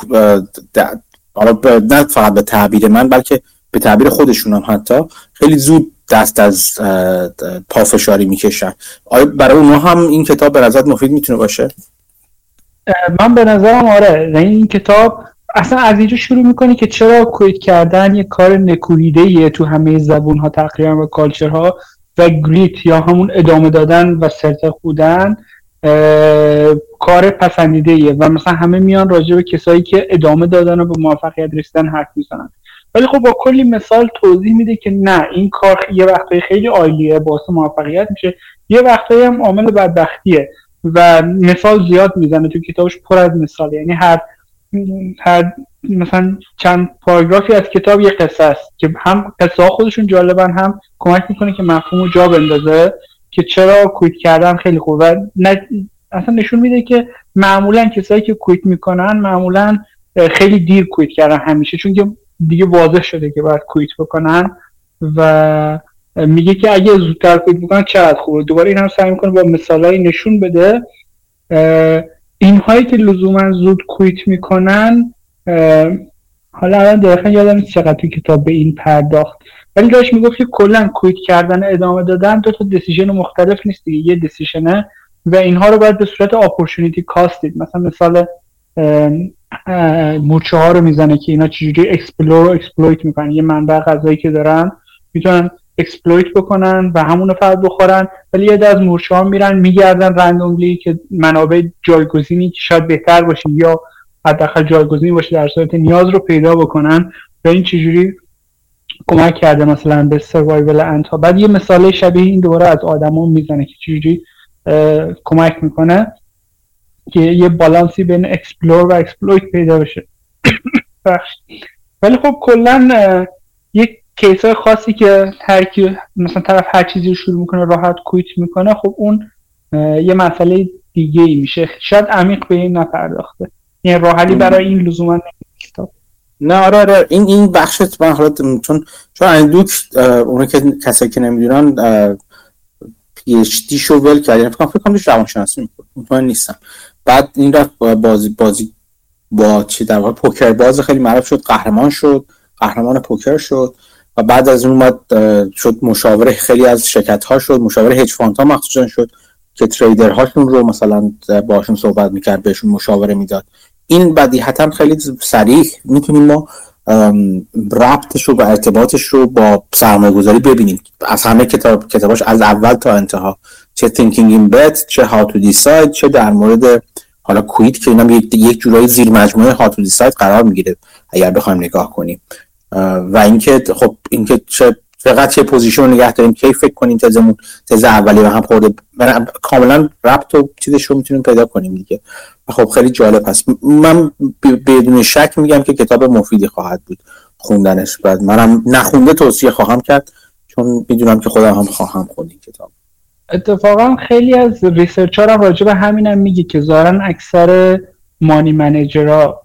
نه فقط به تعبیر من بلکه به تعبیر خودشون هم حتی خیلی زود دست از پافشاری میکشن. آیا برای اونها هم این کتاب به نظرت مفید میتونه باشه؟ من به نظرم آره. این کتاب اصلا از اینجا شروع میکنی که چرا کویت کردن یه کار نکوهیده‌ایه تو همه زبون‌ها تقریبا و کالچرها و گریت یا همون ادامه دادن و سرتق بودن کار پسندیده‌ایه و مثلا همه میان راجع به کسایی که ادامه دادن و به موفقیت رسیدن حرف میزنن، ولی خب با کلی مثال توضیح میده که نه، این کار یه وقتایی خیلی عالیه باعث موفقیت میشه، یه وقتایی هم عامل بدبختیه و مثال زیاد میزنه تو کتابش، پر از مثال. یعنی هر مثلا چند پاراگرافی از کتاب یه قصه است که هم قصه ها خودشون جالبن، هم کمک میکنه که مفهوم رو جا بندازه که چرا کویت کردن خیلی خوبه. اصلا نشون میده که معمولا کسایی که کویت میکنن معمولا خیلی دیر کویت کردن همیشه، چون که دیگه واضح شده که باید کویت بکنن و میگه که اگه زودتر کویت بکنن چقدر خوبه. دوباره این هم سعی میکنه با مثالایی نشون بده اینهایی که لزوما زود کویت میکنن. حالا الان دقیقا یادم نیست چقدر توی کتاب به این پرداخت، ولی داشت میگفت که کلا کویت کردن ادامه دادن دو تا دیسیژن مختلف نیست دیگه، یه دیسیژنه و اینها رو باید به صورت اپورتونیتی کاست دید. مثلا مورچه ها رو میزنه که اینا چجوری اکسپلور و اکسپلویت میکنن، یه منبع غذایی که دارن میتونن اکسپلویت بکنن و همون رو فقط بخورن، ولی یه از مورچه ها میرن میگردن رندوملی که منابع جایگزینی که شاید بهتر باشه یا حداقل جایگزینی باشه در صورت نیاز رو پیدا بکنن و این چجوری کمک کرده مثلا به سروایول انت‌ها. بعد یه مثال شبیه این دوباره از آدما میزنه که چجوری کمک میکنه که یه بالانسی بین اکسپلور و اکسپلویت پیدا بشه. ولی خب کلا یک کیسای خاصی که هر کی مثلا طرف هر چیزی رو شروع میکنه راحت کویت میکنه، خب اون یه مسئله دیگه ای میشه، شاید عمیق به این نپرداخته، یعنی راه حلی برای این لزوما کتاب. نه آره این بخشت من حالا چون اندوک اون که کسایی که نمیدونن پی اچ دی شو ول کرد، یعنی فکر کنم روانشناسی میکنه، مطمئن نیستم. بعد این رفت بازی با چی در واقع پوکر باز خیلی معروف شد، قهرمان پوکر شد و بعد از اون اومد شد مشاور خیلی از شرکت ها شد، مشاور هج فاند ها مخصوصا شد که تریدر هاشون رو مثلا باهاشون صحبت میکرد، بهشون مشاوره میداد. این بدیهیاً خیلی صریح میتونیم ما ربطش رو و ارتباطش رو با سرمایه‌گذاری ببینیم از همه کتاباش از اول تا انتها، چه Thinking in Bet، چه How to Decide، چه در مورد حالا کویت که اینا یک جورایی زیر مجموعه How to Decide قرار میگیره اگر بخوایم نگاه کنیم. و اینکه خب اینکه فقط چه پوزیشن نگه داریم، کی فکر کنیم تز اولی و هم خورده کاملا ربط و چیزش رو میتونیم پیدا کنیم دیگه. خب خیلی جالب هست. من بدون شک میگم که کتاب مفیدی خواهد بود خوندنش. بعد منم نخونده توصیه خواهم کرد چون میدونم که خودم هم خواهم خوند این کتاب. اتفاقا خیلی از ریسرچرها راجع به همینم میگه که ظاهرا اکثر مانی منیجرها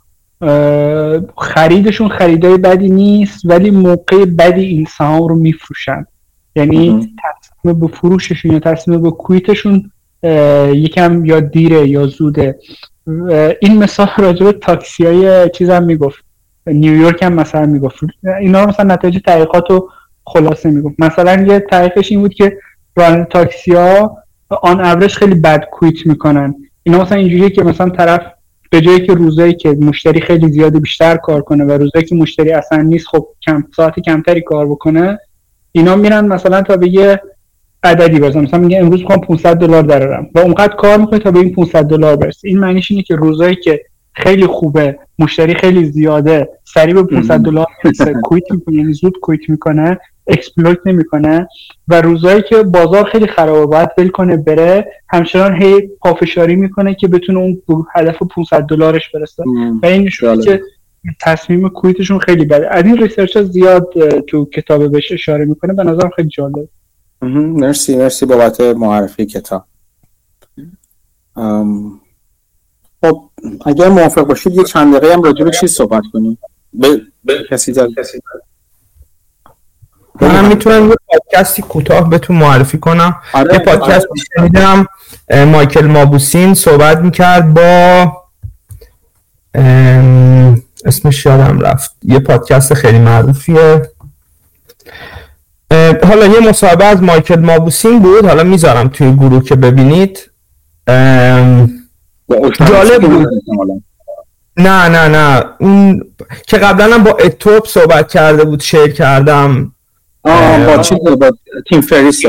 خریدشون خریدای بدی نیست، ولی موقع بدی این سهام رو میفروشن، یعنی تصمیم به فروششون یا تصمیم به کویتشون یکم یا دیره یا زوده. این مثال راجع به تاکسیای چیزام میگفت، نیویورک هم مثلا میگفت، اینا رو مثلا نتایج تحقیقات رو خلاصه میگفت. مثلا یه تحقیقش این بود که راننده تاکسی‌ها آن اوریج خیلی بد کویت میکنن. اینا مثلا اینجوریه که مثلا طرف به جایی که روزایی که مشتری خیلی زیاده بیشتر کار کنه و روزایی که مشتری اصلا نیست خب ساعت کمتری کار بکنه، اینا میرن مثلا تا به یه عددی برسن، مثلا میگه امروز میخوام $500 درارم و اونقدر کار میکنه تا به این $500 برسه. این معنیش اینه که روزایی که خیلی خوبه، مشتری خیلی زیاده، سریع به $500 کویت میکنه، یعنی زود کویت میکنه، اکسپلویت نمیکنه. و روزایی که بازار خیلی خرابه باید ول کنه بره، همچنان هی پافشاری میکنه که بتونه اون هدف $500 برسه. و این نشونه که تصمیم کویتشون خیلی بده. از این ریسرچ زیاد تو کتاب بهش اشاره میکنه، به نظرم خیلی جالب. مرسی بابت معرفی کتاب. خب اگر موافق باشید یه چند دقیقه هم راجع به چیز صحبت کنیم. کسی من میتونم یه پادکستی کوتاه بهتون معرفی کنم. یه پادکست شنیدم مایکل مابوسین صحبت میکرد با اسمش یادم رفت، یه پادکست خیلی معروفیه. حالا یه مصاحبه از مایکل مابوسین بود، حالا میذارم توی گروه که ببینید. جالب بود. نه اون که قبلا هم با اتوب صحبت کرده بود، شیر کردم. با تیم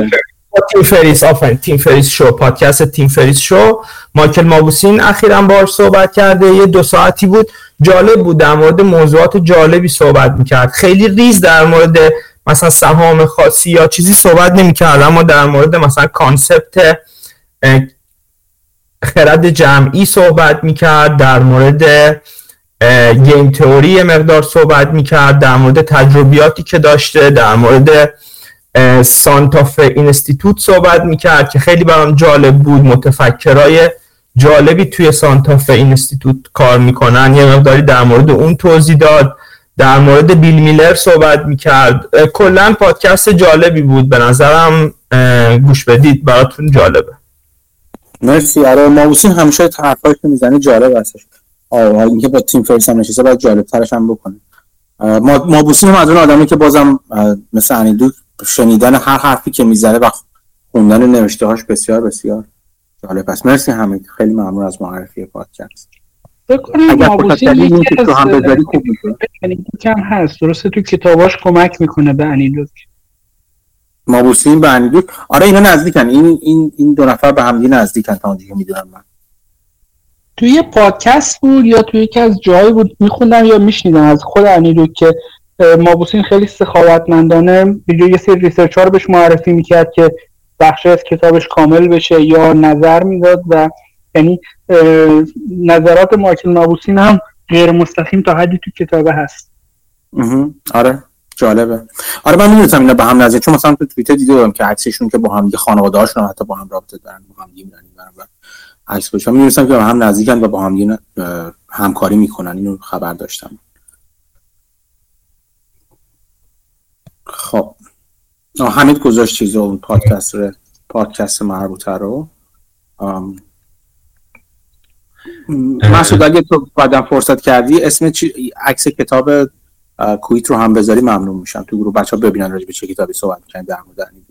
فریس شو، پادکست تیم فریس شو. مایکل مابوسین اخیراً باهاش صحبت کرده، یه 2 ساعتی بود، جالب بود، در مورد موضوعات جالبی صحبت میکرد. خیلی ریز در مورد مثلا سهام خاصی یا چیزی صحبت نمیکرد، اما در مورد مثلا کانسپت خرد جمعی صحبت میکرد، در مورد گیم تئوری یه مقدار صحبت میکرد، در مورد تجربیاتی که داشته، در مورد سانتافه اینستیتوت صحبت میکرد که خیلی برام جالب بود. متفکرای جالبی توی سانتافه اینستیتوت کار میکنن، یه مقداری در مورد اون توضیح داد. در مورد بیل میلر صحبت میکرد. کلا پادکست جالبی بود، به نظرم گوش بدید، براتون جالبه. مرسی. آره مابوسین همیشه حرفایی که میزنه جالب هستش. اینکه با تیم فریس هم نشسته باید جالب ترش هم بکنه. مابوسین هم از اون آدمی که بازم مثل انیدو شنیدن هر حرفی که میزنه و خوندن نوشته هاش بسیار بسیار جالب است. مرسی حمید، خیلی ممنون از معرفی پادکست. بکنم مابوسین که تو هم بذاری خوب میشه. کم هست درسته، تو کتاباش کمک میکنه به انیدو. مابوسین به انیدو، آره اینا نزدیکن. این دو نفر به هم دیگه نزدیکن تا اون دیگه میدونم. من توی یه پادکست بود یا توی یکی از جایی بود میخوندم یا میشنیدم از خود انیدو که مابوسین خیلی سخاوتمندانه یه سری ریسرچ ها رو بهش معرفی میکرد که بخشی از کتابش کامل بشه یا نظر میداد و یعنی نظرات مایکل مابوسین هم غیر مستقیم تا حدی تو کتابه هست. آره جالبه. آره من میدونستم اینا به هم نزدیک، چون مثلا تو توییتر دیده بودم که عکسشون که با هم دیگه خانواده‌هاشون حتی با هم رابطه دارن، با هم دیگه میرن و عکس گذاشتم. میدونستم که با هم نزدیکن و با هم دیگه همکاری میکنن، اینو خبر داشتم. خب حمید گذاشت چیزو اون پادکست مربوطه رو. مسعود اگه تو بعداً فرصت کردی اسم عکس کتاب کویت رو هم بذاری ممنون میشم تو گروه، بچه‌ها ببینن راجع به چه کتابی صحبت می‌کنن در مورد انیدو.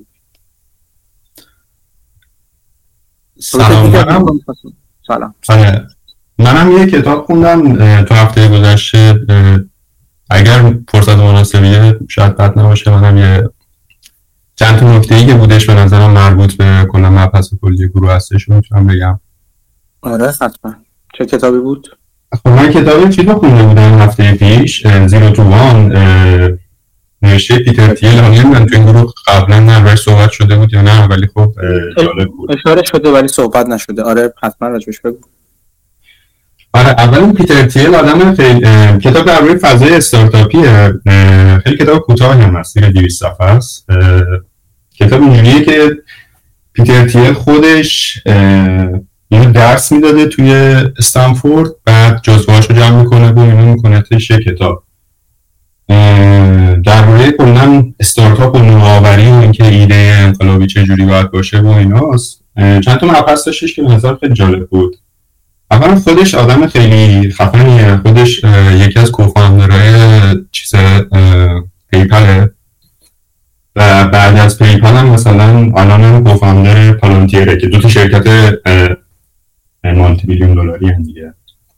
سلام. منم یه کتاب خوندم تو هفته گذشته، اگر فرصت مناسبیه شاید بد نباشه منم یه چند تا نکته‌ای که بودش به نظرم مربوط به کلا مبحث کلی گروه هستش میتونم بگم. آره حتما. چه کتابی بود؟ خب من کتابی چیزو خونده بودم هفته پیش، زیرو تو وان، نوشته پیتر تیل. من تو این گروه قبلا نربش صحبت شده بود یا نه، ولی خب جالب بود. اشاره شده ولی صحبت نشده. آره حتما راجعش بگو. آره اول پیتر تیل آدم خیلی کتاب در روی فضای استارتاپیه، خیلی کتاب کوتاهی هم هست، 200 صفحه است. کتاب اینجوریه که پیتر تیل خودش اینو درس میداده توی استنفورد، بعد جزوهاشو جمع میکنه و اینو میکنه توی یه کتاب درباره کلاً استارتاپ و نوآوری و اینکه ایده انقلابی چجوری باید باشه و ایناست. چند تا مبحث داشتش که به نظر خیلی جالب بود. اولا خودش آدم خیلی خفنیه، خودش یکی از کوفاندرهای چیز پیپله و بعد از پیپل هم مثلا الان کوفاندر پالانتیره که 2 شرکت مالتی بیلیون دلاری هم دیگه.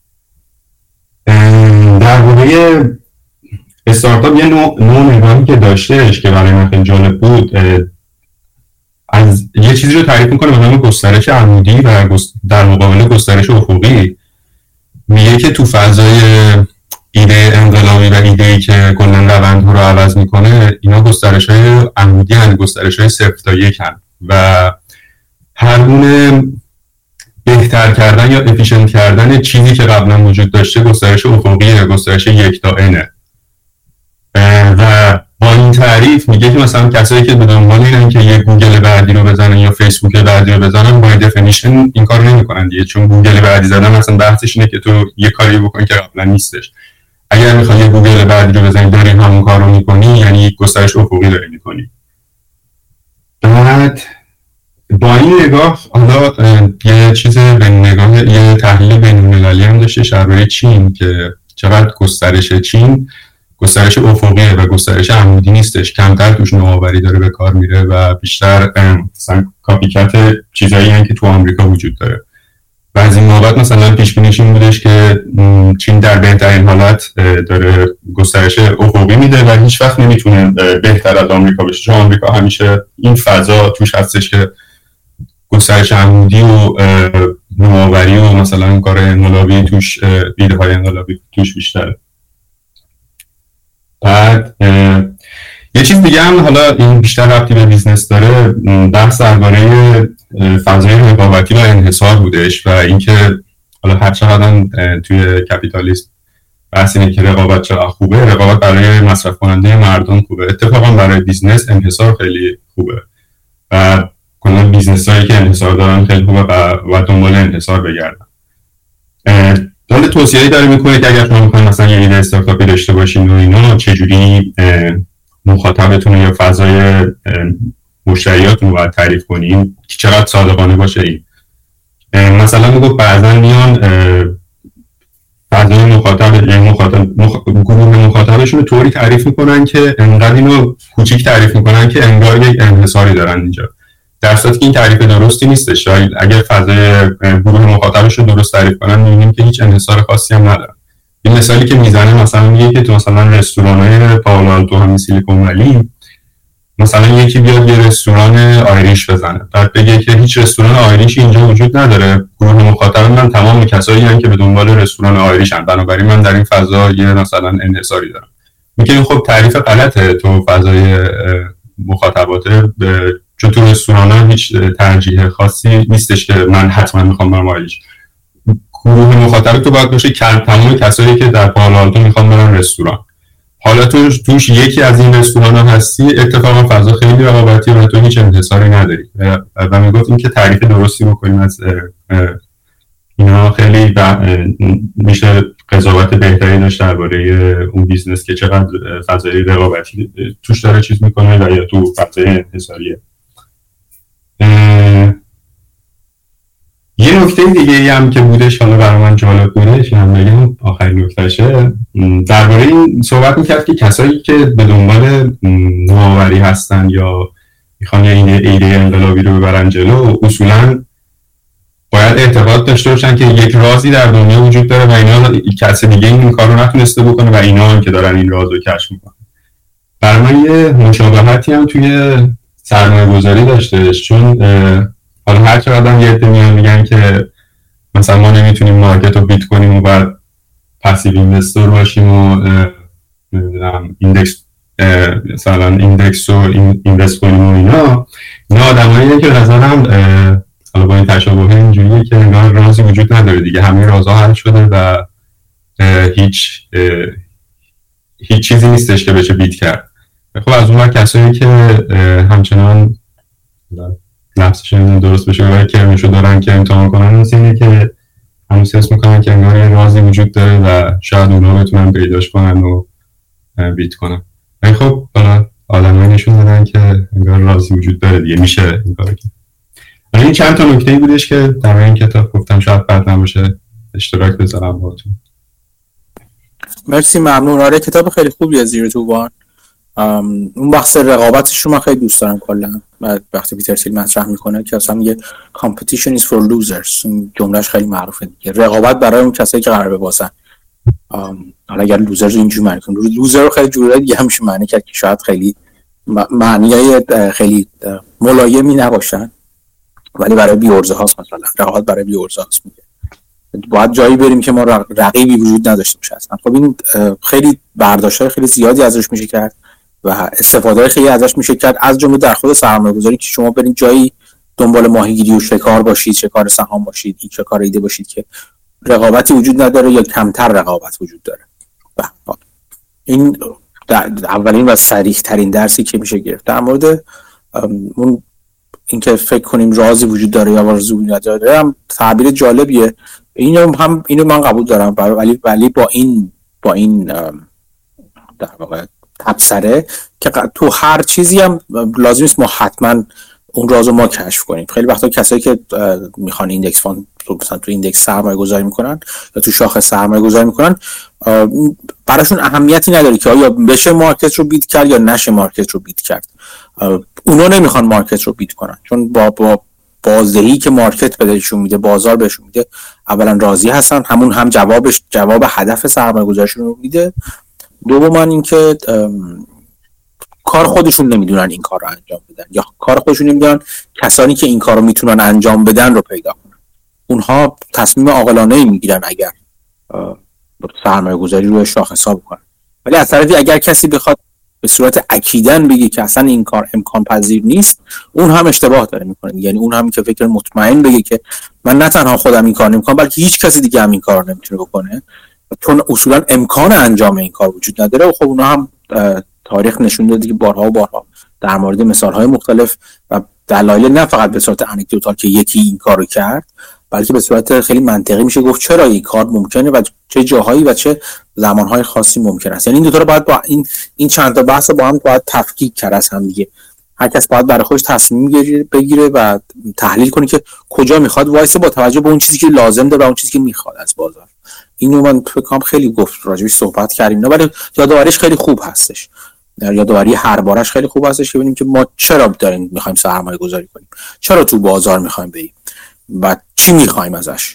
در واقع استارتاپ یه نوع نگاهی که داشتهش که برای من خیلی جالب بود، از یه چیزی رو تعریف میکنه به نام گسترش عمودی و در مقابل گسترش افقی. میگه که تو فضای ایده انقلابی و ایده‌ای که کلا روندها رو عوض میکنه، اینا گسترش‌های عمودی هستن، گسترش‌های 0 تا 1 هستن و هر گونه بهتر کردن یا افیشنت کردن چیزی که قبلا وجود داشته گسترش افقیه، گسترش 1 تا n. و با این تعریف میگه که مثلا کسایی که به دنبال اینن که یه گوگل بعدی رو بزنن یا فیسبوک بعدی رو بزنن، با دفینیشن این کارو نمی‌کنن دیگه، چون گوگل بعدی زدن مثلا بحثش اینه که تو یه کاری بکنی که قبلا نیستش. اگر می‌خوای یه گوگل بعدی رو بزنی داری همون کارو می‌کنی، یعنی یک گسترش افقی داری می‌کنی. بعد با این نگاه حالا یه چیز به نگاه یه تحلیل بین‌المللی هم داشته درباره چین که چقدر گسترش چین گسترش افقیه و گسترش عمودی نیستش، کمتر توش نوآوری داره به کار میره و بیشتر مثلا کاپیکت چیزایی هستن که تو آمریکا وجود داره. و از این بابت مثلا پیش بینیش این بودش که چین در بهترین حالت داره گسترش افقی میده و هیچ وقت نمیتونه بهتر از آمریکا بشه، چون آمریکا همیشه این فضا توش هستش که گسترش عمودی و نوآوری و مثلا کار انقلابی توش، ایده های انقلابی توش بیشتره. بعد یه چیز دیگه هم حالا این بیشتر ربطی به بیزنس داره، بحث درباره فضای رقابتی و انحصار بودش و اینکه حالا هر چقدر توی کپیتالیسم بحث اینه که رقابت چقدر خوبه. رقابت برای مصرف کننده مردم خوبه، اتفاقا برای بیزنس انحصار خیلی خوبه و کلا بیزنس هایی که انحصار دارن خیلی خوبه و دنبال انحصار بگردن. داره توصیه‌ای داره میکنه که اگر شما میخواین مثلا یه ایده استارتاپی داشته باشین و اینا، چجوری مخاطبتون یا فضای مشتریاتون رو باید تعریف کنین که چقدر صادقانه باشه. این مثلا میگفت بعضا میان فضای گروه مخاطبشون رو طوری تعریف میکنن که انقدر اینو کوچیک تعریف میکنن که انگار یک انحصاری دارن اینجا، در صورتی که این تعریف درستی نیستش. شاید اگر فضای گروه مخاطبش رو درست تعریف کنن میبینیم که هیچ انحصار خاصی هم نداره. این مثالی که میزنه مثلا میگه که تو مثلا رستوران‌های پائلو آلتو همین سیلیکون ولی مثلا یکی بیاد یه رستوران آیریش بزنه، بعد بگه که هیچ رستوران آیریشی اینجا وجود نداره، گروه مخاطب من تمام کسایی هستن که به دنبال رستوران آیریشن، بنابراین من در این فضا یه مثلا انحصاری دارم. میگه خب تعریف غلطه تو فضای مخاطبات، چون تو رستوران‌ها هیچ ترجیح خاصی نیستش که من حتما میخوام برم آیریش. گروه مخاطب تو باید باشه تمام کسایی که در پائلو آلتو میخوام برن رستوران. حالا توش یکی از این رستوران‌ها هستی، اتفاقا فضا خیلی رقابتی و تو هیچ انحصاری نداری و میگفت این که تعریف درستی بکنیم از اینا خیلی میشه قضاوت بهتری داشت درباره اون بیزنس که چقدر فضای رقابتی توش داره چیز میکنه و یا تو فضای انحصاریه. یه نکته دیگه هم که بودش حالا برای من جالب بودش هم بگم آخرین نکتهشه، درباره این صحبت میکرد که کسایی که به دنبال نوآوری هستن یا میخوان یه ایده انقلابی رو ببرن جلو، اصولاً باید اعتقاد داشته باشن که یک رازی در دنیا وجود داره و اینا کسی دیگه این کار رو نتونسته بکنه و اینا هم که دارن این راز رو کشف میکنن. برای من یه مشابهتی هم توی سرمایه گذاری داشته، چون حالا هر چقدر هم یه عده میان میگن که مثلا ما نمیتونیم مارکت رو بیت کنیم و بعد پسیو اینوستور باشیم و ایندکس رو اینوست کنیم و اینا آدماییه که نظرم حالا با این تشابه اینجوریه که انگار رازی وجود نداره دیگه، همه رازها حل شده و هیچ چیزی نیستش که بشه بیت کرد. خب از اون کسایی که همچنان لفظش درست بشه و کرمشو دارن که امتحان کنن اینه که هنوز حس میکنن که انگار یه رازی وجود داره و شاید اونها بتونن پیداش کنن و بیت کنن. ولی خب آدمایی نشون دادن که انگار رازی وجود داره دیگه، میشه این کارو کرد. این چند تا نکته‌ای بودش که در این کتاب گفتم شاید بد نباشه اشتراک بذارم باهاتون. مرسی، ممنون. آره کتاب خیلی خوبیه زیر طوفان. اون بحث رقابتش رو من خیلی دوست دارم کلا. وقتی پیتر تیل مطرح میکنه که اصلا میگه competition is for losers، این جملهش خیلی معروفه دیگه، رقابت برای اون کسایی که قراره ببازن. حالا اگر لوزر رو اینجوری معنی کنه، لوزر رو خیلی جوره دیگه همیشه معنی کرد که شاید خیلی معنیای خیلی ملایمی نباشن، ولی برای بیورزه هاست، مثلا رقابت برای بیورزه هاست میگه باید جایی بریم که ما رقیبی وجود نداشته باشه اصلا. خب این خیلی برداشت‌های خیلی زیادی ازش میشه کرد و استفاده خیلی ازش میشه کرد، از جمله در خود سرمایه‌گذاری که شما برید جایی دنبال ماهیگیری و شکار باشید، شکار سهام باشید، این شکار ایده باشید که رقابتی وجود نداره یا کمتر رقابت وجود داره. این اولین و صریح ترین درسی که میشه گرفت در مورد اون اینکه فکر کنیم رازی وجود داره یا رازی وجود نداره هم تعبیر جالبیه. اینو من قبول دارم، ولی با این در واقع تبصره که تو هر چیزی هم لازم نیست ما حتما اون رازو ما کشف کنیم. خیلی وقتا کسایی که میخوان ایندکس فاند مثلا تو ایندکس سرمایه گذاری میکنن یا تو شاخص سرمایه گذاری میکنن، براشون اهمیتی نداره که آیا بشه مارکت رو بیت کرد یا نشه مارکت رو بیت کرد. اونا نمیخوان مارکت رو بیت کنن چون با بازدهی که مارکت بهشون میده، بازار بهشون میده، اولا راضی هستن، همون هم جواب هدف سرمایه گذاریشون رو میده. دوما اینکه کار خودشون نمیدونن این کار رو انجام بدن یا کار خودشون نمیدونن کسانی که این کار رو میتونن انجام بدن رو پیدا کنن. اونها تصمیم عاقلانه‌ای میگیرن اگر سرمایه گذاری روی شاخص‌ها بکنن. ولی از طرفی اگر کسی بخواد به صورت اکیدن بگه که اصلا این کار امکان پذیر نیست، اون هم اشتباه داره میکنه. یعنی اون هم که فکر مطمئن بگه که من نه تنها خودم این کار نمیکنم بلکه هیچ کسی دیگه هم این کار نمیتونه بکنه، چون اصولا امکان انجام این کار وجود نداره و خب اونا هم تاریخ نشون داده که بارها و بارها در مورد مثال‌های مختلف و دلایل نه فقط به صورت انکدوتال که یکی این کارو کرد، بلکه به صورت خیلی منطقی میشه گفت چرا این کار ممکنه و چه جاهایی و چه زمانهای خاصی ممکن است. یعنی این دو تا رو باید با این چند تا بحث با هم باید تفکیک کرد از هم دیگه. هر کس باید برای خودش تصمیم بگیره و تحلیل کنه که کجا میخواد وایسه با توجه به اون چیزی که لازم داره و اون چیزی که میخواد از بازار. اینو من فکر کنم خیلی گفت راجعش صحبت کردیم، ولی یادآوریش خیلی خوب هستش. یادآوری هر بارش خیلی خوب هستش که ببینیم که ما چرا داریم میخوایم سرمایه گذاری کنیم، چرا تو بازار میخوایم بریم و چی میخوایم ازش.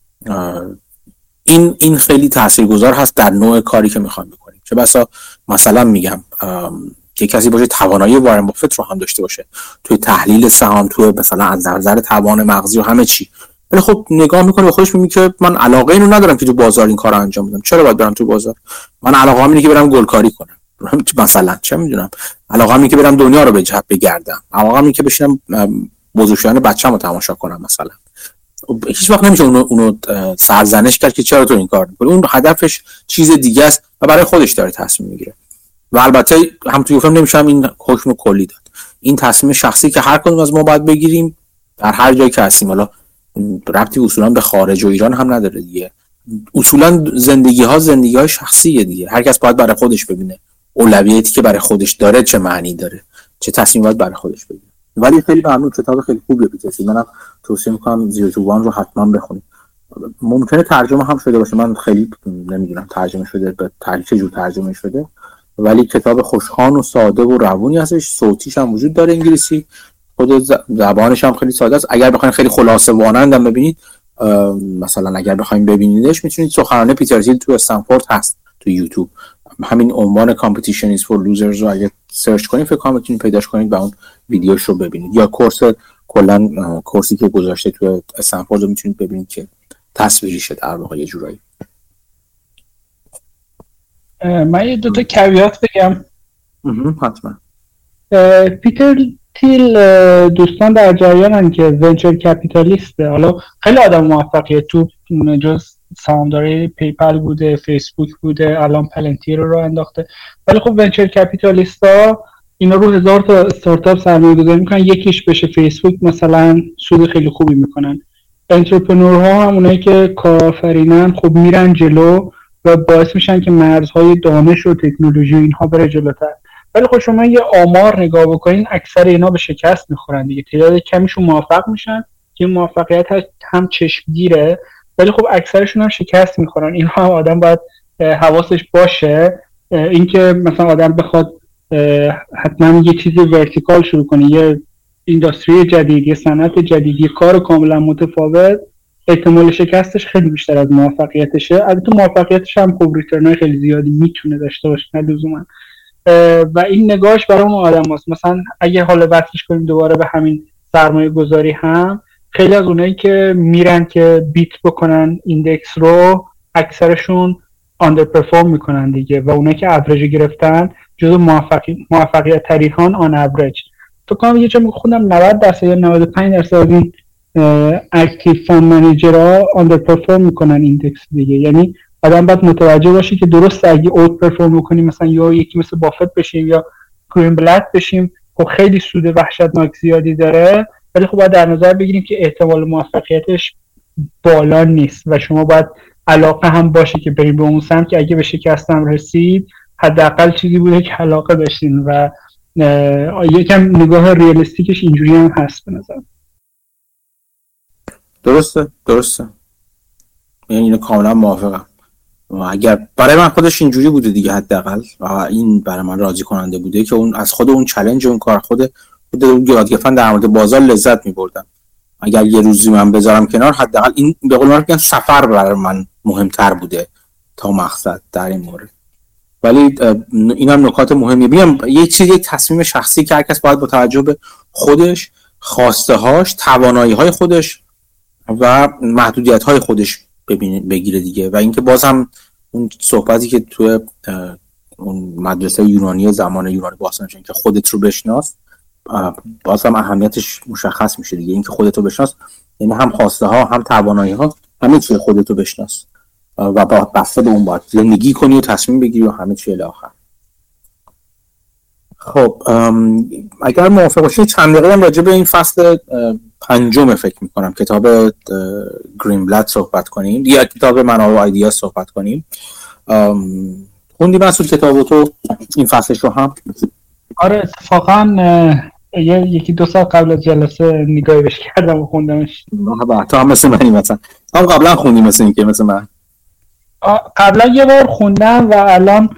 این خیلی تاثیرگذار هست در نوع کاری که میخوایم بکنیم. چه بسا مثلا میگم که کسی باشه توانایی وارن بافت رو هم داشته باشه توی تحلیل سهام، توی مثلا از نظر توان مغزی و همه چی، ولی خب نگاه میکنه به خودش میگه که من علاقه اینو ندارم که تو بازار این کارو انجام بدم. چرا باید برم تو بازار؟ من علاقه اینه که برم گلکاری کنم مثلا، چه میدونم، علاقه اینه که برم دنیا رو بگردم، علاقه اینه که بشینم بزرگ شدن بچه‌مو تماشا کنم مثلا. هیچ وقت نمیشه اونو سرزنش کرد که چرا تو این کار میکنی. اون هدفش چیز دیگه است و برای خودش داره تصمیم میگیره. و البته هم توی فیلم نمیشه این حکم کلی داد. این تصمیم شخصی که هر کدوم از ما باید بگیریم در هر جایی که هستیم. حالا ربطی اصولا به خارج و ایران هم نداره دیگه. اصولا زندگی‌های شخصیه دیگه. هر کس باید برای خودش ببینه اولویتی که برای خودش داره چه معنی داره، چه تصمیم باید برای خودش بگیره. ولی خیلی ممنون، کتاب خیلی خوبیه پیترسی. منم توصیه میکنم زیرو تو وان رو حتما بخونید. ممکنه ترجمه هم شده باشه، من خیلی نمیدونم ترجمه شده به چه جور ترجمه شده، ولی کتاب خوشخوان و ساده و روونی هستش. صوتیش هم وجود داره انگلیسی، خود زبانش هم خیلی ساده است. اگر بخواید خیلی خلاصه وانند هم ببینید، مثلا اگر بخواید ببینیدش میتونید سخنرانی پیتر تیل تو استنفورد هست تو یوتیوب، همین عنوان Competition is for Losers رو اگه سرچ کنید فکر کنم میتونید پیداش کنید و اون ویدیوش رو ببینید. یا کورسی که گذاشته تو استنفورد رو میتونید ببینید که تصویریشه در واقع یه جورایی. من یه دوتا کیویات بگم. حتما. پیتر تیل دوستان در جریانن که ونچر کپیتالیسته. حالا خیلی آدم موفقیه، تو جز سهامدار پیپل بوده، فیسبوک بوده، الان پلنتیر رو انداخته. ولی خب ونچر کپیتالیستا اینا رو 1000 تا استارتاپ سرمایه‌گذاری میکنن، یکیش بشه فیسبوک مثلا سود خیلی خوبی میکنن. انترپرنورها هم اونایی که کارآفرینن خب میرن جلو و باعث میشن که مرزهای دانش و تکنولوژی اینها بره جلوتر. ولی خب شما یه آمار نگاه بکنین، اکثر اینا به شکست میخورن دیگه. تعداد کمیشون موفق میشن که موفقیت هم چشمگیره، ولی خب اکثرشون هم شکست میخورن. اینها هم آدم باید حواسش باشه. اینکه مثلا آدم بخواد حتما یه چیزی ورتیکال شروع کنه، یه اینداستری جدید، یه صنعت جدید، یه کار کاملا متفاوت، احتمال شکستش خیلی بیشتر از موفقیتشه. البته موفقیتش هم خب ریترنای خیلی زیادی میتونه داشته باشه، نه لزوما. و این نگاهش برای اون آدم هست. مثلا اگه حالا وصلش کنیم دوباره به همین سرمایه گذاری، هم خیلی از اونایی که میرن که بیت بکنن ایندکس رو، اکثرشون آندر پرفورم میکنن دیگه، و اونایی که اوریج گرفتن جزو موفقیت ترین آن اوریج. تو کنم یه جا میخوندم 90% یا 95% از این اکتیو فاند منیجرها آندر پرفورم میکنن ایندکس دیگه. یعنی آدم باید متوجه باشه که درست اگه اوت پرفورم بکنیم، مثلا یا یکی مثل بافت بشیم یا گرینبلت بشیم، خب خیلی سود وحشتناک زیادی داره، ولی خب باید در نظر بگیریم که احتمال موفقیتش بالا نیست و شما باید علاقه هم باشه که بریم به اون سمت که اگه به شکستم رسید حداقل چیزی بوده که علاقه داشتین. و یکم نگاه ریالیستیکش اینجوری هم هست به نظر. درسته. یعنی اینو کاملا موافقم. اگر برای من خودش اینجوری بوده دیگه حداقل، و این برای من راضی کننده بوده که اون از خود اون چالش اون کار خود یاد گرفتن در مورد بازار لذت می‌بردم. اگر یه روزی من بذارم کنار، حداقل این به قول من سفر برای من مهمتر بوده تا مقصد در این مورد. ولی این هم نکات مهمیه. میگم یک تصمیم شخصی که هر کس باید با توجه به خودش، خواسته‌هاش، توانایی‌های خودش و محدودیت‌های خودش بگیره دیگه. و اینکه باز هم اون صحبتی که تو اون مدرسه یونانی زمان یونانی باستان که خودت رو بشناس، باز هم اهمیتش مشخص میشه دیگه. اینکه خودت رو بشناس یعنی هم خواسته ها، هم توانایی ها، همین چیز خودت رو بشناس. و با بسته به اون باید زندگی کنی و تصمیم بگیری و همه چی الی آخر. خب اگر موافق باشید چند دقیقه هم راجع به این فصل 5 فکر میکنم کتاب گرینبلت صحبت کنیم یا کتاب منابع و ایدیا صحبت کنیم. خوندی مسعود کتابو تو این فصلش رو هم؟ آره اتفاقا یکی دو سال قبل از جلسه نگاهی بهش کردم و خوندمش. تو هم مثل منی مثلا هم قبلا خوندی مثل این که مثل من؟ قبلا یه بار خوندم و الان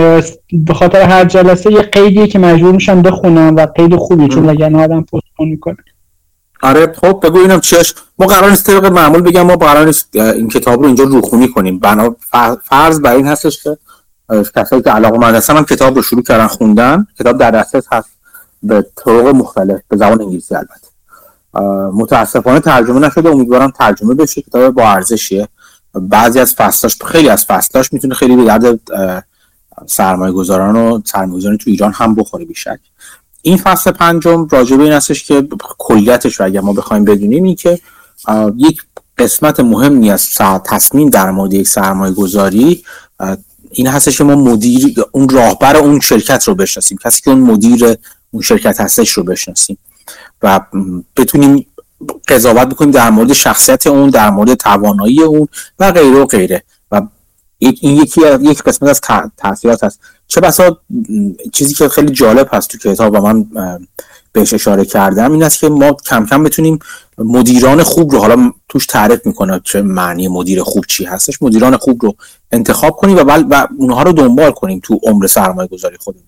به خاطر هر جلسه یه قیدیه که مجبور میشم بخونم و قید خوبی چون وگرنه آدم پستپون میکنه. آره خب بگو اینم چیش. ما قرار نیست طبق معمول بگم ما قرار نیست این کتاب رو اینجا روخونی کنیم. فرض بر این هستش که کسایی که علاقه‌مند هستن هم کتاب رو شروع کردن خوندن. کتاب در دسترس هست به طرق مختلف به زبان انگلیسی البته. متاسفانه ترجمه نشده، امیدوارم ترجمه بشه. کتاب با ارزشیه. بعضی از فصلاش خیلی از فصلاش میتونه خیلی به درد سرمایه‌گذاران و سرمایه‌گذاران تو ایران هم بخوره بیشک. این فصل 5 راجع به این هستش که کلیتش رو اگر ما بخوایم بدونیم این که یک قسمت مهمی از تصمیم در مورد یک سرمایه‌گذاری این هستش که ما مدیر اون راهبر اون شرکت رو بشناسیم، کسی که اون مدیر اون شرکت هستش رو بشناسیم و بتونیم قضاوت بکنیم در مورد شخصیت اون، در مورد توانایی اون و غیره و غیره. و این یک قسمت از تأثیرات هست. چه بسا چیزی که خیلی جالب هست تو کتاب و من بهش اشاره کردم این است که ما کم کم بتونیم مدیران خوب رو، حالا توش تعریف میکنه چه معنی مدیر خوب چی هستش، مدیران خوب رو انتخاب کنیم و اونها رو دنبال کنیم تو عمر سرمایه گذاری خودمون.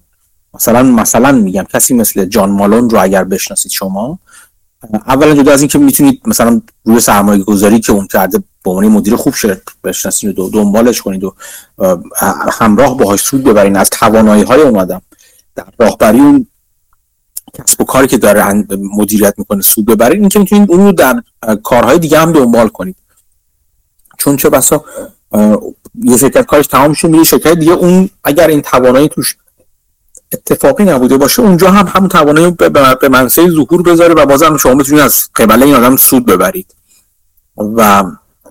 مثلا میگم کسی مثل جان مالون رو اگر بشناسید شما، اولا جدا از این که میتونید مثلا روی سرمایه گذاری که اون کرده به عنوان مدیر خوب بشناسید و دنبالش کنید و همراه باهاش سود ببرید از توانایی‌های اون آدم در راهبری اون کسب و کاری که داره مدیریت میکنه سود ببرید، این که میتونید اون رو در کارهای دیگه هم دنبال کنید. چون چه بسا یه شرکت کارش تمام شد میره شرکت دیگه، اون اگر این توانایی توش اتفاقی نبوده باشه اونجا هم همون توانایی به منصه ظهور بذاره و بازم شما بتونید از قبل این آدم سود ببرید. و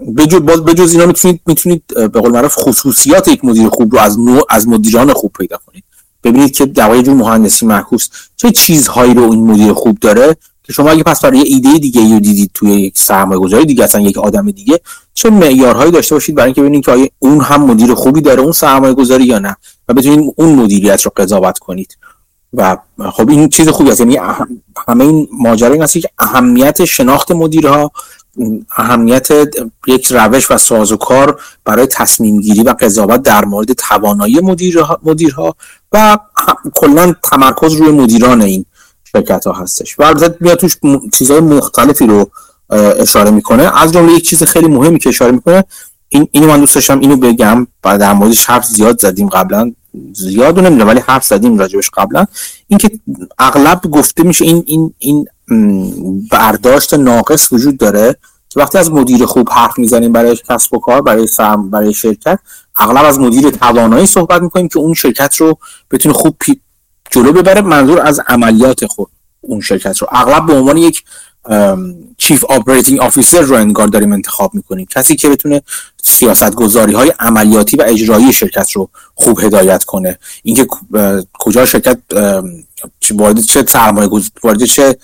بجز اینا میتونید به قول معروف خصوصیات یک مدیر خوب رو از مدیران خوب پیدا کنید. ببینید که در واقع جور مهندسی معکوس چه چیزهایی رو این مدیر خوب داره که شما اگه پس برای یه ایده دیگه رو دیدید توی یک سرمایه‌گذاری دیگه، اصلا یک آدم دیگه، چه معیارهایی داشته باشید برای اینکه ببینید که آیا اون هم مدیر خوبی داره اون سرمایه‌گذاری یا نه و بتونید اون مدیریت رو قضاوت کنید. و خب این چیز خوبی است. یعنی همه این ماجرا این است که اهمیت شناخت مدیرها، اهمیت یک روش و سازوکار برای تصمیم گیری و قضاوت در مورد توانایی مدیرها و کلا تمرکز روی مدیران این شرکت ها هستش. و البته میاد توش چیزهای مختلفی رو اشاره میکنه. از جمله یک چیز خیلی مهمی که اشاره میکنه اینو من دوست داشتم اینو بگم، بعد در موردش حرف زیاد زدیم قبلا، زیاد نمیدونم ولی حرف زدیم راجبش قبلا، این که اغلب گفته میشه این برداشت ناقص وجود داره که وقتی از مدیر خوب حرف میزنیم برای کسب و کار، برای شرکت، اغلب از مدیر توانایی صحبت میکنیم که اون شرکت رو بتونه خوب جلو ببره. منظور از عملیات خود اون شرکت رو اغلب به عنوان یک چیف آپریتینگ آفیسر رو انگار داریم انتخاب میکنیم، کسی که بتونه سیاستگذاری های عملیاتی و اجرایی شرکت رو خوب هدایت کنه. اینکه کجا شرکت وارد چه سرمایه‌گذاری، وارد چه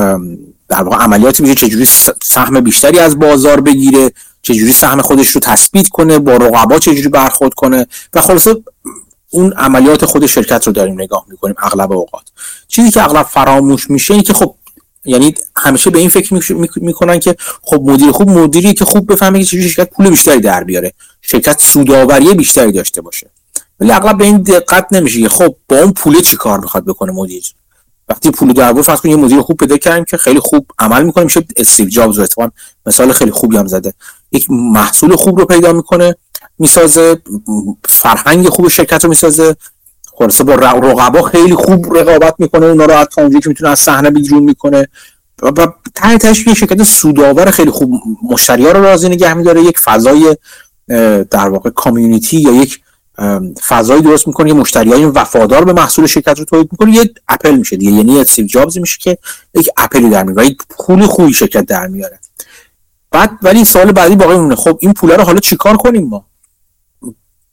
در واقع عملیاتی میشه، چجوری سهم بیشتری از بازار بگیره، چجوری سهم خودش رو تثبیت کنه، با رقبا چجوری برخورد کنه و خلاصه اون عملیات خود شرکت رو داریم نگاه میکنیم اغلب اوقات. چیزی که اغلب فراموش میشه اینه که خب یعنی همیشه به این فکر میکنن که خب مدیر خوب مدیری که خوب بفهمه که چجوری شرکت پول بیشتری در بیاره، شرکت سودآوری بیشتری داشته باشه. ولی اغلب به این دقت نمیشه که خب با اون پول چی کار میخواد بکنه مدیر. وقتی پول در آورد، فرض کنید یه مدیر خوب پیدا کردیم که خیلی خوب عمل میکنه، میشه استیو جابز رو اتفاقا مثال خیلی خوبی هم زده، یک محصول خوب رو پیدا میکنه، میسازه فرهنگ خوب شرکت رو میسازه، خلاصه با رقبا خیلی خوب رقابت میکنه، اونا رو حتی اونجایی که میتونه از صحنه بیرون میکنه و تهش یه شرکت سودآور خیلی خوب مشتری‌ها رو راضی نگه می‌داره، یک فضای در واقع کامیونیتی یا یک فضایی درست میکنه، یه مشتریای وفادار به محصول شرکت رو تولید میکنه، یه اپل میشه دیگه، یعنی استیو جابز میشه که یک اپلی در میاره و یک پول خوبی شرکت در میاره. بعد ولی سوال بعدی باقی میمونه، خب این پولا رو حالا چیکار کنیم ما؟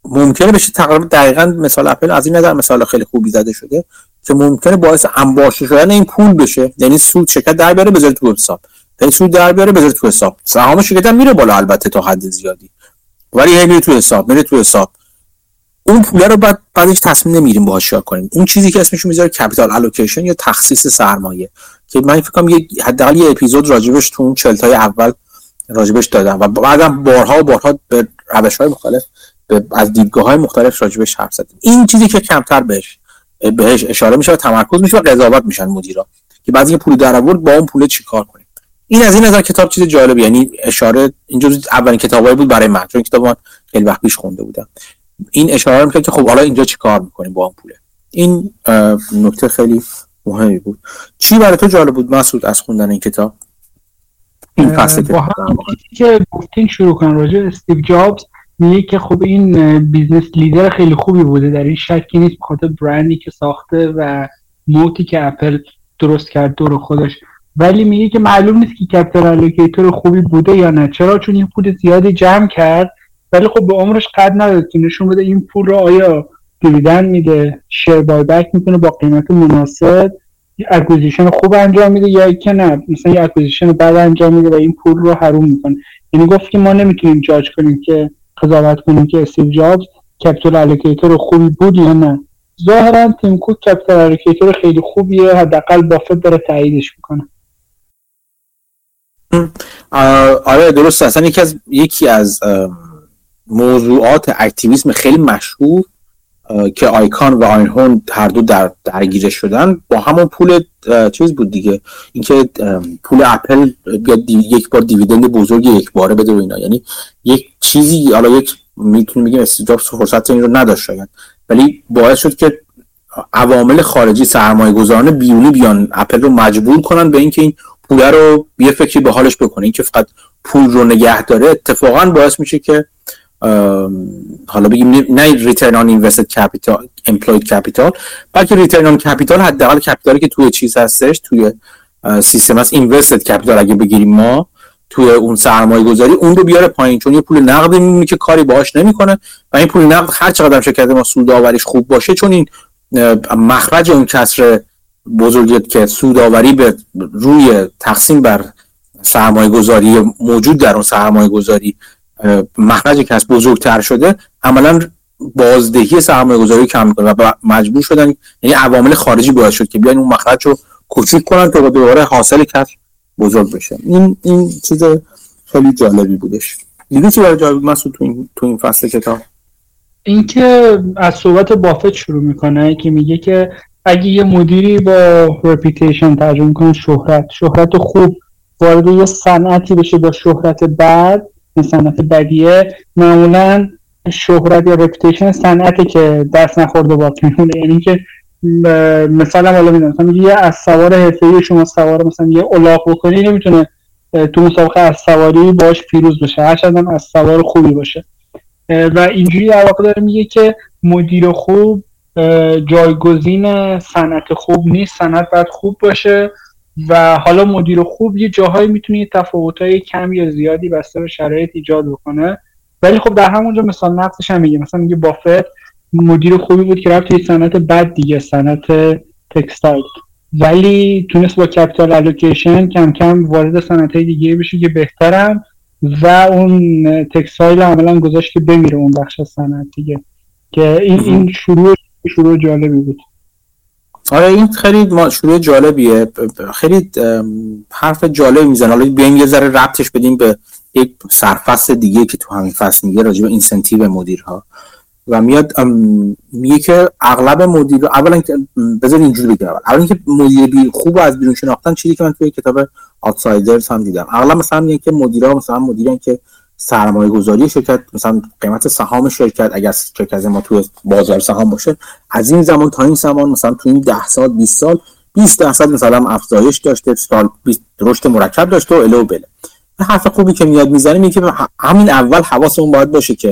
ممکنه بشه تقریبا دقیقاً مثال اپل از این نظر مثال خیلی خوبی زده شده که ممکنه باعث انباشته شدن این پول بشه، یعنی سود شرکت در بیاره بذاره تو حساب، یعنی سود در بیاره بذاره تو حساب، سهام شرکت هم میره بالا البته تا حد زیادی، ولی هی میره تو حساب اون پول رو بعدش تصمیم نمیگیریم باهاش چیکار کنیم. اون چیزی که اسمش میذاره کپیتال الوکیشن یا تخصیص سرمایه که من فکر کنم حداقل یه اپیزود راجبش تو اون 40 تای اول راجبش دادم و بعدم بارها به روش‌های مختلف از دیدگاه‌های مختلف راجبش حرف زدیم. این چیزی که کمتر بهش اشاره میشه و تمرکز میشه و قضاوت میشن مدیرا که بعضی پول در آورد با اون پول چیکار کنیم. این از این نظر کتاب چیز جالبی، یعنی اشاره اینجا اولین کتابایی بود برای من، چون کتاب من خیلی وقت پیش خونده بودم. این اشاره میکنه که خب حالا اینجا چیکار میکنیم با اون پوله. این نکته خیلی مهمی بود. چی برای تو جالب بود مسعود از خوندن این کتاب؟ این فصل که گفتین شروع کن راجع استیو جابز، میگه که خب این بیزنس لیدر خیلی خوبی بوده، در این شکی نیست، بخاطر برندی که ساخته و موتی که اپل درست کرد دور خودش، ولی میگه که معلوم نیست که کپیتال الوکیتور خوبی بوده یا نه. چرا؟ چون این پول زیادی جمع کرد ولی خب به عمرش قد نداد که نشون بده این پول رو آیا دیویدند میده، شیر بای بک میکنه با قیمت مناسب، اکوزیشن خوب انجام میده یا که نه مثلا یه اکوزیشن بد انجام میده و این پول رو حروم میکنه. یعنی گفت که ما نمیتونیم جاج کنیم که قضاوت کنیم که استیو جابز کپیتال الوکیتور خوبی بود یا نه. ظاهرا تیم کوک کپیتال الوکیتور خیلی خوبیه، حداقل بافت داره تاییدش میکنه. آره درست. اصلا یکی از موضوعات اکتیویسم خیلی مشهور که آیکان و آینهورن هر دو درگیر شدن با همون پول چیز بود دیگه، اینکه پول اپل بیاد یک بار دیویدند بزرگ یک باره بده و اینا. یعنی یک چیزی، حالا یک میتونیم بگیم استیو جابز فرصت این رو نداشت شاید، ولی باعث شد که عوامل خارجی سرمایه‌گذاران بیرونی بیان اپل رو مجبور کنن به اینکه این پول رو یه فکری به حالش بکنه. اینکه فقط پول رو نگه داره اتفاقا باعث میشه که حالا بگیم نه ریترن آن اینوستد کپیتال امپلوید کپیتال، بلکه ریترن آن کپیتال، حداقل کپیتالی که توی چیز هستش، توی سیستم هست، اینوستد کپیتال اگه بگیریم ما توی اون سرمایه گذاری، اون رو بیاره پایین، چون یه پول نقدی میمونه که کاری باهاش نمیکنه و این پول نقد هر چقدر شرکت ما سودآوریش خوب باشه، چون این مخرج اون کسر بزرگیت که سودآوری به روی تقسیم بر سرمایه گذاری موجود در اون سرمایه گذاری مخرج کسب بزرگتر شده، عملا بازدهی سرمایه گذاری کم میکنه و مجبور شدن، یعنی عوامل خارجی باعث شد که بیان اون مخرج رو کوچیک کنن تا دوباره حاصل کسب بزرگ بشه. این چیز خیلی جالبی بودش. دیگه چی برای جالب مسعود تو این فصل کتاب؟ این که از صحبت بافت شروع میکنه که میگه که اگه یه مدیری با رپیتیشن ترجمه کنه شهرت خوب وارد یه صنعتی بشه با شهرت بد، صنعت بدیه، معمولا شهرت یا رپیتیشن صنعتی که دست نخورده باقی میمونه. یعنی که مثلا حالا میگم مثلا یه از سوار حرفه‌ای شما سوار مثلا یه الاغ بکنی نمیتونه تو مسابقه از سواری باش پیروز بشه، هرچند هم از سوار خوبی باشه. و اینجوری در واقع داره میگه که مدیر خوب جایگزین صنعت خوب نیست، صنعت باید خوب باشه و حالا مدیر خوب یه جاهایی میتونه تفاوت‌های کم یا زیادی بسته به شرایط ایجاد بکنه، ولی خب در همونجا مثال نقصش هم میگه، مثلا میگه بافت مدیر خوبی بود که رفت توی صنعت بد دیگه، صنعت تکستایل، ولی تونست با کپیتال الوکیشن کم کم وارد صنعت‌های دیگه بشه که بهترن و اون تکستایل عملاً گذاشت که بمیره اون بخش صنعت دیگه، که این شروع جالبی بود. آره این خیلی شروع جالبیه، خیلی حرف جالبی میزنه. حالا بیایم یه ذره ربطش بدیم به یک سرفصل دیگه که تو همین فصل میگه راجع به اینسنتیو مدیرها و میگه که اغلب مدیر، اولا که بذار اینجوری بگم، اولا که مدیر خوب از بیرون شناختن چیزی که من توی کتاب آوتسایدرز هم دیدم، اغلب مثلا میگه که مدیرا مثلا مدیرن که سرمایه گذاری شرکت، مثلا قیمت سهام شرکت اگر شرکت ما توی بازار سهام باشه از این زمان تا این زمان مثلا توی این 10 سال 20 سال 20% مثلا افزایش داشته، سال 20 رشد مرکب داشته و الی بله. حرف خوبی که میاد میزنه اینه که همین اول حواسمون باید باشه که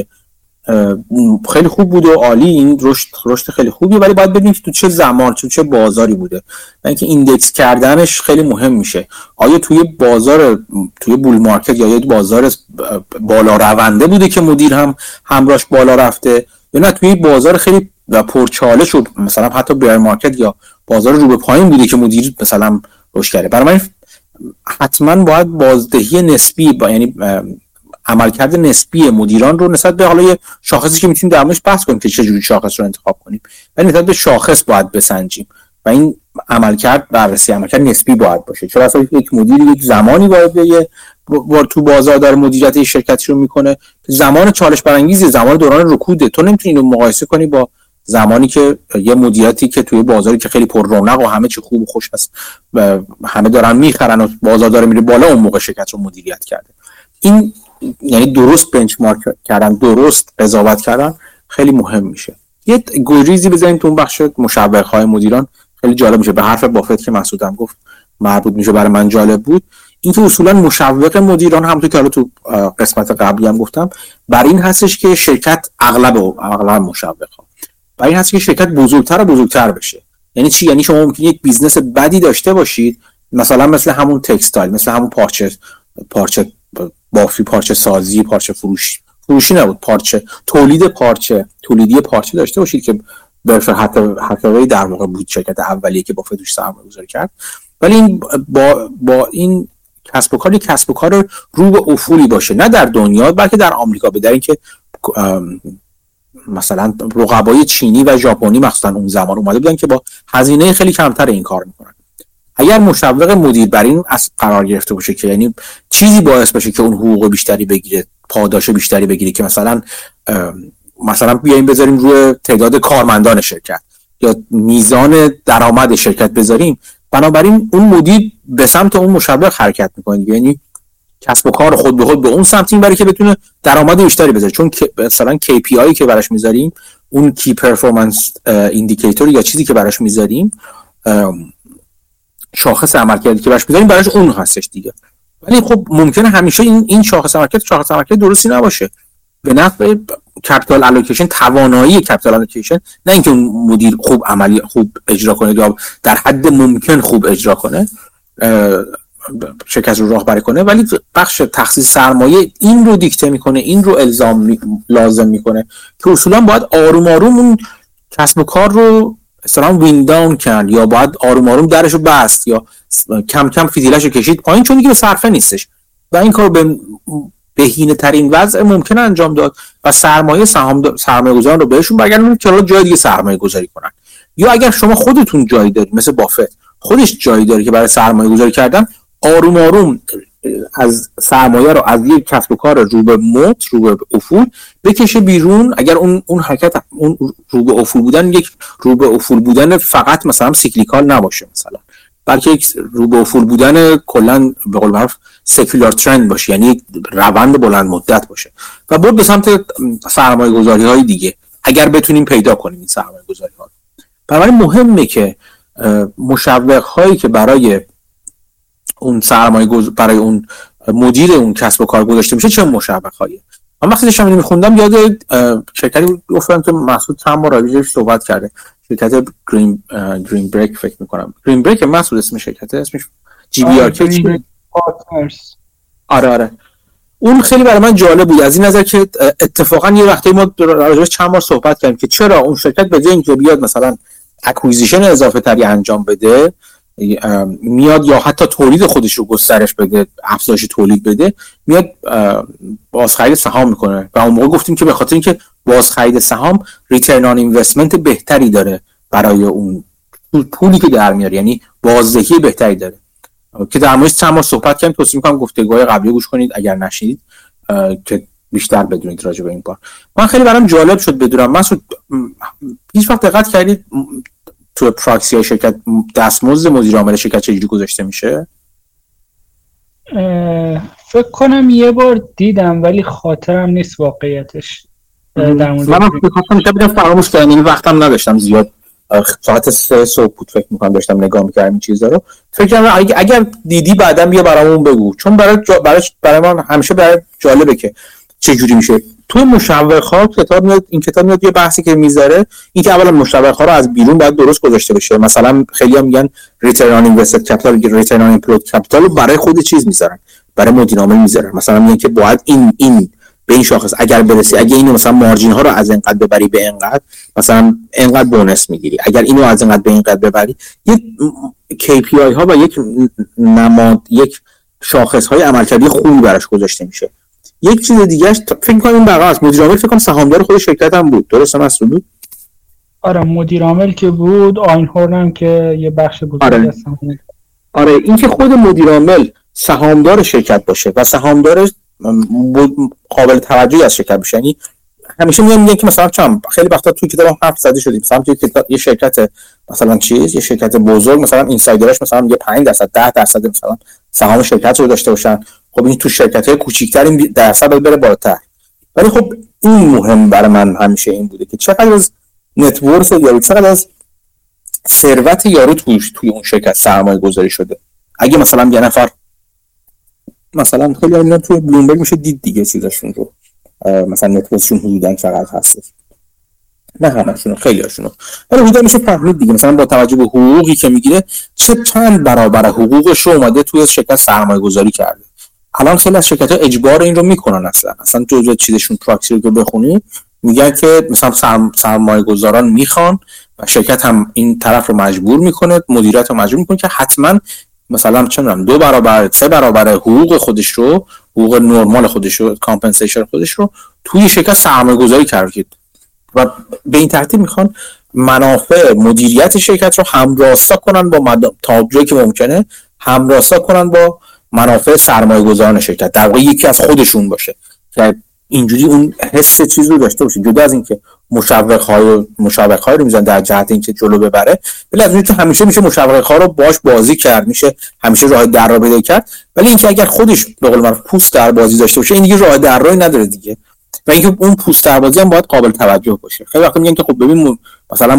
خیلی خوب بود و عالی، این رشد خیلی خوبیه، ولی باید ببینیم تو چه زمان تو چه بازاری بوده و اینکه ایندکس کردنش خیلی مهم میشه. آیا توی بازار، توی بول مارکت یا یه بازار بالا رونده بوده که مدیر هم همراهش بالا رفته، یا نه توی بازار خیلی پرچاله شد، مثلا حتی بیر مارکت یا بازار رو به پایین بوده که مدیر مثلا رشد کرده. برای من حتما باید بازدهی نسبی یعنی عملکرد نسبی مدیران رو نسبت به حالا یه شاخصی که میتونیم در موردش بحث کنیم که چه جوری شاخص رو انتخاب کنیم، ولی نسبت به شاخص باید بسنجیم و این عملکرد بررسی عملکرد نسبی باید باشه. چون اصلا یک مدیر یک زمانی باید تو بازار داره مدیریت شرکتی رو میکنه، زمان چالش برانگیزه، زمان دوران رکوده. تو نمیتونی اینو مقایسه کنی با زمانی که یه مدیریتی که توی بازاری که خیلی پر رونق و همه چی خوب و خوش هست و همه دارن میخرن و بازار داره میره بالا، اون موقع شرکت رو مدیریت کرده. این یعنی درست بنچمارک کردن، درست قضاوت کردن خیلی مهم میشه. یه گریزی بزنیم تو اون بخش مشوق‌های مدیران، خیلی جالب میشه. به حرف بافت که مسعودم گفت مربوط میشه، برای من جالب بود اینکه اصولا مشوق مدیران همونطور که حالا تو قسمت قبلی هم گفتم بر این هستش که شرکت اغلب مشوق‌ها برای این هست که شرکت بزرگتر و بزرگتر بشه. یعنی چی؟ یعنی شما ممکنه یک بیزنس بدی داشته باشید، مثلا مثل همون تکستایل، مثل همون پارچه بافی، پارچه سازی، پارچه فروشی نبود، تولیدی پارچه داشته باشید که برفر حتی در واقع بود شرکت اولیه که بافت توش سرمایه‌گذاری کرد. ولی این با این کسب و کار رو به افولی باشه، نه در دنیا بلکه در آمریکا. به در اینکه مثلا رقبای چینی و ژاپنی مثلا اون زمان اومده بودن که با هزینه خیلی کمتر این کار میکنن. اگر مشوق مدیر بر این اصل قرار گرفته باشه که یعنی چیزی باعث باشه که اون حقوق بیشتری بگیره، پاداش بیشتری بگیره، که مثلا بیایم بذاریم روی تعداد کارمندان شرکت یا میزان درآمد شرکت بذاریم، بنابراین اون مدیر به سمت اون مشوق حرکت میکنه. یعنی کسب و کار خود به خود به اون سمت میبره که بتونه درآمد بیشتری بذاره. چون مثلا KPI که براش میذاریم، اون کی پرفورمنس ایندیکیتور یا چیزی که براش میذاریم، شاخص عملکردی که براش میذاریم براش اون هستش دیگه. ولی خب ممکنه همیشه این شاخص عملکرد درستی نباشه. به نفع کپیتال الوکیشن، توانایی کپیتال الوکیشن، نه اینکه اون مدیر خوب اجرا کنه یا در حد ممکن خوب اجرا کنه، شرکت رو راهبری کنه، ولی بخش تخصیص سرمایه این رو دیکته میکنه، این رو لازم میکنه که اصولا باید آروم آروم اون کسب و کار رو اصطلاحاً وین داون کرد، یا باید آروم آروم درش رو بست یا کم کم فتیلش رو کشید پایین، چون دیگه به صرفه نیستش و این کار به بهینه ترین وضع ممکن انجام داد و سرمایه‌گذاران رو بهشون بگردونید که حالا جای دیگه سرمایه گذاری کنن. یا اگر شما خودتون جایی دارید، مثل بافت خودش جایی داره که برای سرمایه گذاری کردن، آروم آروم از سرمایه رو از یک کسب و کار رو به افول بکشه بیرون. اگر اون حرکت، اون رو به افول بودن، یک رو به افول بودن فقط مثلا سیکلیکال نباشه مثلا، بلکه یک رو به افول بودن کلا به قول معروف سکولار ترند باشه، یعنی یک روند بلند مدت باشه و برد به سمت سرمایه گذاری های دیگه اگر بتونیم پیدا کنیم این سرمایه گذاری ها. برای مهمه که مشوق هایی که برای اون برای اون مدیر اون کسب و کار گذاشته میشه چه مشوق هایی. من وقتی داشتم اینو میخوندم یاد شرکتی افتادم که مسعود چند بار راجعش صحبت کرده، شرکت گرین بریک فکر میکنم، گرین بریک مسعود اسم شرکت، اسمش GBRK پارتنرز. آره اون خیلی برای من جالب بود از این نظر که اتفاقا یه وقتی ما راجعش چند بار صحبت کردیم که چرا اون شرکت به جای اینکه بیاد مثلا اکویزیشن اضافه تری انجام بده، میاد یا حتی تولید خودش رو گسترش بده، افزایش تولید بده، میاد بازخرید سهام میکنه. و اون موقع گفتیم که به خاطر اینکه بازخرید سهام ریترن آن اینوستمنت بهتری داره برای اون پولی که در میاره، یعنی بازدهی بهتری داره که در موردش چند بار صحبت کردیم. توصیه میکنم گفتگوهای قبلی گوش کنید اگر نشنیدید که بیشتر بدونید راجع به این بار. من خیلی برام جالب شد بدونم مسعود، هیچ وقت دقت کردید تو پراکسی های شرکت دستمزد مدیر عامل شرکت چجوری گذاشته میشه؟ فکر کنم یه بار دیدم ولی خاطرم نیست واقعیتش. در مورد من فکر کنم فراموش کردم، این وقتم نداشتم زیاد، ساعت 3 صبح بود فکر میکنم داشتم نگاه میکردم این چیزا رو. فکر کنم اگر دیدی بعدا بیا برامون بگو، چون برای من همیشه برای جالبه که چجوری میشه توی مشوق‌ها. این کتاب میاد یه بحثی که میذاره این که اولا مشوق‌ها رو از بیرون باید درست گذاشته بشه. مثلا خیلی‌ها میگن ریترن آن اینوستد کپیتال، ریترن آن ایمپلوید کپیتال رو برای خود چیز میذارن، برای مدیر عامل میذارن. مثلا میگن که باید این به این شاخص اگر برسی، اگه اینو مثلا مارجین ها رو از اینقدر ببری به اینقدر، مثلا اینقدر بونس میگیری، اگر اینو از اینقدر به اینقدر ببری، یک KPI ها و یک نماد، یک شاخص های عملکردی خوبی براش گذاشته میشه. یک چیز دیگه‌اش فکر می‌کنم این بقیه است. مدیر عامل فکر کنم سهامدار خود شرکت هم بود، درسته مسعود؟ آره مدیر عامل که بود، آینهورن هم که یه بخش بزرگی از سهام. آره این که خود مدیر عامل سهامدار شرکت باشه و سهامدار قابل توجهی از شرکت باشه، یعنی همیشه میگن که مثلا خیلی وقتا توی کتاب حرف زده شدیم، مثلا توی یه شرکت مثلا یه شرکت بزرگ مثلا اینسایدرش مثلا یه 5% 10% مثلا سهام شرکت رو داشته باشن. خب این تو شرکت‌های کوچیک‌تر این درصد بره بالاتر. ولی خب این مهم برای من همیشه این بوده که چقدر از نت ورث یارو، چقدر از ثروت یارو توی اون شرکت سرمایه گذاری شده. اگه مثلا یه نفر مثلا خیلی اینا توی بلومبرگ میشه دید دیگه چیزاشون رو، مثلا نت ورثشون حدوداً چقدر هست، نه همشون، خیلی هاشونو، ولی حدودا میشه فهمید دیگه مثلا با توجه به حقوقی که میگیره چند برابر حقوقش رو اومده توی شرکت سرمایه گذاری کرده. الان خیلی از شرکت‌ها اجبار این رو میکنن، اصلا جزء چیزشون پراکسی رو بخونی میگن که مثلا سرمایه گذاران میخوان و شرکت هم این طرف رو مجبور میکنه، مدیریت رو مجبور میکنه که حتما مثلا چه می‌دونم 2 برابر 3 برابر حقوق خودش رو، حقوق نرمال خودش رو، کامپنسیشن خودش رو توی شرکت سرمایه گذاری کرده و به این ترتیب میخوان منافع مدیریت شرکت رو همراستا کنن با تا جایی که ممکنه همراستا کنن با منافع سرمایه گذاران شرکت، در واقع یکی از خودشون باشه که اینجوری اون حس چیز رو داشته باشه، جدا از اینکه مشوق‌های رو میزنن در جهت اینکه جلو ببره، ولی از اونجا همیشه میشه مشوق‌ها رو باش بازی کرد، میشه همیشه راه در رو پیدا کرد. ولی اینکه اگر خودش به قول معروف پوست در بازی داشته باشه، این دیگه راه در روی نداره دیگه. و اینکه اون پوست در بازی هم باید قابل توجه باشه. خیلی وقتا میگن که خب ببین مثلا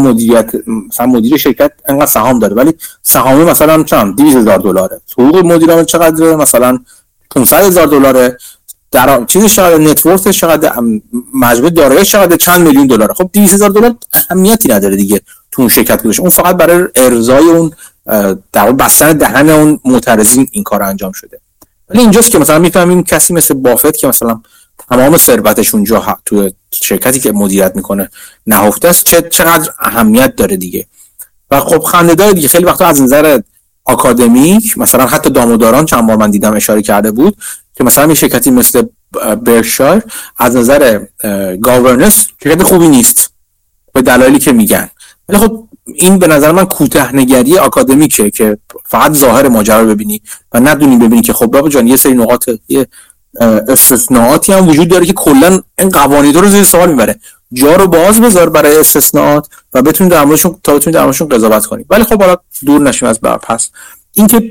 مدیر شرکت انقدر سهام داره ولی سهام مثلا چند $200,000، حقوق مدیر عامل چقدره؟ مثلا $500,000، در چیزش چقدر، نت ورثش چقدر، مجموع داراییش چقدر، چند میلیون دلار. خب $200,000 اهمیتی نداره دیگه تو اون شرکت باشه، اون فقط برای ارضای اون در واقع بستن دهن اون معترضین این کار انجام شده. ولی اینجاست که مثلا میفهمیم کسی مثل بافت که مثلا تمام ثروتش اونجا تو شرکتی که مدیریت میکنه نهفته است، چقدر اهمیت داره دیگه. و خب خنده‌دار دیگه خیلی وقتا از نظر آکادمیک، مثلا حتی داموداران چند بار من دیدم اشاره کرده بود که مثلا یه شرکتی مثل برکشایر از نظر گاورننس شرکت خوبی نیست به دلایلی که میگن، ولی خب این به نظر من کوتاه‌نگری آکادمیکه که فقط ظاهر ماجرا رو ببینی و ندونی ببینی که خب بابا جان یه سری نقاط، یه استثناءاتی هم وجود داره که کلا این قوانین رو زیر سوال میبره. جا رو باز بذار برای استثناءات و بتونید در موردشون قضاوت کنید. ولی خب حالا دور نشیم از پس اینکه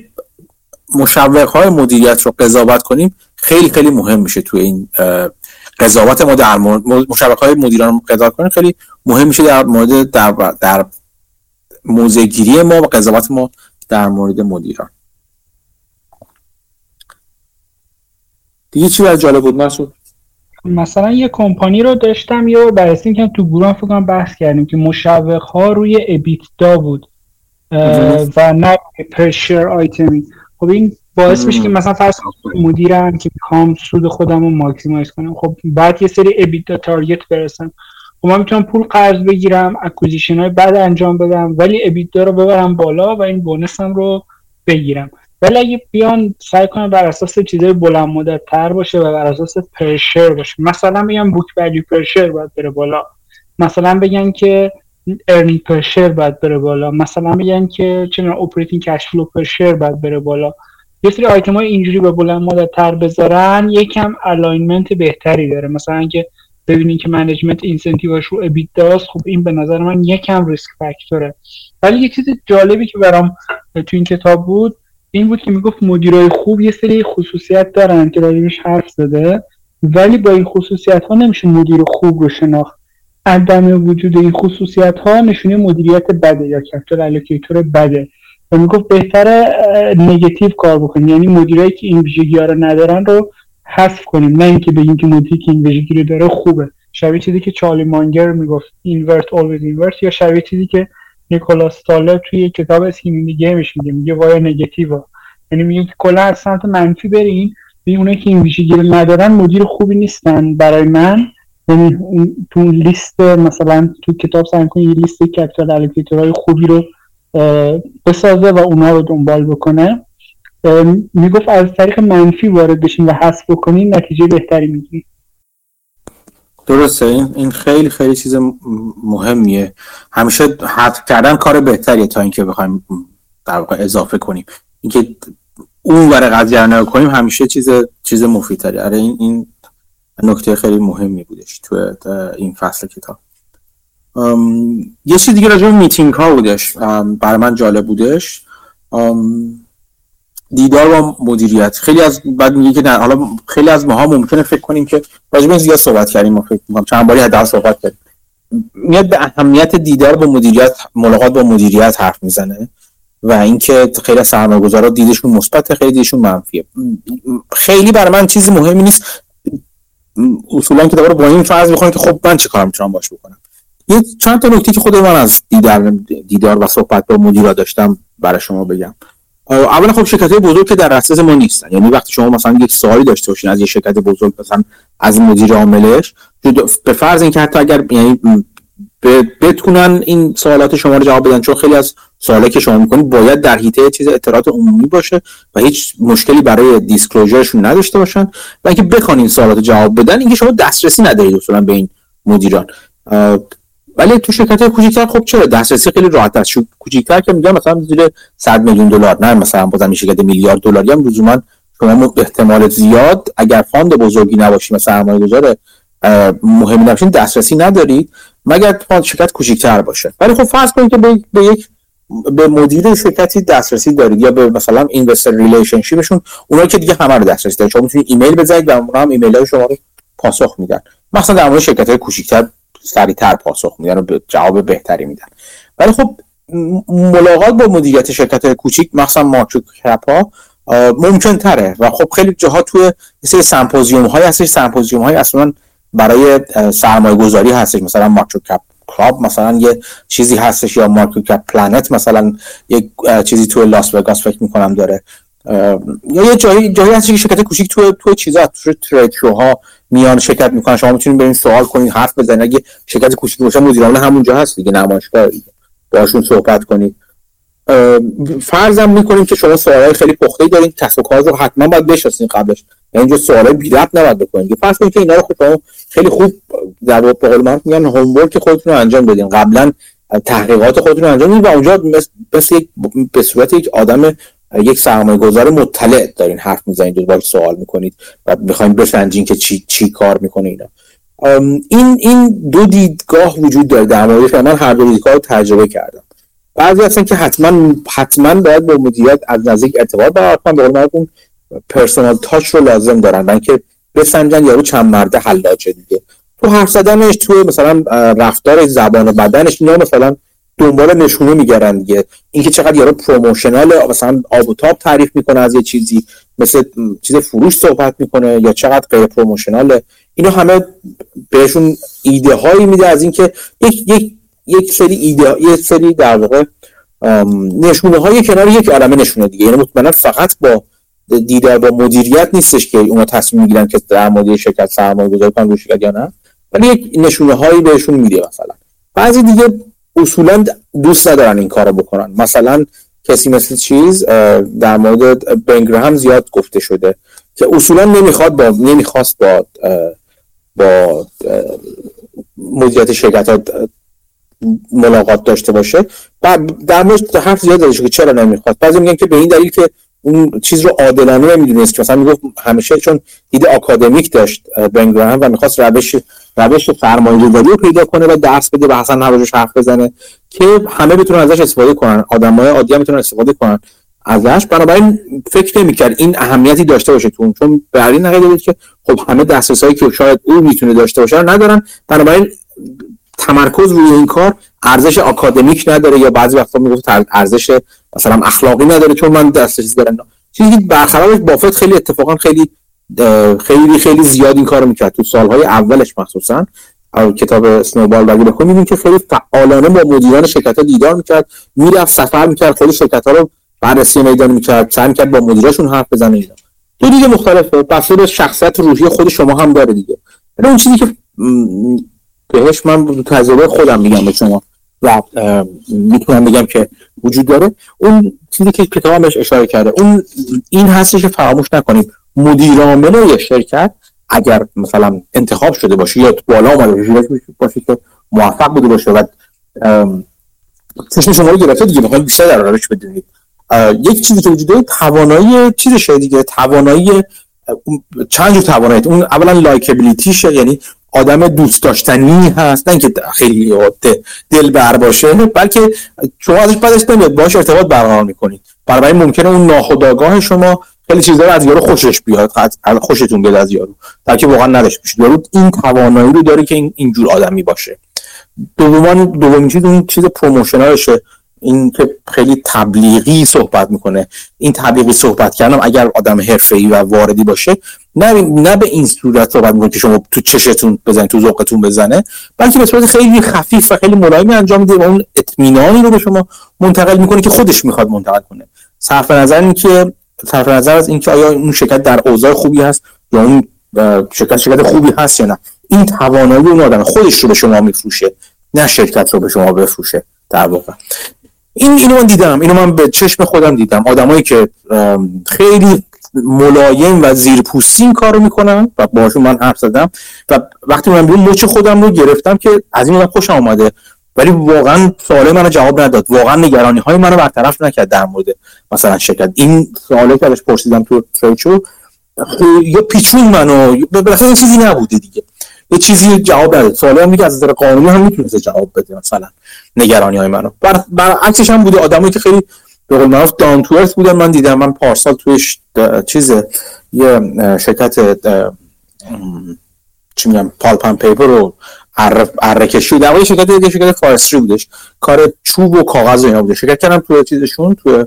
مشوق‌های مدیریت رو قضاوت کنیم خیلی خیلی مهم میشه توی این قضاوت ما در مورد مشوق‌های مدیران رو قضاوت کنیم، خیلی مهم میشه در مورد در موضع‌گیری ما و قضاوت ما در مورد مدیران. دیگه چی از جالب بود مسعود؟ مثلا یه کمپانی رو داشتم یه بررسی کردم تو گروه، فکر کنم بحث کردیم که مشوق‌ها روی EBITDA بود و نه پرشر آیتمی. خب این باعث میشه که مثلا فرض مدیرم که میخوام سود خودم رو ماکسیمایز کنم، خب بعد یه سری EBITDA تارگت برسم، خب من میتونم پول قرض بگیرم، اکوزیشن های بعد انجام بدم، ولی EBITDA رو ببرم بالا و این بونسم رو بگیرم. ولی اگه بیان سعی کنم بر اساس چیزای بلند مدت تر باشه و بر اساس پرشر باشه، مثلا بگم بوک ولیو پرشر باید بره بالا، مثلا بگن که ارنینگ پرشر باید بره بالا، مثلا بگن که چه اپراتینگ کش فلو پرشر باید بره بالا، یه سری آیتم های اینجوری به بلند مدت تر بذارن یکم الاینمنت بهتری داره. مثلا که ببینین که منیجمنت اینسنتیوش رو ابیتداست، خب این به نظر من یکم ریسک فاکتوره. ولی یه چیز جالبی که برام تو این کتاب بود این بود که میگفت مدیرای خوب یه سری خصوصیت دارن که راجبش حرف زده، ولی با این خصوصیت ها نمیشه مدیر خوب رو شناخت. عدم وجود این خصوصیت ها نشونه مدیریت بده یا کپیتال الوکیتور بده و میگفت بهتره نگاتیو کار بکنیم، یعنی مدیرایی که این ویژگی‌ها رو ندارن رو حذف کنیم، نه اینکه بگیم که مدیری که این ویژگی رو داره خوبه. شبیه چیزی که چارلی مانگر میگفت اینورت اولویز اینورت، یا شبیه چیزی که نیکولاس تالر توی کتاب اسکیمینگ گیمش میگه وای نگاتیو، یعنی میگه که کلا از سمت منفی برین اونایی که این ویژگی رو ندارن مدیر خوبی نیستن برای من. یعنی تو لیست مثلا تو کتاب سعی کنید یه لیست کپیتال الوکیتورهای خوبی رو بسازه و اونا رو دنبال بکنه. میگفت از طریق منفی وارد بشین و حذف بکنین نتیجه بهتری میگیرید. درسته، این خیلی خیلی چیز مهمیه. همیشه حذف کردن کار بهتریه تا اینکه بخوایم در واقع اضافه کنیم. اینکه اون ور قضیه رو نکنیم همیشه چیز مفیدتره. آره این نکته خیلی مهمی بودش تو این فصل کتاب. یه چیز دیگه راجع به میتینگ ها بودش برای من جالب بودش. دیدار با مدیریت. خیلی از بعد میگه که حالا خیلی از ماها ممکنه فکر کنیم که راجع به این زیاد صحبت کردیم، ما فکر می‌کنم چند باری حداقل صحبت کردیم. میاد به اهمیت دیدار با مدیریت، ملاقات با مدیریت حرف میزنه و اینکه خیلی از سرمایه‌گذارا دیدشون مثبته، خیلی دیدشون منفیه. خیلی برای من چیزی مهمی نیست. اصولا کتابا رو با این فرض می‌خونم که خب من چه کار میتونم باش بکنم. یه چند تا نکته که خود من از دیدار و صحبت با مدیرا داشتم برای شما بگم. اولا خب شرکت‌های بزرگ که در دسترس ما نیستن. یعنی وقتی شما مثلا یک سوالی داشته باشین از یه شرکت بزرگ، مثلا از مدیر عاملش، به فرض اینکه حتی اگر یعنی بتونن این سوالات شما رو جواب بدن، چون خیلی از سوالاتی که شما می‌کنید باید در حیطه چیز اطلاعات عمومی باشه و هیچ مشکلی برای دیسکلوزرشون نداشته باشن و اینکه بخوان این سوالات رو جواب بدن، اینکه شما دسترسی ندارید اصولا به این مدیران. ولی تو شرکت‌های کوچیک‌تر خب چرا دسترسی خیلی راحت است. کوچیک‌تر که میگم مثلا زیر 100 میلیون دلار، نه مثلا بازم شرکت میلیارد دلاری هم لزوما شما احتمال زیاد اگر فاند بزرگی نباشید مثلا سرمایه‌گذار مهمی نباشید دسترسی ندارید مگر فاند شرکت کوچیک‌تر باشه. ولی خب فرض کنید که به مدیر شرکتی دسترسی دارید یا به مثلا اینوستر ریلیشنشیپشون، اونایی که دیگه همه رو دسترسی دارید. شما میتونید ایمیل بزنید و اونها هم ایمیل‌های شما رو پاسخ میدن. مثلا در مورد شرکت‌های کوچیک‌تر سریع‌تر پاسخ میدن و جواب بهتری میدن. ولی خب ملاقات با مدیریت شرکت‌های کوچیک مثلا مارکت کپ ها ممکن تره و خب خیلی جاها توی مثل سمپوزیوم‌های هستش. سمپوزیوم‌های اصلا برای سرمایه‌گذاری هستش، مثلا مارکت کپ کلاب مثلا یه چیزی هستش، یا مارکت کپ پلنت مثلا یک چیزی توی لاس وگاس فکر می‌کنم داره، یا یه جایی هست که شرکت کوچیک توی چیزا توی ترید شوها میان شرکت میکنن. شما میتونید برین سوال کنید، حرف بزنید. اگه شرکت کوچیک باشه مدیر عامل همونجا هست دیگه، نمایشگاه باشون صحبت کنید. فرضم میکنیم که شما سوالای خیلی پخته‌ای دارین، کسب و کار رو حتما باید بشناسین قبلش، یعنی اینجا سوالای بی ربط نباید بکنید. فرض کنید که اینا رو خودتون خیلی خوب در واقع قول معروف میگن هوم ورک خودتون رو انجام بدین، قبلا تحقیقات خودتون رو انجام بدین و اونجا مثل به صورت یک آدم، یک سرمایه‌گذار مطلع دارین حرف میزنید، دوباره سوال میکنید و میخواین بسنجین که چی کار میکنه اینا. این دو دیدگاه وجود داره در مورد که من هر دو دیدگاه رو تجربه کردم. بعضی هستن که حتما باید با مدیریت از نزدیک ارتباط برقرار کنن، به قول معروف اون پرسونال تاچ رو لازم دارن و اینکه بسنجن یارو چند مرده حلاجه دیگه. تو حرف زدنش، تو مثلا رفتار زبان بدنش، اینا مثلا دنبال نشونه میگردن دیگه. اینکه چقدر یارو پروموشنال مثلا آب و تاب تعریف میکنه از یه چیزی، مثل چیز فروش صحبت میکنه، یا چقدر غیر پروموشناله، اینا همه بهشون ایده هایی میده از اینکه یک سری ایده، یک سری در واقع نشونه های کنار یک عالمه نشونه دیگه. یعنی مطمئنا فقط با دیدار با مدیریت نیستش که اونا تصمیم میگیرن که در مورد شرکت سرمایه‌گذاری کنن روی شرکت یا نه، ولی یک نشونه هایی بهشون میده. مثلا بعضی دیگه اصولا دوست ندارن این کارو بکنن. مثلا کسی مثل چیز در مورد بنگرهم زیاد گفته شده که اصولا نمیخواست با مدیریت شرکت ملاقات داشته باشه. بعد در مورد حرف زیاد زده شده که چرا نمیخواست. بعضی میگن که به این دلیل که اون چیز رو عادلانه نمیدونست، که مثلا میگفت همیشه چون دید آکادمیک داشت بنگرهم و میخواست روش سرمایه‌گذاری رو پیدا کنه و درس بده و اصلا نباش حرف بزنه که همه بتونن ازش استفاده کنن، آدمای عادی هم بتونن استفاده کنن ازش. بنابراین فکر نمی‌کرد این اهمیتی داشته باشه چون به این نقیده بود که خب همه دسترسایی که شاید او میتونه داشته باشه رو ندارن، بنابراین تمرکز روی این کار ارزش آکادمیک نداره، یا بعضی وقتا میگفت ارزش مثلا اخلاقی نداره چون من دسترسی دارم. چیزی برخلاف بافت خیلی اتفاقا خیلی زیاد این کارو میکرد تو سالهای اولش، مخصوصا کتاب اسنوبال ولی بخونید میبینید که خیلی فعالانه با مدیران شرکت‌ها دیدار میکرد، میرفت سفر میکرد، خود شرکت‌ها رو بررسی میدان میکرد، سعی میکرد با مدیراشون حرف بزنه. اینا دو دیگه مختلفه، بسته به شخصیت روحی خود شما هم داره دیگه. ولی اون چیزی که بهش من تجربه خودم میگم به شما و میتونم بگم که وجود داره، اون چیزی که کتابم بهش اشاره کرده اون این هستش که فراموش نکنید مدیر عامل یک شرکت اگر مثلا انتخاب شده باشه یا بالا اومده باشه که موفق بوده باشه و چشم شما رو گرفته دیگه، میخواید بیشتر در روش بدونید. یک چیزی که وجود داره توانایی چیزشه دیگه، توانایی چند جور توانایی. اون اولا لایکابیلیتیشه، یعنی آدم دوست داشتنی هست، نه اینکه خیلی دلبر باشه، بلکه شما ازش بدش نمیاد، باهاش ارتباط برقرار میکنید. برای ممکنه اون ناخودآگاه شما خیلی چیزا رو از یارو خوشش بیاد، خوشتون بیاد از یارو، در که واقعا نداشته باشید. یارو این توانایی رو داره که اینجور آدمی باشه. دومین چیز اون چیز پروموشنالشه، این که خیلی تبلیغی صحبت میکنه. این تبلیغی صحبت کردن اگر آدم حرفه‌ای و واردی باشه نه به این صورت صحبت میکنه که شما تو چشتون بزنید، تو ذوقتون بزنه، بلکه به صورت خیلی خفیف و خیلی ملایمی انجام میده و اون اطمینانی رو به شما منتقل میکنه که خودش میخواد منتقل کنه. صرف نظر از اینکه آیا اون شرکت در اوضاع خوبی هست یا اون شرکت خوبی هست یا نه، این توانایی اون آدم خودش رو به شما میفروشه، نه شرکت رو به شما بفروشه در واقع. اینو من دیدم، اینو من به چشم خودم دیدم، آدمایی که خیلی ملایم و زیرپوستی این کارو میکنن و باهاشون من حرف زدم و وقتی من بیرون مچ خودم رو گرفتم که از این خوشم اومده، ولی واقعا سوالای منو جواب نداد، واقعا نگرانی‌های منو برطرف نکرد در مورد مثلا شرکت. این سوالی که ازش پرسیدم تو تریچو یا پیچون منو، بالاخره چیزی نبوده دیگه، یه چیزی جواب نداد. سوالی هم دیگه از نظر قانونی هم میتونه جواب بده، مثلا نگرانی‌های منو. برعکسش هم بوده، آدمایی که خیلی به قول معروف داون تو ارث بودن. من دیدم، من پارسال توش یه شرکت چی میگم پالپ اند پیپر رو اره کشی، در واقع شرکت فارستری بودش، کار چوب و کاغذ و اینا بوده. شرکت کردم توی چیزشون، توی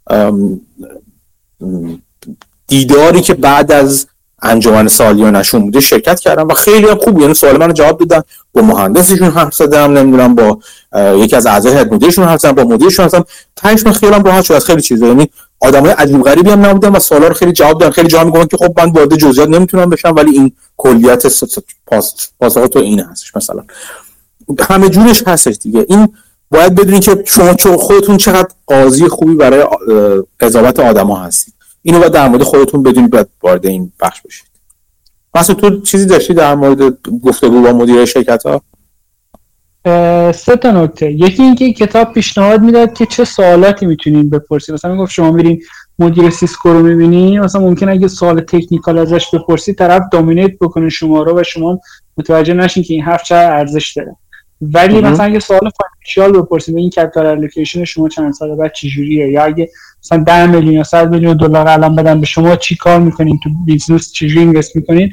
دیداری که بعد از انجمن سالیانشون بوده شرکت کردم و خیلی هم خوب، یعنی سوال منو جواب دادن. با مهندسشون حرف زدم، نمیدونم با یکی از اعضای هیئت مدیرشون حرف زدم، با مدیرشون حرف زدم. من خیالم راحت شد از خیلی چیزا، یعنی آدمای عجیب غریبی هم نبودن و سوالا رو خیلی جواب دادن. خیلی جا میگن که خب من وارد جزئیات نمیتونم بشم، ولی این کلیت پاسخ تو این هستش. مثلا همه جورش هستش دیگه. این باید بدونید که شما خودتون چقدر قاضی خوبی برای قضاوت آدما هستید. اینو باید در مورد خودتون بدونید، بعد وارد این بخش بشید. مثلا تو چیزی داشتی در مورد گفتگو با مدیر شرکت‌ها؟ 3 تا نکته. یکی اینکه کتاب پیشنهاد میداد که چه سوالاتی میتونین بپرسید. مثلا میگفت شما میرین مدیر سیسکو رو میبینی، مثلا ممکنه اگه سوال تکنیکال ازش بپرسید طرف دامینیت بکنه شما رو و شما متوجه نشین که این حرف چه ارزش داره. ولی مثلا اگه سوال فاینانشیال بپرسید، این کپیتال الوکیشن شما چند سال بعد چه جوریه، یا اگه مثلا 10 میلیون یا 100 میلیون دلار الان بدن به شما، چی کار میکنین تو بیزنس، چجوری اینوست میکنین،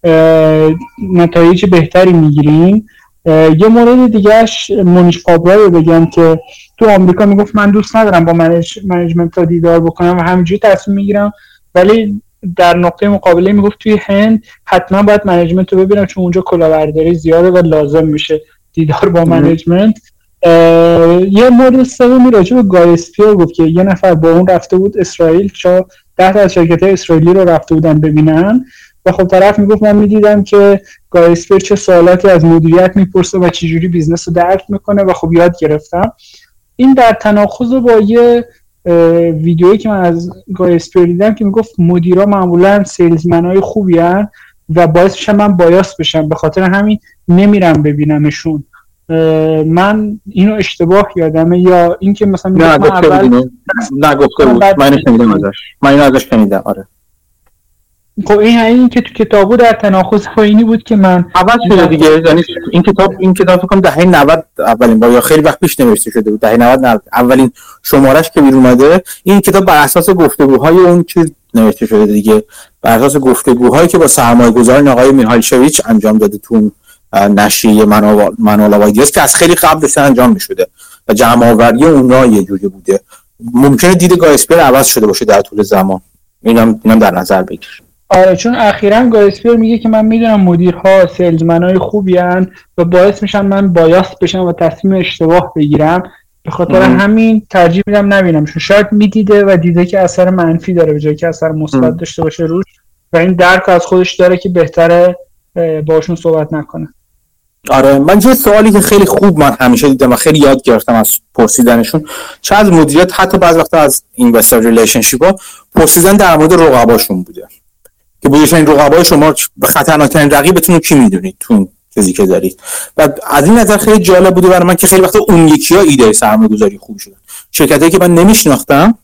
نتایج بهتری میگیرین. یه مورد دیگهش مونیش پابرا رو بگم که تو آمریکا میگفت من دوست ندارم با منیجمنت تا دیدار بکنم و همینجوری تصمیم میگیرم، ولی در نقطه مقابله میگفت توی هند حتما باید منیجمنت رو ببینم چون اونجا کلاهبرداری زیاده و لازم میشه دیدار با منیجمنت. یه مورد سومی راجع به گای اسپیر گفت که یه نفر با اون رفته بود اسرائیل، 10 تا از شرکت‌های اسرائیلی رو رفته بودن ببینن و خب طرف میگفت من میدیدم که گای اسپیر چه سوالاتی از مدیریت میپرسه و چه جوری بیزنس رو درک میکنه و خب یاد گرفتم. این در تناقض با یه ویدیویی که من از گای اسپیر دیدم که میگفت مدیرا معمولا سیلزمنای خوبی هستن و باعث میشه من بایاس بشم، به خاطر همین نمیرم ببینمشون. من اینو اشتباه یادمه یا اینکه مثلا نگفته بود، من اینو ازش شنیدم. آره خب این که تو کتابو در تناقض با اینی بود که من عوض شده دیگه. یعنی این کتاب فکر کنم دهه 90 اولین بار یا خیلی وقت پیش نوشته شده بود، دهه 90 اولین شمارهش که بیرون اومده. این کتاب بر اساس گفتگوهای اون چیز نوشته شده دیگه، بر اساس گفتگوهایی که با سرمایه‌گذاران آقای میهایلشویچ انجام داده تو نشریه منال آف ایدیاز که از خیلی قبل داشته انجام می‌شده و جمع‌آوری اونها یه جوری بوده. ممکنه دید گای اسپیر عوض شده باشه در طول زمان، اینم در نظر بگیر. آره چون اخیراً گای اسپیر میگه که من میدونم مدیرها سیلزمنای خوبی ان و باعث میشن من بایاس بشم و تصمیم اشتباه بگیرم به خاطر همین ترجیح میدم نبینمشون. شاید میدیده و دیده که اثر منفی داره به جایی که اثر مثبت داشته باشه روش و این درک از خودش داره که بهتره باشون صحبت نکنه. آره من یه سوالی که خیلی خوب من همیشه دیدم و خیلی یاد گرفتم از پرسیدنشون، چه از مدیریت حتی بعضی وقتا از اینوستر ریلیشنشیپ ها پرسیدن در مورد رقباشون بوده که بودشن رقبای شما به خطرناکترین رقیبتون رو کی میدونید تو چیزی که دارید. و از این نظر خیلی جالب بوده برای من که خیلی وقتا اون یکی‌ها ایده سرمایه‌گذاری خوب شدن، شرکتایی که من نمیشناختم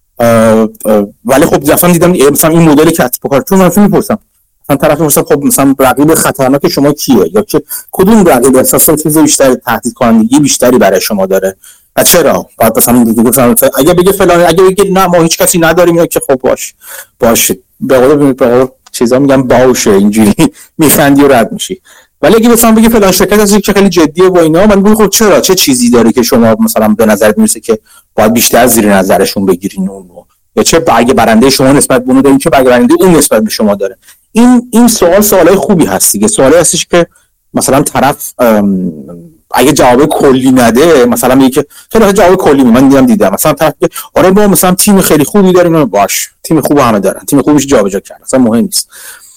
ولی خب دفعه دیدم مثلا این مدل کسب و کارتون من میپرسم مثلا طرف میپرسه خب مثلا رقیب خطرناک شما کیه یا که کدوم رقیب احساس چیز بیشتر تهدید کنندگی بیشتری برای شما داره و چرا؟ بعد مثلا این دیگه گفتم اگه بگه فلان، اگه بگه نه ما هیچ کسی نداریم یا که خب باشه به قول چیزا میگم باشه اینجوری میخندی و رد میشی. ولی اگه مثلا بگه فلان شرکت هست که خیلی جدیه و اینا، من میگم خب چرا، چه چیزی داره که شما مثلا به نظرت میرسه که باید بیشتر زیر نظرشون بگیرین اونو، یا چه برگ برنده شما نسبت به اون داره، چه برگ برنده اون نسبت به شما داره. این سوالای خوبی هست دیگه، سوالی هستش که مثلا طرف اگه جواب کلی نده، مثلا میگه که خیلی جواب کلی من دیدم مثلا طرف که آره ما مثلا تیم خیلی خوبی داریم، باش تیم خوب همه دارن، تیم خوبش جابجا کرد اصلا مهم نیست،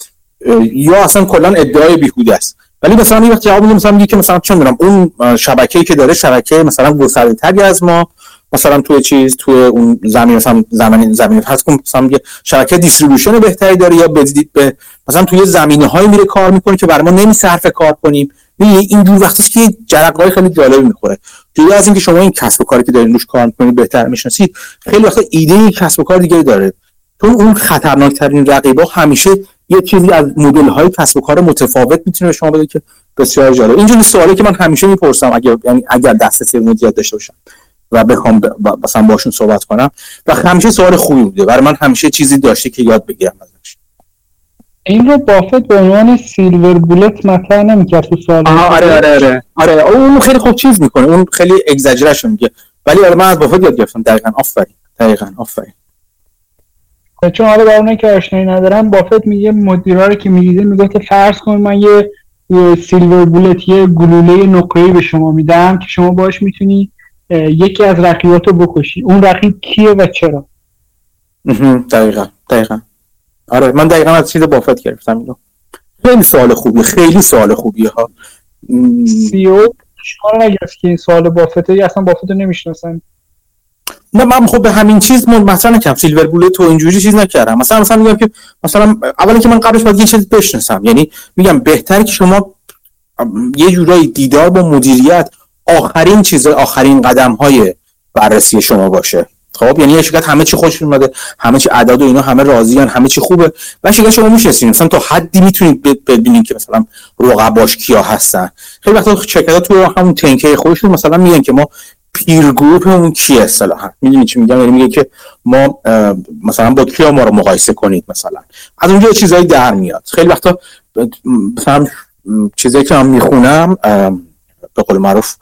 یا اصلا کلا ادعای بیهوده است. ولی مثلا یه وقت جواب میده مثلا میگه که مثلا چه میدونم اون شبکه‌ای که داره شبکه مثلا گسترده‌تری از ما، مثلا توی اون زمین مثلا زمین پس کن مثلا میگه شبکه دیستریبیوشن بهتری داره، یا به مثلا توی زمینه‌های میره کار میکنه که برای ما نمیصرفه کار کنیم. اینجور وقتیه که جرقه‌های خیلی جالب میخوره. جدا از اینکه شما این کسب و کاری که دارین روش کار میکنید بهتر میشناسید، خیلی وقتا ایده کسب و کار دیگه داره، چون اون خطرناکترین رقیبا همیشه یه چیزی از مدل‌های کسب و کار متفاوت میتونه به شما بده که بسیار جالب. اینجوری سوالی که من همیشه میپرسم اگر دسترسی به مدیریت داشته باشم و بخوام مثلا باشون صحبت کنم، و همیشه سوال خوبی بوده برای من، همیشه چیزی داشته که یاد بگیرم ازش. این رو بافت به عنوان سیلور بولت مطرح نمی‌کرد تو سوال. آره اون خیلی خوب چیز میکنه، اون خیلی اگزاجرشن میگه، ولی آره من از بافت یاد گرفتم. دقیقاً آفرین. چون حالا برای اونایی که آشنایی ندارن، بافت میگه مدیرا رو که می‌دیده میگه فرض کن من یه سیلور بولت، یه گلوله نقره‌ای به شما میدم که شما باهاش میتونی یکی از رقیباتو بکشی. اون رقیب کیه و چرا؟ دقیقاً آره من دقیقاً از چیز بافت گرفتم اینو. خیلی سوال خوبیه ها. CEO شما رو نگرفت که این سوال بافته، یا اصلا بافت رو نمیشناسن؟ نه من خب به همین چیز مثلا نکردم، سیلور بولت و اینجوری چیز نکردم. مثلا میگم که مثلا اولی که من قبلش باید یه چیز بشناسم، یعنی میگم بهتره که شما یه جورایی دیدار با مدیریت آخرین قدم‌های بررسی شما باشه. خب یعنی یه شرکت همه چی خوش اومده، همه چی اعداد و اینا همه راضیان، همه چی خوبه، و شرکت شما میشناسید مثلا تا حدی میتونید ببینید که مثلا رقباش کیا هستن. خیلی وقتا شرکت‌ها تو همون تنکه خودشون مثلا میگن که ما پیر گروپمون کیه اصطلاحاً، میدونید چی میگم؟ یعنی میگه که ما مثلا با کیا ما رو مقایسه کنید، مثلا از اونجا چیزایی در میاد. خیلی وقتا مثلا چیزایی که من میخونم به قول معروف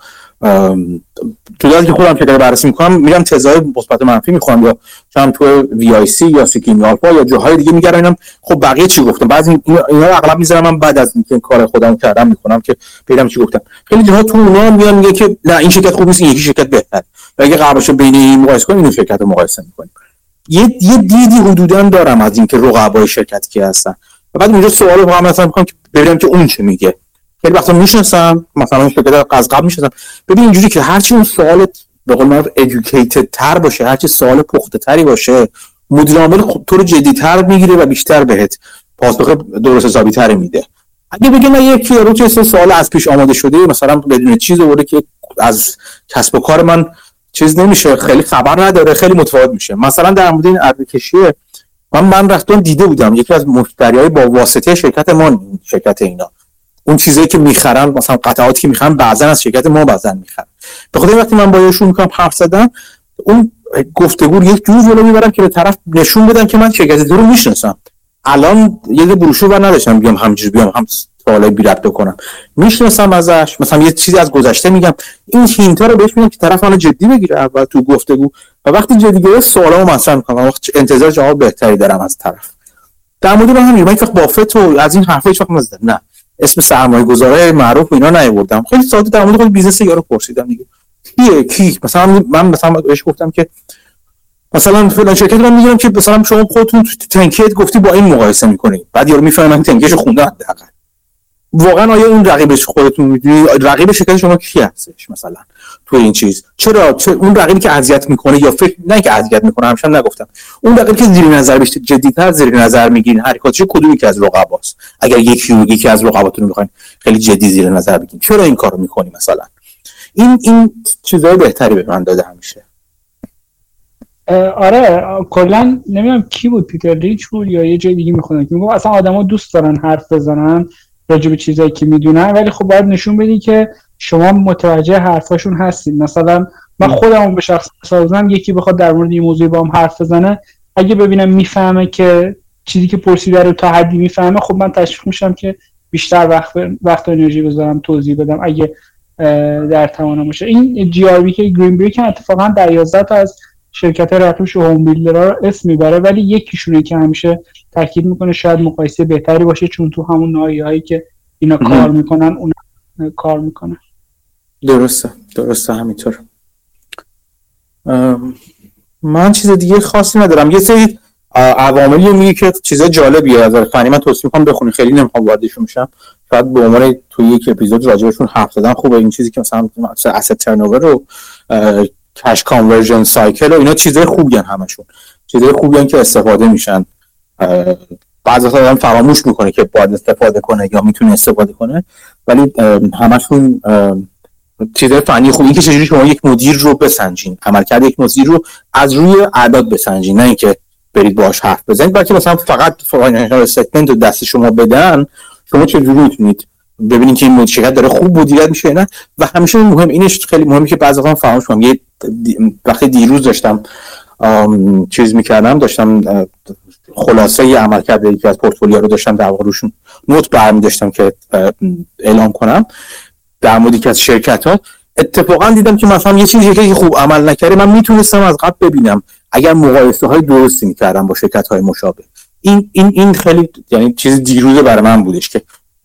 تو داده که خودم که بررسی میکنم میرم تزای مثبت منفی میخونم، یا چون تو VIC یا سیکینگ آلفا یا جاهای دیگه میگردم اینم خب بقیه چی گفتم. بعضی اینا رو اغلب میذارم من بعد از اینکه کار خودم کردم میکنم که ببینم چی گفتم. خیلی جاها تو اونا میگن میگه که نه این شرکت خوب نیست، این یکی شرکت بهتره، و اگه قرارشه بین این مقایسه کنیم این شرکت رو مقایسه میکنیم. یه دیدی حدوداً دارم از اینکه رقبای شرکت کی هستن، و بعد اونجا سوالو با هم مثلا میکنم که ببینم که اون چه میگه. خیلی وقتا میشناسم مثلا شرکت از قبل میشناسم، ببین اینجوری که هرچی اون سوالت به قول معروف educated تر باشه، هرچی سوال پخته تری باشه، مدیر عامل تو رو جدی تر میگیره و بیشتر بهت پاسخ درست حسابی تر میده. اگه بگه من یکی رو چه سوال از پیش آماده شده مثلا بدون چیز آورده که از کسب و کار من چیز نمیشه، خیلی خبر نداره، خیلی متفاوت میشه. مثلا در مورد این ارزکشی من رفتم دیده بودم یکی از مشتریای با واسطه شرکت ما، شرکت اینا اون چیزایی که میخرن مثلا قطعاتی که میخرن بعضن از شرکت ما بعضن میخرن. به خاطر وقتی من با ایشون میکنم حرف زدم، اون گفتگو یک جور جلو میبرم که به طرف نشون بدم که من شرکت رو میشناسم. الان یه بروشور بر نداشتم بیام همینجوری بیام هم سوالای بی ربط بکنم، میشناسم ازش، مثلا یه چیزی از گذشته میگم، این هینتا رو بهش میدم که طرف منو جدی بگیره اول تو گفتگو، و وقتی جدی گرفت سوالامو مطرح میکنم، وقتی انتظار جواب بهتری دارم از طرف. در مورد همین من فقط بافت و از این حرفا هیچ وقت نزدم، نه اسم سرمایه‌گذارای معروف اینا نیاوردم، خیلی ساده در مورد خود بیزنس یارو پرسیدم دیگه. کی مثلا من مثلا بهش گفتم که مثلا فلان شرکت رو میگم که مثلا شما خودتون تو تنکیت گفتی با این مقایسه میکنید، بعد یارو میفهمه من تنکیشو خوندم حداقل. واقعا آیا اون رقیبش خودتون میدونی رقیب شرکت شما کی هستش مثلا تو این چیز؟ چرا اون رقیبی که اذیت میکنه یا فکر نه که اذیت میکنه، همش نگفتم، اون رقیبی که زیر نظر بشه جدی‌تر زیر نظر میگیرین حرکاتش کدومی که از رقباست؟ اگر یکی از رقباتون رو میخواین خیلی جدی زیر نظر بگیرین، چرا این کارو میکنی مثلا؟ این چیزای بهتری به من داده همیشه. آره کلا نمیدونم کی بود، پیتر ریچ بود یا یه جای دیگه میخونن که میگه اصلا آدما دوست دارن حرف بزنن راجع به چیزایی که میدونن، ولی خب باید نشون بدی که شما متوجه حرفاشون هستین. مثلا من خودمو به شخص حساب یکی بخواد در مورد این موضوع با هم حرف بزنه، اگه ببینم میفهمه که چیزی که پرسیده رو تا حدی میفهمه، خب من تشویق میشم که بیشتر وقت و انرژی بذارم توضیح بدم اگه در توانم باشه. این جی آر بی که گرین بریک اتفاقا در 11 تا از شرکت رقیبش و هوم بیلدرها رو اسم میبره، ولی یکیشونه که همیشه تاکید میکنه شاید مقایسه بهتری باشه، چون تو همون ناحیه‌هایی که اینا کار میکنن اون کار میکنن. درسته همینطور. من چیز دیگه خاصی ندارم. یه سری عواملی میگه که چیزای جالبیه از فنی من توصیه میکنم بخونی، خیلی نمیخوام واردشون بشم، شاید به عنوان توی یک اپیزود راجبشون حرف زدن خوبه. این چیزی که مثلا asset turnover و کش کانورژن سایکل و اینا چیزای خوبیان، همشون چیزای خوبیان که استفاده میشن. بعضی وقتا آدم فراموش میکنه که باید استفاده کنه یا میتونه استفاده کنه، ولی همشون چیزای فنی خوبی. این که چجوری شما یک مدیر رو بسنجین، عملکرد یک مدیر رو از روی اعداد بسنجین، نه اینکه برید باهاش حرف بزنید، بلکه مثلا فقط فاینانشال استیتمنت رو دست شما بدن، شما چجوری میتونید ببینید که این شرکت داره خوب مدیریت میشه نه. و همیشه مهم اینش خیلی مهمه که بعضی وقتا فراموش کنم. یه وقتی دیروز داشتم چیز میکردم، داشتم خلاصه ی عملکرد یکی از پورتفولیو رو داشتم در واقع روشون نوت برمی داشتم که اعلام کنم در مورد یکی از شرکت‌ها، اتفاقا دیدم که مثلا یه چیزی که خوب عمل نکرده من میتونستم از قبل ببینم اگر مقایسه‌های درستی میکردم با شرکت‌های مشابه. این خیلی یعنی چیز دیروزه برای من بودش که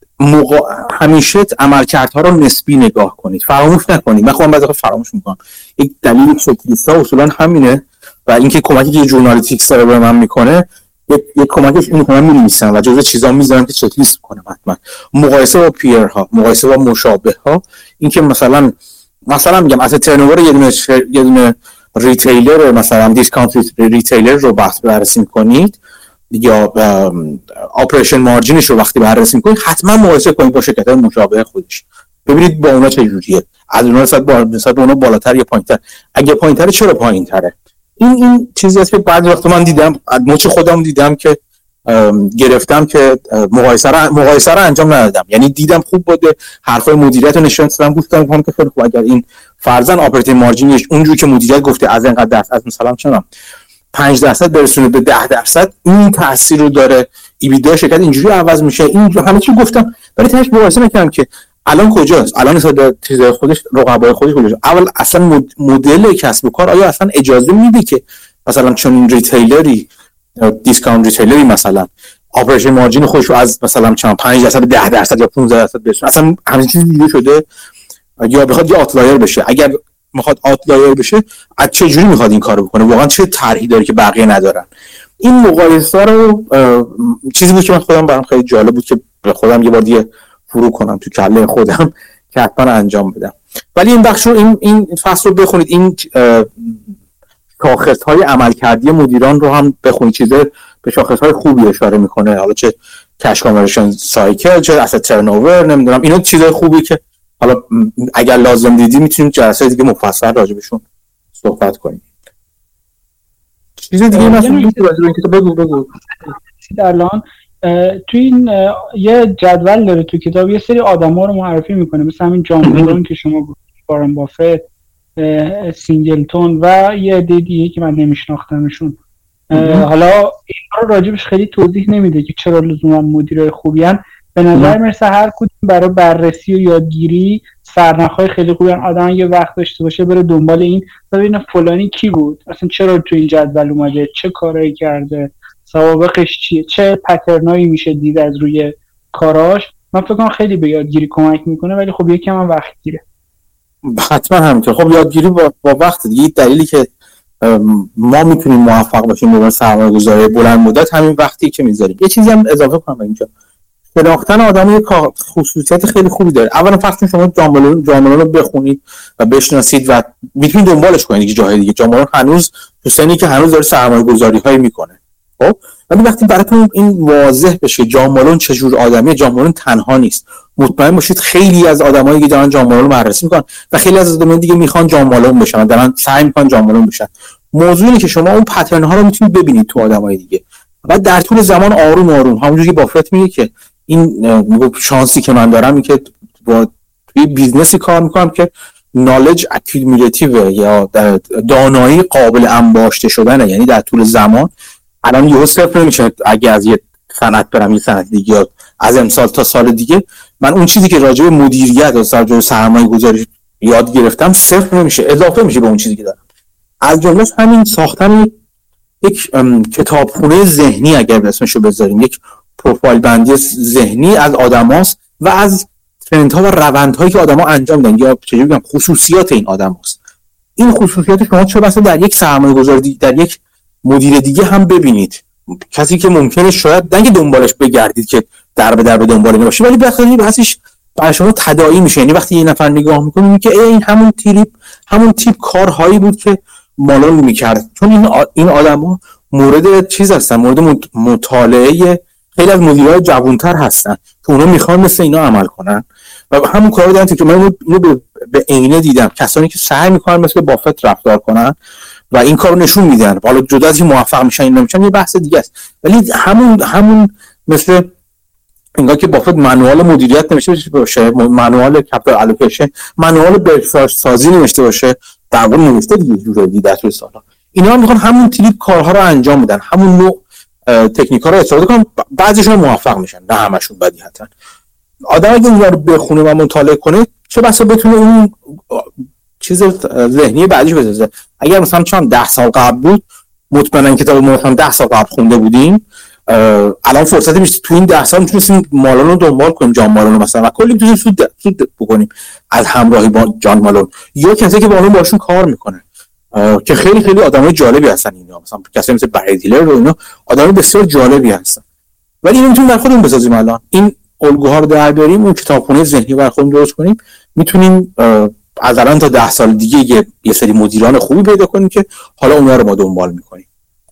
همیشه عملکردها رو نسبی نگاه کنید، فراموش نکنید. من خودم بعضی وقتا فراموش میکنم. یک دلیل چکلیست‌ها اصولا همینه و اینکه کمکی که ژورنالیتیکس داره به من میکنه، یک کمکش اینه که من می‌نویسم و جزء چیزا میذارم که چکلیست کنم. حتما مقایسه با پیرها، مقایسه با مشابه‌ها، اینکه مثلا میگم از ترنوور یه دونه ریتیلر مثلا دیسکانت ریتیلر رو بررسی می‌کنید یا اپریشن مارجینش رو وقتی بررسی می‌کنید، حتما مقایسه کنید با شرکت‌های مشابه خودش، ببینید با اونا چه جوریه، از اونها نسبت به اونا بالاتر یا پایین‌تر، اگه پایین‌تره چرا پایین‌تره. این چیزی است که بعضی وقتا من دیدم، مچ خودم دیدم که گرفتم که مقایسه رو انجام ندادم. یعنی دیدم خوب بوده، حرفای مدیریت رو نشون دادم، گفتم که خیلی خوب اگر این فرضاً آپراتینگ مارجینش اونجوری که مدیریت گفته از اینقدر درصد، از مثلا چنم 5% برسونه به 10%، این تاثیر رو داره، ایبیدا شرکت اینجوری عوض میشه، این همه چی گفتم، ولی تاش مقایسه نکردم که الان کجاست، الان چیزای خودش، رقبای خودش کجاست، اول اصلا مدل کسب و کار آیا اصلا اجازه میده که مثلا چون ریتیلری دیسکانت ریتیلری مثلا اپریشن مارجین خودش رو از مثلا 5% به 10% یا 15% برسونه، اصلا همین چیزی دیده شده یا بخواد یه آتلایر بشه؟ اگر میخواد آتلایر بشه از چه جوری میخواد این کارو بکنه، واقعا چه طرحی داره که بقیه ندارن؟ این مقایسه رو چیزی بود که من خودم برام خیلی جالب بود که به خودم یه بار دیگه فرو کنم تو کله خودم که حتما انجام بدم. ولی این بخش رو این فصل رو بخونید، این شاخص‌های عملکردی مدیران رو هم بخونید، چیزه به شاخص‌های خوبی اشاره میکنه، حالا چه کش کانورژن سایکل، چه asset turnover، نمیدونم، اینا چیزای خوبی که حالا اگر لازم دیدی میتونیم جلسه دیگه مفصل راجبشون صحبت کنیم. چیز دیگه مثلا اینکه تو بگو الان تو این یه جدول داره تو کتاب، یه سری آدما رو معرفی میکنه، مثل همین جان مالون که شما گفتید، وارن بافت، سینگلتون و یه عده دیگه که من نمیشناختمشون. حالا اینا رو راجبش خیلی توضیح نمیده که چرا لزوما مدیرای خوبی ان. به نظر میرسه هر کدوم برای بررسی و یادگیری سرنخ‌های خیلی خوبی ان. آدم یه وقت داشته باشه بره دنبال این، ببینه فلانی کی بود، اصلا چرا تو این جدول اومده، چه کارایی کرده، سوابقش چیه، چه پترنایی میشه دید از روی کاراش. من فکر کنم خیلی به یادگیری کمک میکنه، ولی خب یکم هم وقت گیره. حتما همینطور. خب یادگیری با وقت دیگه. دلیلی که ما میتونیم موفق باشیم به سرمایه‌گذاری بلند مدت همین وقتی که میذاریم. یه چیزی هم اضافه کنم اینجا، شناختن آدم یک خصوصیت خیلی خوبی داره. اولا فرض شما جان مالون رو بخونید و بشناسید و میتونید دنبالش کنید جای دیگه. جان مالون هنوز تو سنی که هنوز داره سرمایه‌گذاری‌هایی میکنه. خب ولی وقتی براتون این واضح بشه جان مالون چه جور آدمیه، جان مالون تنها نیست. مطمئن باشید خیلی از آدمایی که دارن جان مالون رو بررسی میکنن و خیلی از آدمای دیگه میخوان جان مالون بشن، دارن سعی میکنن جان مالون بشن. موضوع اینه که شما اون پترن ها رو میتونید ببینید تو آدمای دیگه و در طول زمان آروم همونجوری که بافت میگه که این شانسی که من دارم این که با توی بیزنسی کار میکنم که نالج اکیومولاتیو یا دانایی قابل انباشته شدنه. یعنی در طول زمان الان یهو صفر نمیشه. اگه از یه صنعت برم یه صنعت دیگه، از امسال تا سال دیگه من اون چیزی که راجع به مدیریت و راجع به سرمایه‌گذاری یاد گرفتم صفر نمیشه، اضافه میشه به اون چیزی که دارم. از جمله همین ساختن یک کتابخونه ذهنی اگر اسمشو بذاریم، یک پروفایل بندی ذهنی از آدماست و از ترندها و روندهایی که آدما انجام میدن یا چه بگم خصوصیات این آدماست. این خصوصیات شما چه بسا در یک سرمایه‌گذاری در یک مدیر دیگه هم ببینید. کسی که ممکنه شاید نگه دنبالش بگردید که در به در به دنبال اینه باشه، ولی بخاطر بحثش برای شما تداعی میشه. یعنی وقتی یه نفر نگاه میکنه که این همون تیپ کارهایی بود که مالون میکرد. چون این آدما مورد چیز هستن، مورد مطالعه خیلی از مدیرای جوانتر هستن که اونا میخوان مثل اینا عمل کنن و همون کارو دارن که من اینو به عینه دیدم. کسانی که سعی میکنن مثل بافت رفتار کنن و این کارو نشون میدن، حالا جدا از این موفق میشن این نمیشن یه بحث دیگه است، ولی همون مثل انگار که بافت منوال مدیریت نوشته باشه، منوال کپیتال الوکیشن، منوال برفاش سازی نوشته باشه، در واقع نوشته دیگه جوری در طول سالها اینا هم میخوان همون تیپ کارها رو انجام بدن، همون نوع تکنیک‌ها رو استفاده کنن. بعضیشون موفق میشن، نه همشون بدیهیاً. آدمی که اینا رو بخونه و مطالعه کنه چه بسا بتونه اون چیز ذهنی بعدیش بسازه. اگر مثلا چند 10 سال قبل بود، مطمئنا کتاب ما مثلا 10 سال قبل خونده بودیم، الان فرصتی میشه تو این 10 سال میتونیم مالون رو دنبال کنیم، جان مالون رو مثلا، و کلی میتونیم سود بکنیم از همراهی با جان مالون یا کسی که با اون باشون کار میکنه که خیلی خیلی آدمای جالبی هستن. اینا مثلا کسایی مثل بری دیلر و اینا آدمای بسیار جالبی هستن، ولی اینو میتونیم در خودمون بسازیم. الان این الگوها رو در بیاریم، اون کتابخونه ذهنی برای خودمون درست کنیم، میتونیم از الان تا 10 سال دیگه یه سری مدیران خوبی پیدا کنیم که حالا اونها رو ما دنبال میکنیم.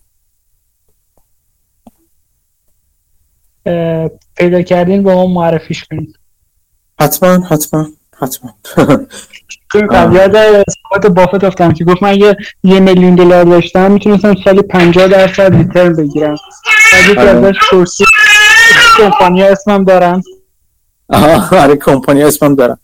پیدا کردین با ما معرفیش کنید. حتما چون یاد صحبت بافت افتادم که گفت من $1 میلیون داشتم میتونستم سالی 50% ریترن بگیرم. اگه که ازش پرسید کمپانیا اسمم دارن. آره کمپانیا اسمم دارن.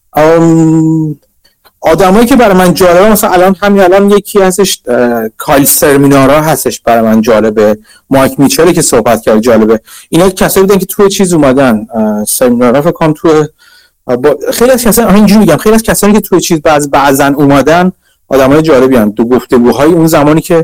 آدمایی که برای من جالبه مثلا الان یکی هستش کایل سرمینارا هستش برای من جالبه، مایک میچلی که صحبت کرد جالبه. اینا کسایی بودن که توی چیز اومدن سرمینارا فکر کنم توی خیلی از کسایی اینجوری میگم خیلی از کسایی که توی چیز بعضن اومدن آدمای جالبی ان. تو گفتگوهای اون زمانی که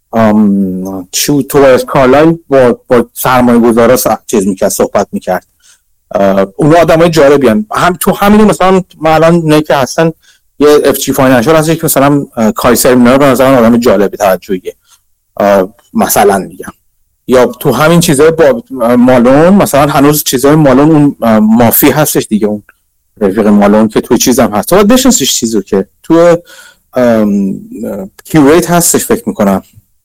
توبایس کارلایل با سرمایه‌گذارا چیز میکرد صحبت میکرد، اون آدمای جالبی ان. هم تو همین مثلا ما الان نه که هستن یه اف جی فاینانشال هست که مثلا کایسر مینار به نظر من آدم جالبی توجهیه مثلا میگم، یا تو همین چیزای با مالون مثلا هنوز چیزای مالون اون مافی هستش دیگه، اون رفیق مالون که تو چیزم هست تو بشناسیش چیزو که تو کیوریت هستش فکر میکنم.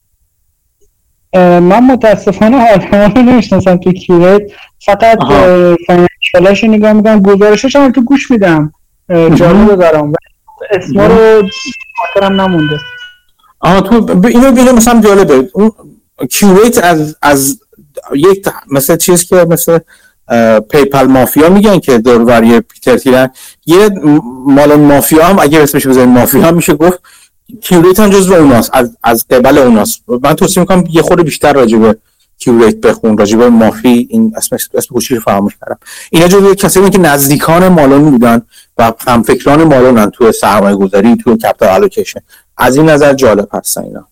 من متاسفانه آدم رو نمیشناسم تو کیوریت، فقط فاینانشالش نگاه میکنم، گزارشش هم تو گوش میدم، جالبه دارم اسما رو خاطرم نمونده. تو اینو ببینید مثلا جالبه اون کیوریت از یک مثلا چیز که مثلا پیپل مافیا میگن که دوروری پیتر تیلن، یه مالون مافیا هم اگه اسمش بذاریم مافیا هم میشه گفت، کیوریت هم جزو اوناست، از قبل اوناست. من توصیه میکنم یه خورده بیشتر راجع به کیوریت بخون، راجع به مافی این اسم گوشی رو فراموش کردم. اینا جزو کسایی که نزدیکان مالون بودن و همفکران مالونن تو سرمایه گذاری، تو کپیتال الوکیشن. از این نظر جالب هستن اینا.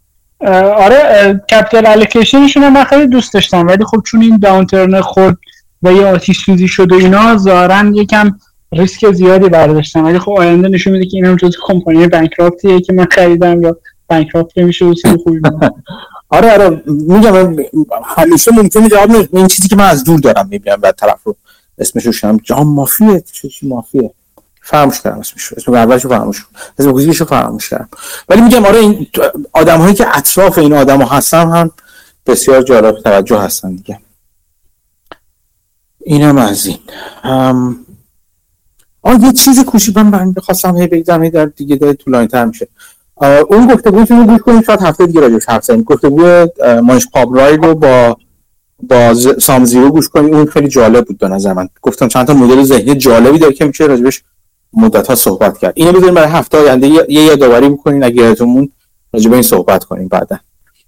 آره کپیتال الوکیشنشون من خیلی دوست داشتم، ولی خب چون این داونترن خود و یه آتش سوزی شد و اینا ظاهراً یکم ریسک زیادی برداشتن، ولی خب آینده نشون میده که اینم جزو کمپانی بانکراپتیه که من خریدم یا بانکراپت میشه واسه خوبی. آره میگم همیشه ممکنه جواب نده. این چیزی که من از دور دارم میبینم بعد طرف رو اسمش رو شدم جام مافیه چی مافیه فراموش کردم اسم اولشو فراموش کردم، اسم گوشیشو فراموش کردم. ولی میگم آره این آدم‌هایی که اطراف این آدم‌ها هستن هم بسیار جالب توجه هستن دیگه. اینم از این. یه چیز کوچیک من خواستم بگم در دیگه در طولانی‌تر میشه. اون گفتگویی که گوش کنید شاید هفته دیگه راجعش حرف بزنیم. گفتگوی مانیش پابرای رو با سام زیرو گوش کنید، اون خیلی جالب بود به نظر من. گفتم چند تا مدل ذهنی جالبی داره که میشه راجعش مدت‌ها صحبت کرد. اینو بذاریم برای هفته آینده یه یادآوری بکنین اگه یادتون راجع به این صحبت کنیم بعدا.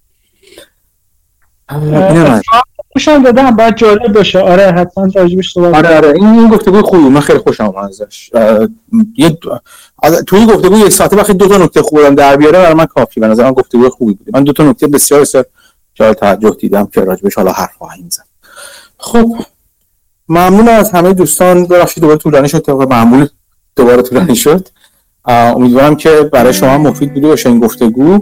خوشم دادم باید جالب باشه. آره حتما راجعش صحبت. آره این گفتگو خوبه، من خیلی خوشم اومد ازش. توی گفتگو یک ساعته وقتی دو تا نکته خوبم در بیاره برای من کافی. به نظر من گفتگو خوبی بود. من دو تا نکته بسیار جای توجه دیدم که راجعش حالا حرف خواهیم زد. خب ممنون از همه دوستان. ببخشید دوباره طولانی شد، طبق معمول دوباره طولانی شد. امیدوارم که برای شما مفید بوده باشه این گفتگو.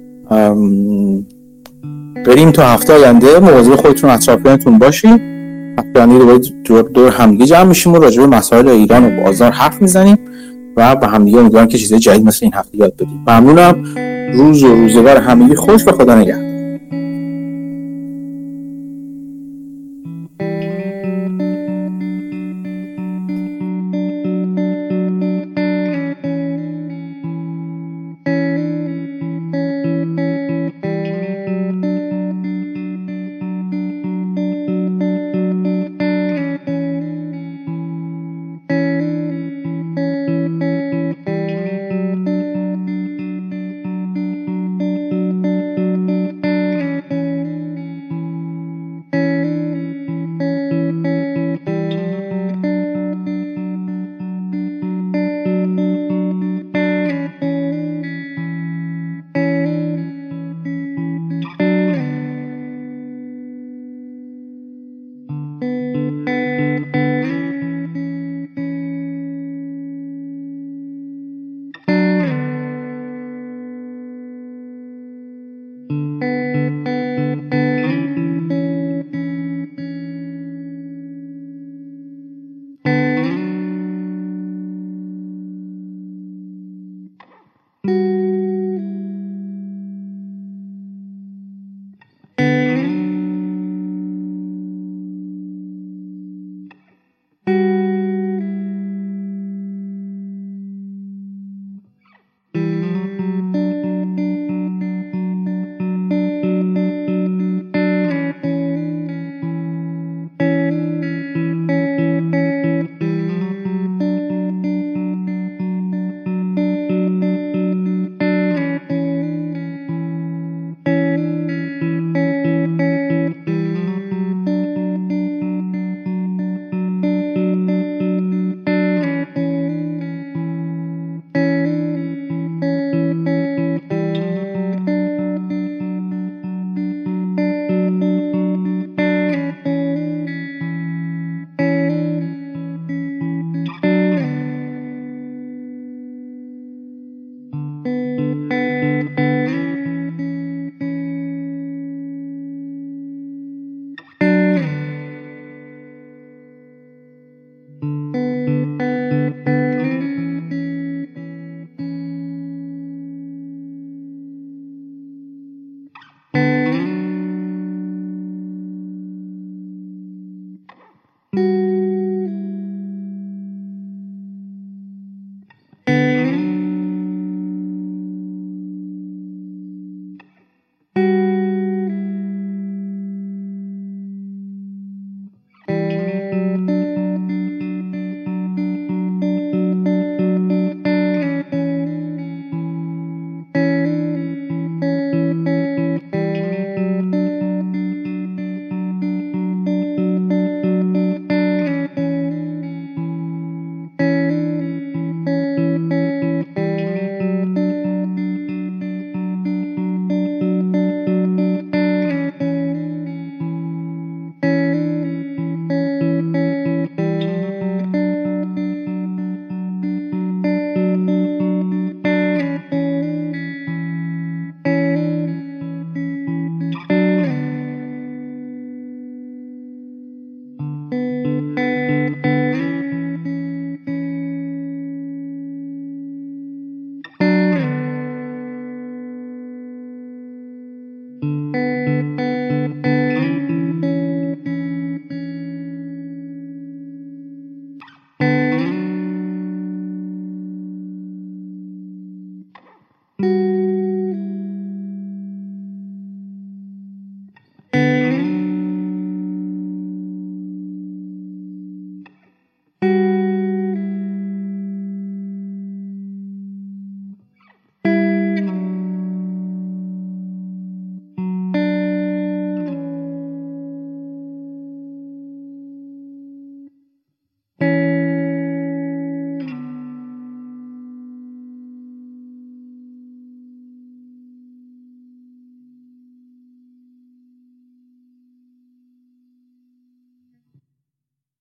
بریم تا هفته آینده. مواظب خودتون اطرافیانتون باشید. هفته آینده دور همدیگه جمع میشیم و راجع به مسائل ایران و بازار حرف میزنیم و به همدیگه امیدوارم که چیزای جدید مثل این هفته یاد بدیم. ممنونم. روز و روزگار همگی خوش و خدا نگهدار.